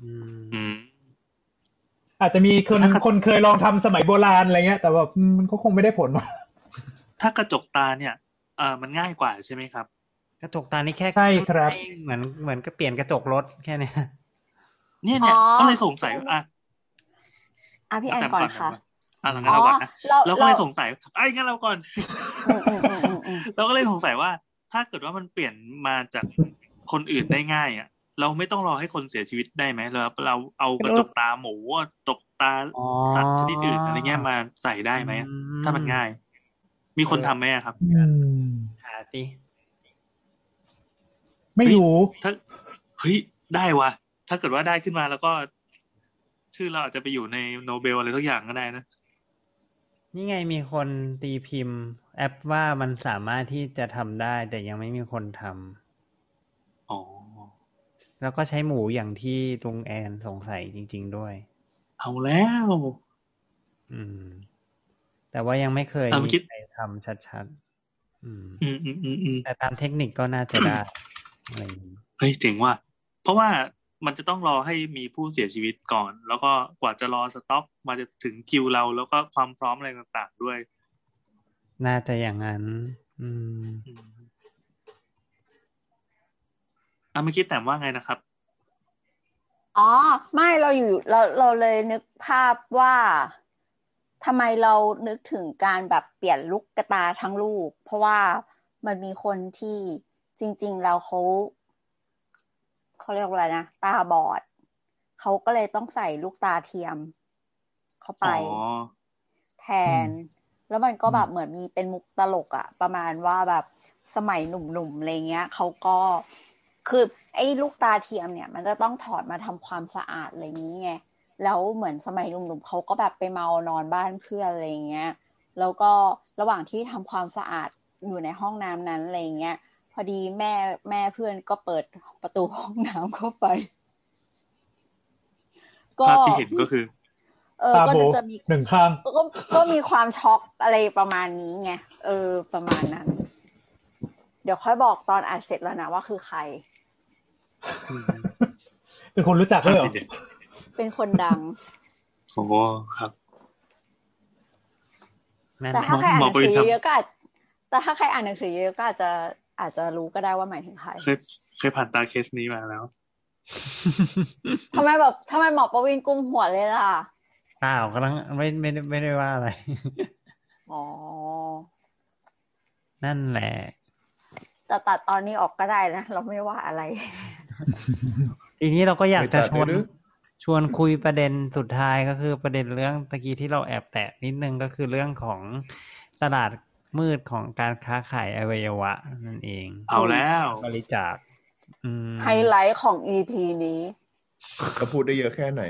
F: อาจจะมีคนคนเคยลองทำสมัยโบราณอะไรเงี้ยแต่แบบมันก็คงไม่ได้ผลว่ะ
E: ถ้ากระจกตาเนี่ยเออมันง่ายกว่าใช่ไหมครับ
B: กระจกตานี่แค่
F: ใช่ครับ
B: เหมือนเหมือนก็เปลี่ยนกระจกรถแค่นี้
E: เนี่ยเนี่ยก็เลยสงสัยอ่ะ
C: อ่ะพี่แอนก่อนค่ะ
E: อ่ะหลังงั้นเราก่อนนะเราก็เลยสงสัยไอ้งั้นเราก่อนเราก็เลยสงสัยว่าถ้าเกิดว่ามันเปลี่ยนมาจากคนอื่นได้ง่ายอ่ะเราไม่ต้องรอให้คนเสียชีวิตได้ไหมเราเราเอากระจกตาหมูกระจกตาสัตว์ชนิดอื่นอะไรเงี้ยมาใส่ได้ไหมถ้ามันง่ายมีคนทำไหมครับ
B: หาสิ
F: ไม่รู้
E: ถ้าเฮ้ยได้วะถ้าเกิดว่าได้ขึ้นมาแล้วก็ชื่อเราอาจจะไปอยู่ในโนเบลอะไรทุกอย่างก็ได้นะ
B: นี่ไงมีคนตีพิมพ์แอปว่ามันสามารถที่จะทำได้แต่ยังไม่มีคนทำ
E: อ๋อ
B: แล้วก็ใช้หมูอย่างที่ลุงแอนสงสัยจริงๆด้วย
E: เอาแล้ว
B: อืมแต่ว่ายังไม่เคยมีใครทำชัดๆอืม
E: อืมอืมอืมอืม
B: แต่ตามเทคนิคก็น่าจะได้อะไร
E: เฮ้ยเจ๋งว่ะเพราะว่ามันจะต้องรอให้มีผู้เสียชีวิตก่อนแล้วก็กว่าจะรอสต็อกมาจะถึงคิวเราแล้วก็ความพร้อมอะไรต่างๆด้วย
B: น่าจะอย่างนั้นอืม
E: อ่ะไม่คิดแต่ว่าไงนะครับ
C: อ๋อไม่เราอยู่เราเราเลยนึกภาพว่าทำไมเรานึกถึงการแบบเปลี่ยนลูกกระตาทั้งลูกเพราะว่ามันมีคนที่จริงๆแล้วเขาเขาเรียกว่าอะไรนะตาบอดเขาก็เลยต้องใส่ลูกตาเทียมเข้าไปแทนแล้วมันก็แบบเหมือนมีเป็นมุกตลกอะประมาณว่าแบบสมัยหนุ่มๆอะไรเงี้ยเขาก็คือไอ้ลูกตาเทียมเนี่ยมันจะต้องถอดมาทำความสะอาดอะไรอย่างนี้ไงแล้วเหมือนสมัยหนุ่มๆเขาก็แบบไปเมานอนบ้านเพื่อนอะไรเงี้ยแล้วก็ระหว่างที่ทำความสะอาดอยู่ในห้องน้ำนั้นอะไรเงี้ยพอดีแม่แม่เพื่อนก็เปิดประตูห้องน้ำเข้าไป
E: ก็ภาพที่เห็นก็คือ
C: เออก็จะมี
F: หนึ่งข้าง
C: ก็ก็มีความช็อกอะไรประมาณนี้ไงเออประมาณนั้นเดี๋ยวค่อยบอกตอนอ่านเสร็จแล้วนะว่าคือใคร
F: เป็นคนรู้จักด้วยเหรอ
C: เป็นคนดัง
E: โอ้ครับ
C: แต่ถ้าใครอ่านหนังสือเยอะก็อาจแต่ถ้าใครอ่านหนังสือเยอะก็อาจจะอาจจะรู้ก็ได้ว่าหมายถึงใคร
E: เคยเคยผ่านตาเคสนี้มาแล้ว
C: ทำไมแบบทำไมหมอประวินกุมหัวเลยล่ะ
B: เปล่ากำลังไม่ไม่ได้ไม่ได้ว่าอะไร
C: อ๋อ
B: นั่นแหละ
C: แต่ตัดตอนนี้ออกก็ได้นะเราไม่ว่าอะไร
B: ทีนี้เราก็อยากจะชวนชวนคุยประเด็นสุดท้ายก็คือประเด็นเรื่องตะกี้ที่เราแอบแตะนิดนึงก็คือเรื่องของตลาดมืดของการค้าขายอวัยวะนั่นเอง
E: เอาแล้ว
B: บริจาค
C: ไฮไลท์ของ อี พี นี้
D: จะพูดได้เยอะแค่ไหน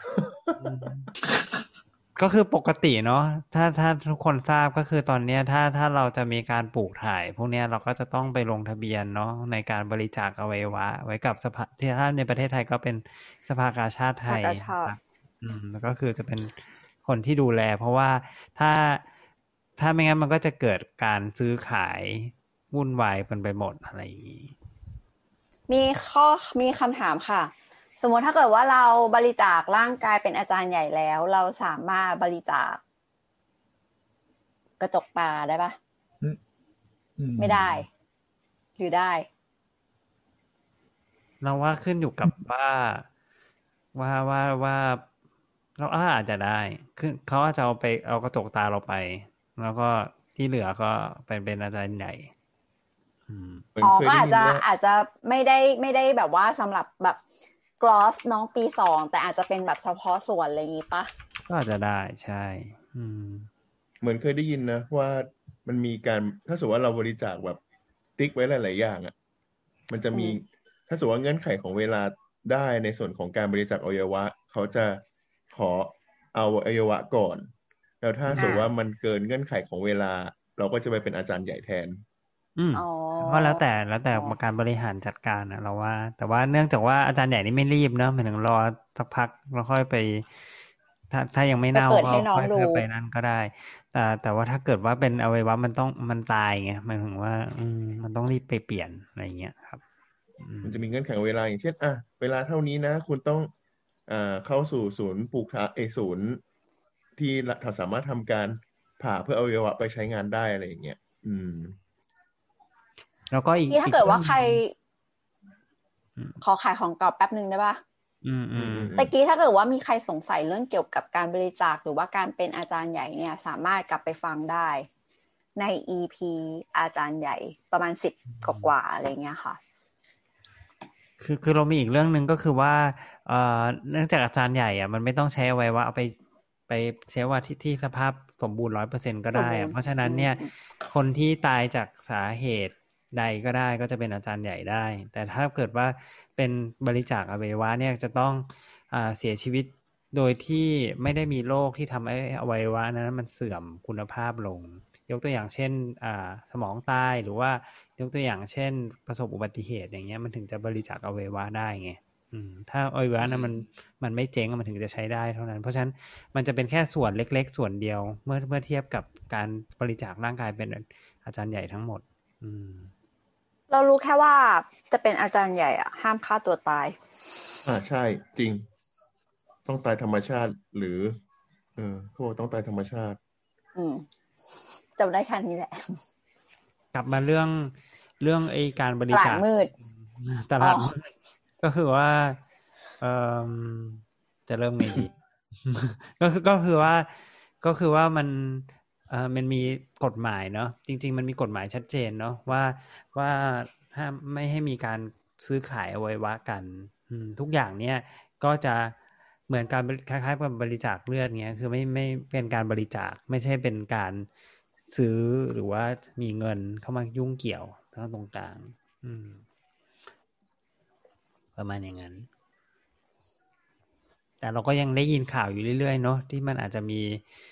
B: ก็คือปกติเนาะถ้าถ้าทุกคนทราบก็คือตอนนี้ถ้าถ้าเราจะมีการปลูกถ่ายพวกนี้เราก็จะต้องไปลงทะเบียนเนาะในการบริจาคอวัยวะไว้กับสภาที่ถ้าในประเทศไทยก็เป็นสภากาชาดไทยอืมแล้วก็คือจะเป็นคนที่ดูแลเพราะว่าถ้าถ้าไม่งั้นมันก็จะเกิดการซื้อขายวุ่นวายกันไปหมดอะไรอย่างนี้
C: มีข้อมีคำถามค่ะสมมติถ้าเกิดว่าเราบริจาคร่างกายเป็นอาจารย์ใหญ่แล้วเราสามารถบริจาคกระจกตาได้ปะไม่ได้หรือได้
B: เราว่าขึ้นอยู่กับว่าว่าว่าว่าเราอาจจะได้คือเขาอาจจะเอาไปเอากระจกตาเราไปแล้วก็ที่เหลือก็เป็นเป็นอาจารย์ใหญ่
C: อ๋อก็อาจจะอาจจะไม่ได้ไม่ได้แบบว่าสำหรับแบบกลอสน้องปีสองแต่อาจจะเป็นแบบเฉพาะส่วนอะไรอย่างงี้ปะ
B: ก็อาจจะได้ใช่อืม
D: เหมือนเคยได้ยินนะว่ามันมีการถ้าสมมติว่าเราบริจาคแบบติ๊กไว้หลายๆอย่างอ่ะมันจะมีถ้าสมมติว่าเงื่อนไขของเวลาได้ในส่วนของการบริจาคอวัยวะเขาจะขอเอาอวัยวะก่อนแล้วถ้าสมมติว่ามันเกินเงื่อนไขของเวลาเราก็จะไปเป็นอาจารย์ใหญ่แทน
B: อืมก็แล้วแต่แล้วแต่การบริหารจัดการนะเราว่าแต่ว่าเนื่องจากว่าอาจารย์ใหญ่นี่ไม่รีบเนอะหมายถึงรอสักพักแล้วค่อยไปถ้าถ้ายังไม่เน่าก็ค่อยไปนั่นก็ได้แต่แต่ว่าถ้าเกิดว่าเป็นอวัยวะมันต้องมันตายไงหมายถึงว่าอืมมันต้องรีบไปเปลี่ยนอะไรเงี้ยครับ
D: มันจะมีเงื่อนไขเวลาอย่างเช่นอ่ะเวลาเท่านี้นะคุณต้องอ่าเข้าสู่ศูนย์ปลูกถ่ายเอศูนย์ที่เราสามารถทำการผ่าเพื่ออวัยวะไปใช้งานได้อะไรอย่างเงี้ยอืม
B: แล้วก็อีก
C: ถ้าเกิดว่าใครขอขายของเก่าแป๊บนึงได้ป่ะ
B: อืมอืม
C: ตะกี้ถ้าเกิดว่ามีใครสงสัยเรื่องเกี่ยวกับการบริจาคหรือว่าการเป็นอาจารย์ใหญ่เนี่ยสามารถกลับไปฟังได้ใน อี พี อาจารย์ใหญ่ประมาณสิบกว่าๆอะไรเงี้ยค่ะ
B: คือคือเรามีอีกเรื่องนึงก็คือว่าเอ่อเนื่องจากอาจารย์ใหญ่อ่ะมันไม่ต้องใช้อวัยวะเอาไปไปใช้ว่าที่ที่สภาพสมบูรณ์ ร้อยเปอร์เซ็นต์ ก็ได้อ่ะเพราะฉะนั้นเนี่ยคนที่ตายจากสาเหตุใดก็ได้ก็จะเป็นอาจารย์ใหญ่ได้แต่ถ้าเกิดว่าเป็นบริจาคอวัยวะเนี่ยจะต้องอ่าเสียชีวิตโดยที่ไม่ได้มีโรคที่ทำให้อวัยวะนั้นมันเสื่อมคุณภาพลงยกตัวอย่างเช่นอ่าสมองตายหรือว่ายกตัวอย่างเช่นประสบอุบัติเหตุอย่างเงี้ยมันถึงจะบริจาคอวัยวะได้ไงอืมถ้าอวัยวะนั้นมันมันไม่เจ๊งมันถึงจะใช้ได้เท่านั้นเพราะฉะนั้นมันจะเป็นแค่ส่วนเล็กๆส่วนเดียวเมื่อเมื่อเทียบกับการบริจาคร่างกายเป็นอาจารย์ใหญ่ทั้งหมดอืม
C: เรารู้แค่ว่าจะเป็นอาจารย์ใหญ่อ่ะห้ามฆ่าตัวตาย
D: อ่าใช่จริงต้องตายธรรมชาติหรือเออเขาบอกต้องตายธรรมชาติ
C: อืมจำได้แค่นี้แหละ
B: กลับมาเรื่องเรื่องไอ้การบริจาค
C: ตลาดมืด
B: ตลาดมืดก็คือว่าเอ่อจะเริ่มไงดี ก็คือก็คือว่าก็คือว่ามันเอ่อมันมีกฎหมายเนาะจริงๆมันมีกฎหมายชัดเจนเนาะว่าว่าห้ามไม่ให้มีการซื้อขายอวัยวะกันทุกอย่างเนี่ยก็จะเหมือนการคล้ายๆกับบริจาคเลือดเงี้ยคือไม่ไม่เป็นการบริจาคไม่ใช่เป็นการซื้อหรือว่ามีเงินเข้ามายุ่งเกี่ยวทั้งตรงกลางอืมประมาณอย่างนั้นแต่เราก็ยังได้ยินข่าวอยู่เรื่อยๆเนาะที่มันอาจจะมี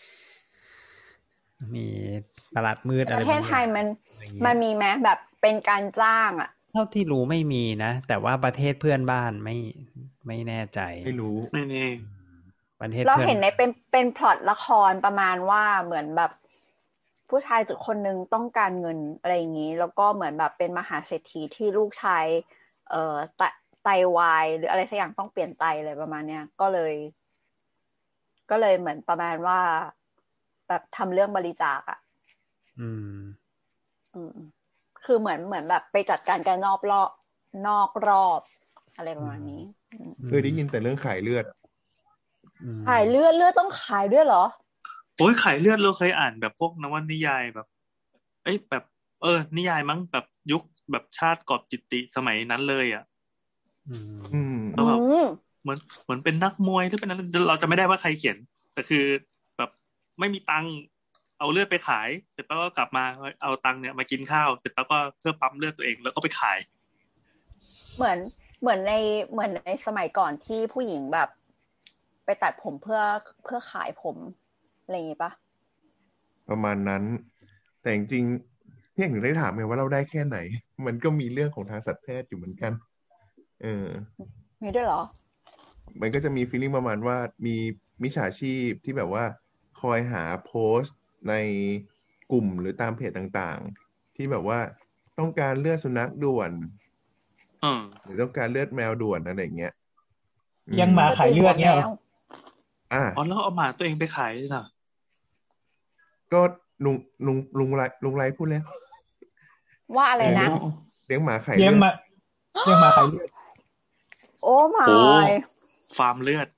B: มีตลาดมืดอะไร
C: ประเทศไทยมันมันมีไหมแบบเป็นการจ้างอ่ะ
B: เท่าที่รู้ไม่มีนะแต่ว่าประเทศเพื่อนบ้านไม่ไม่แน่ใจ
D: ไม่รู้
E: ไม่แน่
B: ประเทศ
C: เราเห็นในเป็นเป็นพล็อตละครประมาณว่าเหมือนแบบผู้ชายจุดคนนึงต้องการเงินอะไรอย่างนี้แล้วก็เหมือนแบบเป็นมหาเศรษฐีที่ลูกชายเอ่อไตวายหรืออะไรสักอย่างต้องเปลี่ยนไตอะไรประมาณเนี้ยก็เลยก็เลยเหมือนประมาณว่าแบบทำเรื่องบริจาคอ่ะ
B: อืม
C: อืมคือเหมือนเหมือนแบบไปจัดการกันนอกรอบนอกรอบอะไรประมาณนี้
D: เคยได้ยินแต่เรื่องขายเลือด
C: ขายเลือดเลือดต้องขายด้วยเหรอ
E: โอ้ยขายเลือดเราเคยอ่านแบบพวกนวนิยายแบบเอ้ยแบบเออนิยายมั้งแบบยุคแบบชาติกอบจิตติสมัยนั้นเลยอ่ะ
B: อืม
E: แล้วแบบเหมือนเหมือนเป็นนักมวยที่เป็นนั้นเราจะไม่ได้ว่าใครเขียนแต่คือแบบไม่มีตังค์เอาเลือดไปขายเสร็จแล้วก็กลับมาเอาตังค์เนี่ยมากินข้าวเสร็จแล้วก็เพื่อปั๊มเลือดตัวเองแล้วก็ไปขาย
C: เหมือนเหมือนในเหมือนในสมัยก่อนที่ผู้หญิงแบบไปตัดผมเพื่อเพื่อขายผมอะไรอย่างงี้ปะ
D: ประมาณนั้นแต่จริงๆที่อย่างได้ถามไงว่าเราได้แค่ไหนมันก็มีเรื่องของทางสัตวแพทย์อยู่เหมือนกันเออ
C: มีด้วยเหรอ
D: มันก็จะมีฟีลลิ่งประมาณว่ามีมิจฉาชีพที่แบบว่าคอยหาโพสต์ในกลุ่มหรือตามเพจต่างๆที่แบบว่าต้องการเลือดสุนัขด่วนหรือต้องการเลือดแมวด่วนอะไรอย่างเงี้ย
F: ยังหมาขายเลือดเงี้ย
D: อ่า
E: อ๋อแล้วเอาหมาตัวเองไปขายเหรอ
D: ก็ลุงลุงลุงไรลุงไรพูดแล้ว
C: ว่าอะไรนะ
D: เลี้ยงหมาขาย
F: เลี้ยงหมาเลี้ยงหมาขายเลือด
C: โอ้มา
E: ฟาร์มเลือด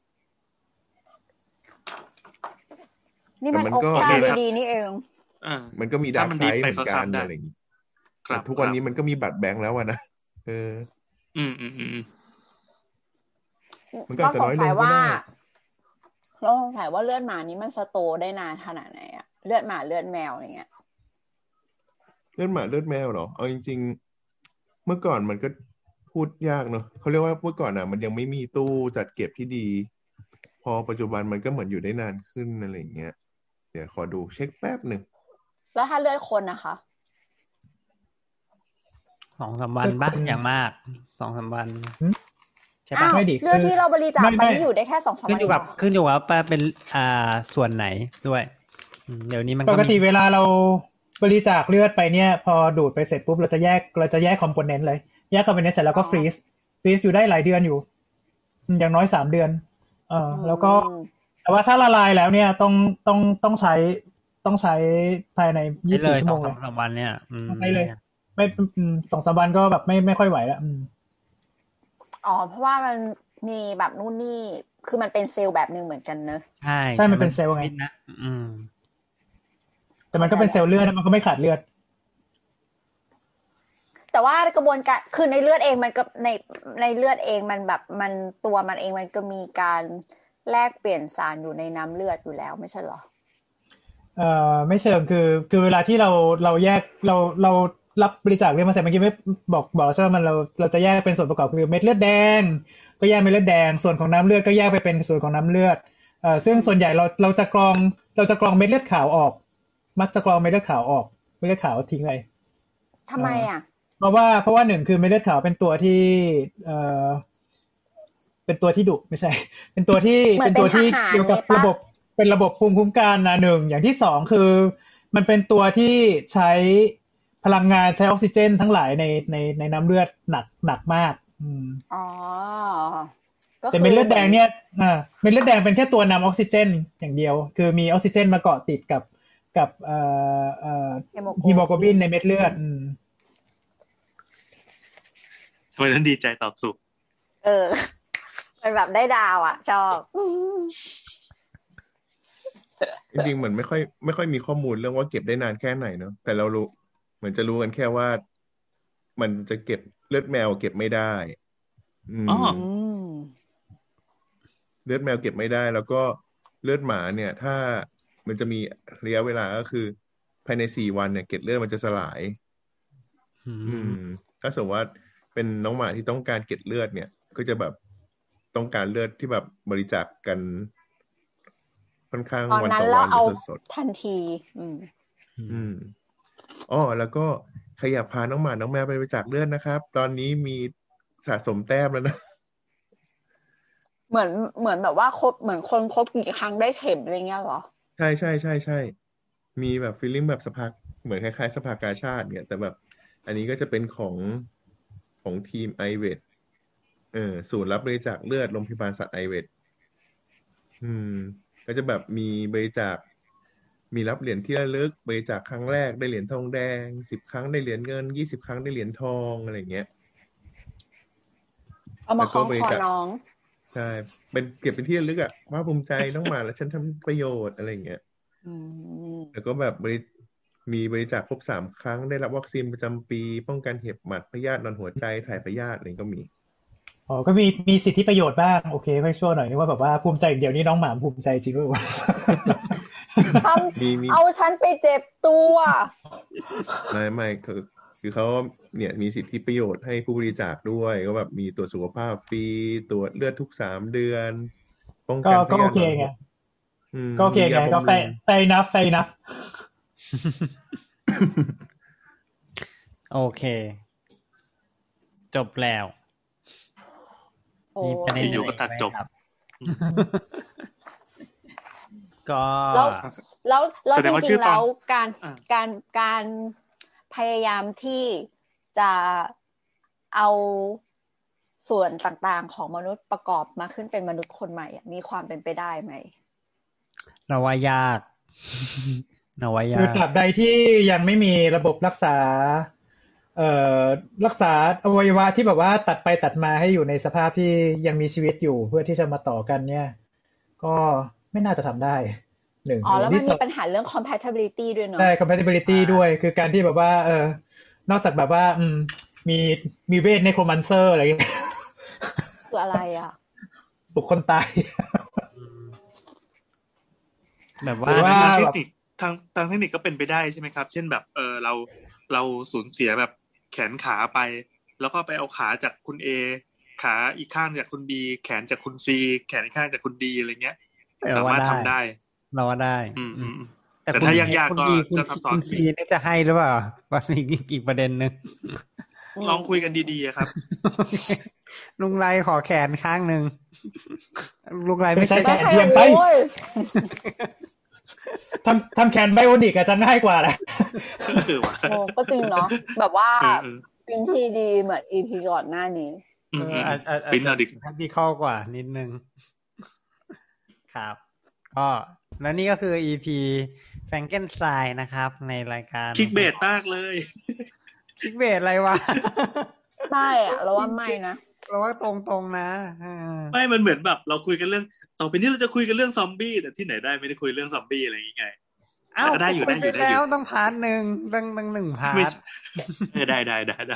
C: นี่มันโอกาสดีๆนี่เอง
D: มันก็มีดาร์กไซด์เหมือนกันอะไรอย่างงี้ทุกวันนี้มันก็มีบัตรแบงค์แล้วอะนะเออ
E: อืมอืมอืม
D: มันก็จะน้อยลงก็ได้
C: เราสงสัยว่าเลือดหมานี้มันสโตร์ได้นานขนาดไหนอะเลือดหมาเลือดแมวอย่างเงี้ย
D: เลือดหมาเลือดแมวเหรอเอาจริงๆเมื่อก่อนมันก็พูดยากเนอะเขาเรียกว่าเมื่อก่อนอ่ะมันยังไม่มีตู้จัดเก็บที่ดีพอปัจจุบันมันก็เหมือนอยู่ได้นานขึ้นอะไรอย่างเงี้ยเดี๋ยวขอดูเช็คแป๊บหนึ่ง
C: แล้วถ้าเลือดคนนะคะ
B: สองสามวันบ้างอย่างมากสองสามวัน
C: ใช่ปะไม่ดีเลือดที่เราบริจาคไปนี่อยู่ได้แค่สองสามวัน
B: ขึ้นอยู่กับขึ้นอยู่กับเป็นอ่าส่วนไหนด้วยเดี๋ยวนี้มัน
F: ปกติเวลาเราบริจาคเลือดไปเนี่ยพอดูดไปเสร็จปุ๊บเราจะแยกเราจะแยกคอมโพเนนต์เลยแยกคอมโพเนนต์เสร็จแล้วก็ฟรีซฟรีซอยู่ได้หลายเดือนอยู่อย่างน้อยสามเดือนเออแล้วก็แต่ว่าถ้าละลายแล้วเนี่ยต้องต้องต้องใช้ต้องใช้ภายในยี่สิบสี่ชั่วโมงเลย
B: สองสามวันเนี่ย
F: ใช่เลยไม่สองสามวันก็แบบไม่ไม่ค่อยไหวแล้ว
C: อ๋อเพราะว่ามันมีแบบนู่นนี่คือมันเป็นเซลล์แบบนึงเหมือนกันเนอะ
B: ใช่
F: ใช่มันเป็นเซลล์ไง
B: นะอืม
F: แต่มันก็เป็นเซลล์เลือดมันก็ไม่ขาดเลือด
C: แต่ว่ากระบวนการคือในเลือดเองมันก็ในในเลือดเองมันแบบมันตัวมันเองมันก็มีการแลกเปลี่ยนสารอยู่ในน้ำเลือดอยู่แล้วไม่ใช่เหรอ
F: เอ่อไม่เชิงคือคือเวลาที่เราเราแยกเราเรารับบริจาคเลือดมาเสร็จเมื่อกี้ไม่บอกบอกใช่ไหมมันเราเราจะแยกเป็นส่วนประกอบคือเม็ดเลือดแดงก็แยกเม็ดเลือดแดงส่วนของน้ำเลือดก็แยกไปเป็นส่วนของน้ำเลือดเอ่อซึ่งส่วนใหญ่เราเราจะกรองเราจะกรองเม็ดเลือดขาวออกมักจะกรองเม็ดเลือดขาวออกเม็ดเลือดขาวทิ้งเลย
C: ทำไมอ่ะ
F: เพราะว่าเพราะว่าหนึ่งคือเม็ดเลือดขาวเป็นตัวที่เอ่อเป็นตัวที่ดุไม่ใช่เป็นตัวที่เป็นตัวที่เกี่ยวกับระบบเป็นระบบภูมิคุ้มกันนะหนึ่งอย่างที่สองคือมันเป็นตัวที่ใช้พลังงานใช้ออกซิเจนทั้งหลายในในในน้ำเลือดหนักหนักมากอืม
C: อ๋อ
F: แต่เม็ดเลือดแดงเนี่ยอ่าเม็ดเลือดแดงเป็นแค่ตัวนำออกซิเจนอย่างเดียวคือมีออกซิเจนมาเกาะติดกับกับเอ่อเอ่อฮีโมโกลบินในเม็ดเลือดอืม
E: ทำไมต้องดีใจตอบถูก
C: เออเป็นแบบได้ดาวอ่ะชอบ
D: จริงๆเหมือนไม่ค่อยไม่ค่อยมีข้อมูลเรื่องว่าเก็บได้นานแค่ไหนเนอะแต่เรารู้เหมือนจะรู้กันแค่ว่ามันจะเก็บเลือดแมวเก็บไม่ได้
E: อ๋อ
D: เลือดแมวเก็บไม่ได้แล้วก็เลือดหมาเนี่ยถ้ามันจะมีระยะเวลาก็คือภายในสี่วันเนี่ยเกล็ดเลือดมันจะสลายอืมถ้าสมมติว่าเป็นน้องหมาที่ต้องการเกล็ดเลือดเนี่ยก็จะแบบต้องการเลือดที่แบบบริจาคกันค่อนข้างวันต่อวันสด
C: ทันทีอืม
D: อืมอ๋อแล้วก็ใครอยากพาน้องหมาน้องแมวไปบริจาคเลือดนะครับตอนนี้มีสะสมแต้มแล้วนะ
C: เหมือนเหมือนแบบว่าครบเหมือนคนครบกี่ครั้งได้เข็มอะไรเงี้ยเหรอ
D: ใช่ใช่ใช่ใช่มีแบบฟีลลิ่งแบบสภาเหมือนคล้ายๆสภากาชาดเนี่ยแต่แบบอันนี้ก็จะเป็นของของทีมไอเวทเออศูนย์รับบริจาคเลือดโรงพยาบาลสัตว์ไอเวทอืมก็จะแบบมีบริจาคมีรับเหรียญที่ระลึกบริจาคครั้งแรกได้เหรียญทองแดงสิบครั้งได้เหรียญเงินยี่สิบครั้งได้เหรียญทองอะไรเงี้ย
C: เอามาคล้องคอน้อง
D: ใช่เป็นเก็บเป็นที่ระลึกอ่ะว่าภูมิใจน้องหมาแล้วฉันทำประโยชน์อะไรเงี้ยแล้วก็แบบบริมีบริจาคครบสามครั้งได้รับวัคซีนประจำปีป้องกันเห็บหมัดพยาธินอนหัวใจถ่ายพยาธิอะไรก็มี
F: อ๋อก็มีมีสิทธิประโยชน์บ้างโอเคไม่ชั่วหน่อยนึกว่าแบบว่าภูมิใจเดี๋ยวนี้น้องหมาภูมิใจจริงหรือเปล่า
C: ทำเอาฉันไปเจ็บตัว
D: ไม่ไม่คือคือเขาเนี่ยมีสิทธิประโยชน์ให้ผู้บริจาคด้วยก็แบบมีตรวจสุขภาพฟรีตรวจเลือดทุกสามเดือน
F: ป้องกันก็โอเคไงก็โอเคไงก็แฟร์แฟร์นับแฟร์นับ
B: โอเคจบแล้ว
E: มีประเด็นอยู่ก็ตัดจบ
B: ก็
C: แล้วแล้วแล้วจริงๆแล้วการการการพยายามที่จะเอาส่วนต่างๆของมนุษย์ประกอบมาขึ้นเป็นมนุษย์คนใหม่มีความเป็นไปได้ไหม
B: เราว่ายากเราว่ายาก
F: คือตราบใดที่ยังไม่มีระบบรักษาเอ่อรักษาอวัยวะที่แบบว่าตัดไปตัดมาให้อยู่ในสภาพที่ยังมีชีวิตอยู่เพื่อที่จะมาต่อกันเนี่ยก็ไม่น่าจะทำได้หนึ่ง
C: อ๋อแล้วมันมีปัญหาเรื่อง compatibility ด้วยเนาะ
F: ใช่ compatibility ด้วยคือการที่แบบว่าเออนอกจากแบบว่าอืมมีมีเวทเนโครมันเซอร์อะไรอย่างเงี้ย
C: คืออะไรอ่ะ
F: บุคคลตาย
E: แบบว่าทางเทคนิคทางทางเทคนิคก็เป็นไปได้ใช่ไหมครับเช่นแบบเออเราเราสูญเสียแบบแขนขาไปแล้วก็ไปเอาขาจากคุณ A ขาอีกข้างจากคุณ B แขนจากคุณ C แขนอีกข้างจากคุณ D อะไรเงี้ยสามารถทำได้
B: เราว่าได้
E: แต่ถ้ายากๆก็จะซับซ้อน
B: C นี่จะให้หรือเปล่าว่าอีกอีกประเด็นนึง
E: ลองคุยกันดีๆครับ
B: ลุงไรขอแขนข้างนึงลุงไรไม่ใช่
F: แขนเทียมไปทำทำแขนไบโอนิกอาจจะง่ายกว่าแหละ
C: โอ้ก็จริงเนาะแบบว่าเป็นที่ดีเหมือน อี พี ก่อนหน้านี้
B: เอออาจอาจจะที่เข้ากว่านิดนึงครับก็แล้วนี่ก็คือ อี พี แฟรงเกนสไตน์นะครับในรายการ
E: คลิกเบสมากเลย
B: คลิกเบสอะไรวะ
C: ไม่อะเราว่าไม่นะ
B: เราว่าตรงๆนะ
E: ไม่มันเหมือนแบบเราคุยกันเรื่องต่อไปนี้เราจะคุยกันเรื่องซอมบี้แต่ที่ไหนได้ไม่ได้คุยเรื่องซอมบี้อะไรอย่างเงี้ย
B: อ้าวได้อยู่ได้อยู่ได้อยู่ต้องพาร์ทนึงตั้งตั้งหนึ่งพาร์ท
E: ได้ได้ได้ได้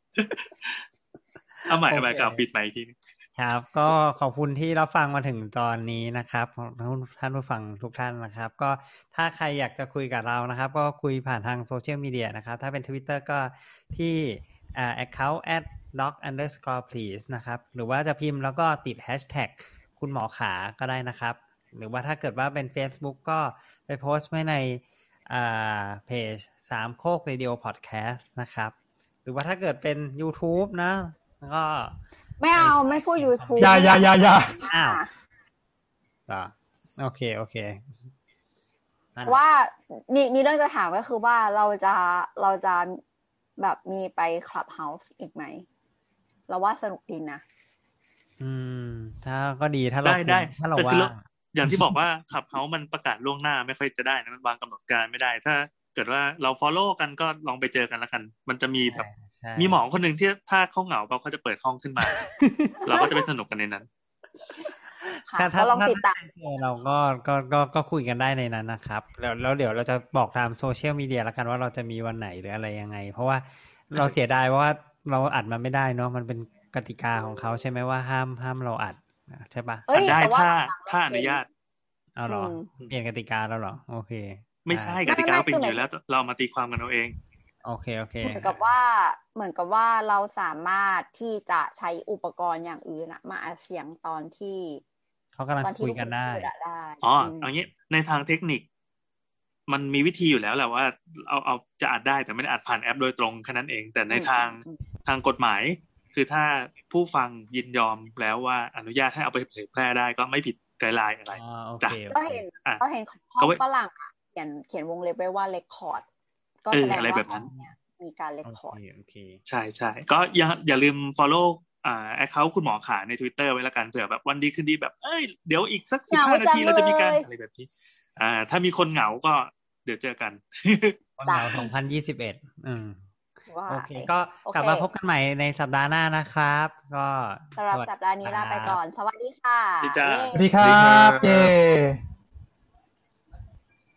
E: เอาใหม่เอาใหม่กล่าวปิดใหม่อีกที
B: ครับก็ขอบคุณที่รับฟังมาถึงตอนนี้นะครับท่านผู้ฟังทุกท่านนะครับ ก็ถ้าใครอยากจะคุยกับเรานะครับก็คุยผ่านทางโซเชียลมีเดียนะครับถ้าเป็น Twitter ก็ที่อ่า account at doc underscore please นะครับหรือว่าจะพิมพ์แล้วก็ติด hashtag คุณหมอขาก็ได้นะครับหรือว่าถ้าเกิดว่าเป็น Facebook ก็ไปโพสต์ไว้ในอ่าเพจสามโคกเรดิโอพอดแคสต์นะครับหรือว่าถ้าเกิดเป็น YouTube นะก็
C: ไม่เอาไม่พูด YouTube
F: อย่าอย่าอย่าอย่า
B: อ้าวต่อโอเคโอเค
C: ว่ามีมีเรื่องจะถามก็คือว่าเราจะเราจะแบบมีไป Clubhouse อีกไหมเราว่าสนุกดีนะ
B: อืมถ้าก็ดีถ้าเรา
E: ได้
B: ถ้าเราว่าง
E: อย่างที่บอกว่า Clubhouse มันประกาศล่วงหน้าไม่ค่อยจะได้นะมันวางกำหนดการไม่ได้ถ้าเกิดว่าเรา follow กันก็ลองไปเจอกันละกันมันจะมีแบบมีหมอคนหนึ่งที่ถ้าเขาเหงาเขาจะเปิดห้องขึ้นมา เราก็จะไปสนุกกันในนั้น
B: ถ้าถ้าลองติดตามเราก็ก็ก็ก็คุยกันได้ในนั้นนะครับแล้วแล้วเดี๋ยวเราจะบอกตามโซเชียลมีเดียละกันว่าเราจะมีวันไหนหรืออะไรยังไงเพราะว่าเราเสียดายว่าเราอัดมันไม่ได้เนาะมันเป็นกติกาของเขาใช่ไหมว่าห้ามห้ามเราอัดใช่ปะ
E: อัดได้ถ้าถ้าอนุญาต
B: เอาหรอเปลี่ยนกติกาแล้วหรอโอเค
E: ไม่ใช่กติกาเป็นอยู่แล้วเรามาตีความกันเอาเอง
B: โอเคโอเค
C: เหมือนกับว่าเหมือนกับว่าเราสามารถที่จะใช้อุปกรณ์อย่างอื่นอะมาอัดเสียงตอนที่
B: เขากำลังคุยกันได้
E: อ๋อเอางี้ในทางเทคนิคมันมีวิธีอยู่แล้วแหละว่าเอาเอาจะอัดได้แต่ไม่ได้อัดผ่านแอปโดยตรงแค่นั้นเองแต่ในทางทางกฎหมายคือถ้าผู้ฟังยินยอมแล้วว่าอนุญาตให้เอาไปเผยแพร่ได้ก็ไม่ผิดไกด์ไลน์อะไร
B: จ้ะ
C: ก็เห็นก็เห็นของฝรั่งเขียนเขียนวงเล็บไว้ว่า record
E: ก็แสดงว่าแบบนั้น
C: มีการเรคคอร์ด
E: ใช่ๆก็อย่าอย่าลืม follow อ่า account คุณหมอขาใน Twitter ไว้ละกันเผื่อแบบวันดีคืนดีแบบเอ้ยเดี๋ยวอีกสักสิบห้านาทีเราจะมีการอะไรแบบนี้อ่าถ้ามีคนเหงาก็เดี๋ยวเจอกัน
B: คนเหงาสองพันยี่สิบเอ็ดอืมโอเคก็กลับมาพบกันใหม่ในสัปดาห์หน้านะครับก็
C: สำหรับสัปดาห์นี้ลาไปก่อนสวัสดีค่ะ
F: สวัสดีครับเย้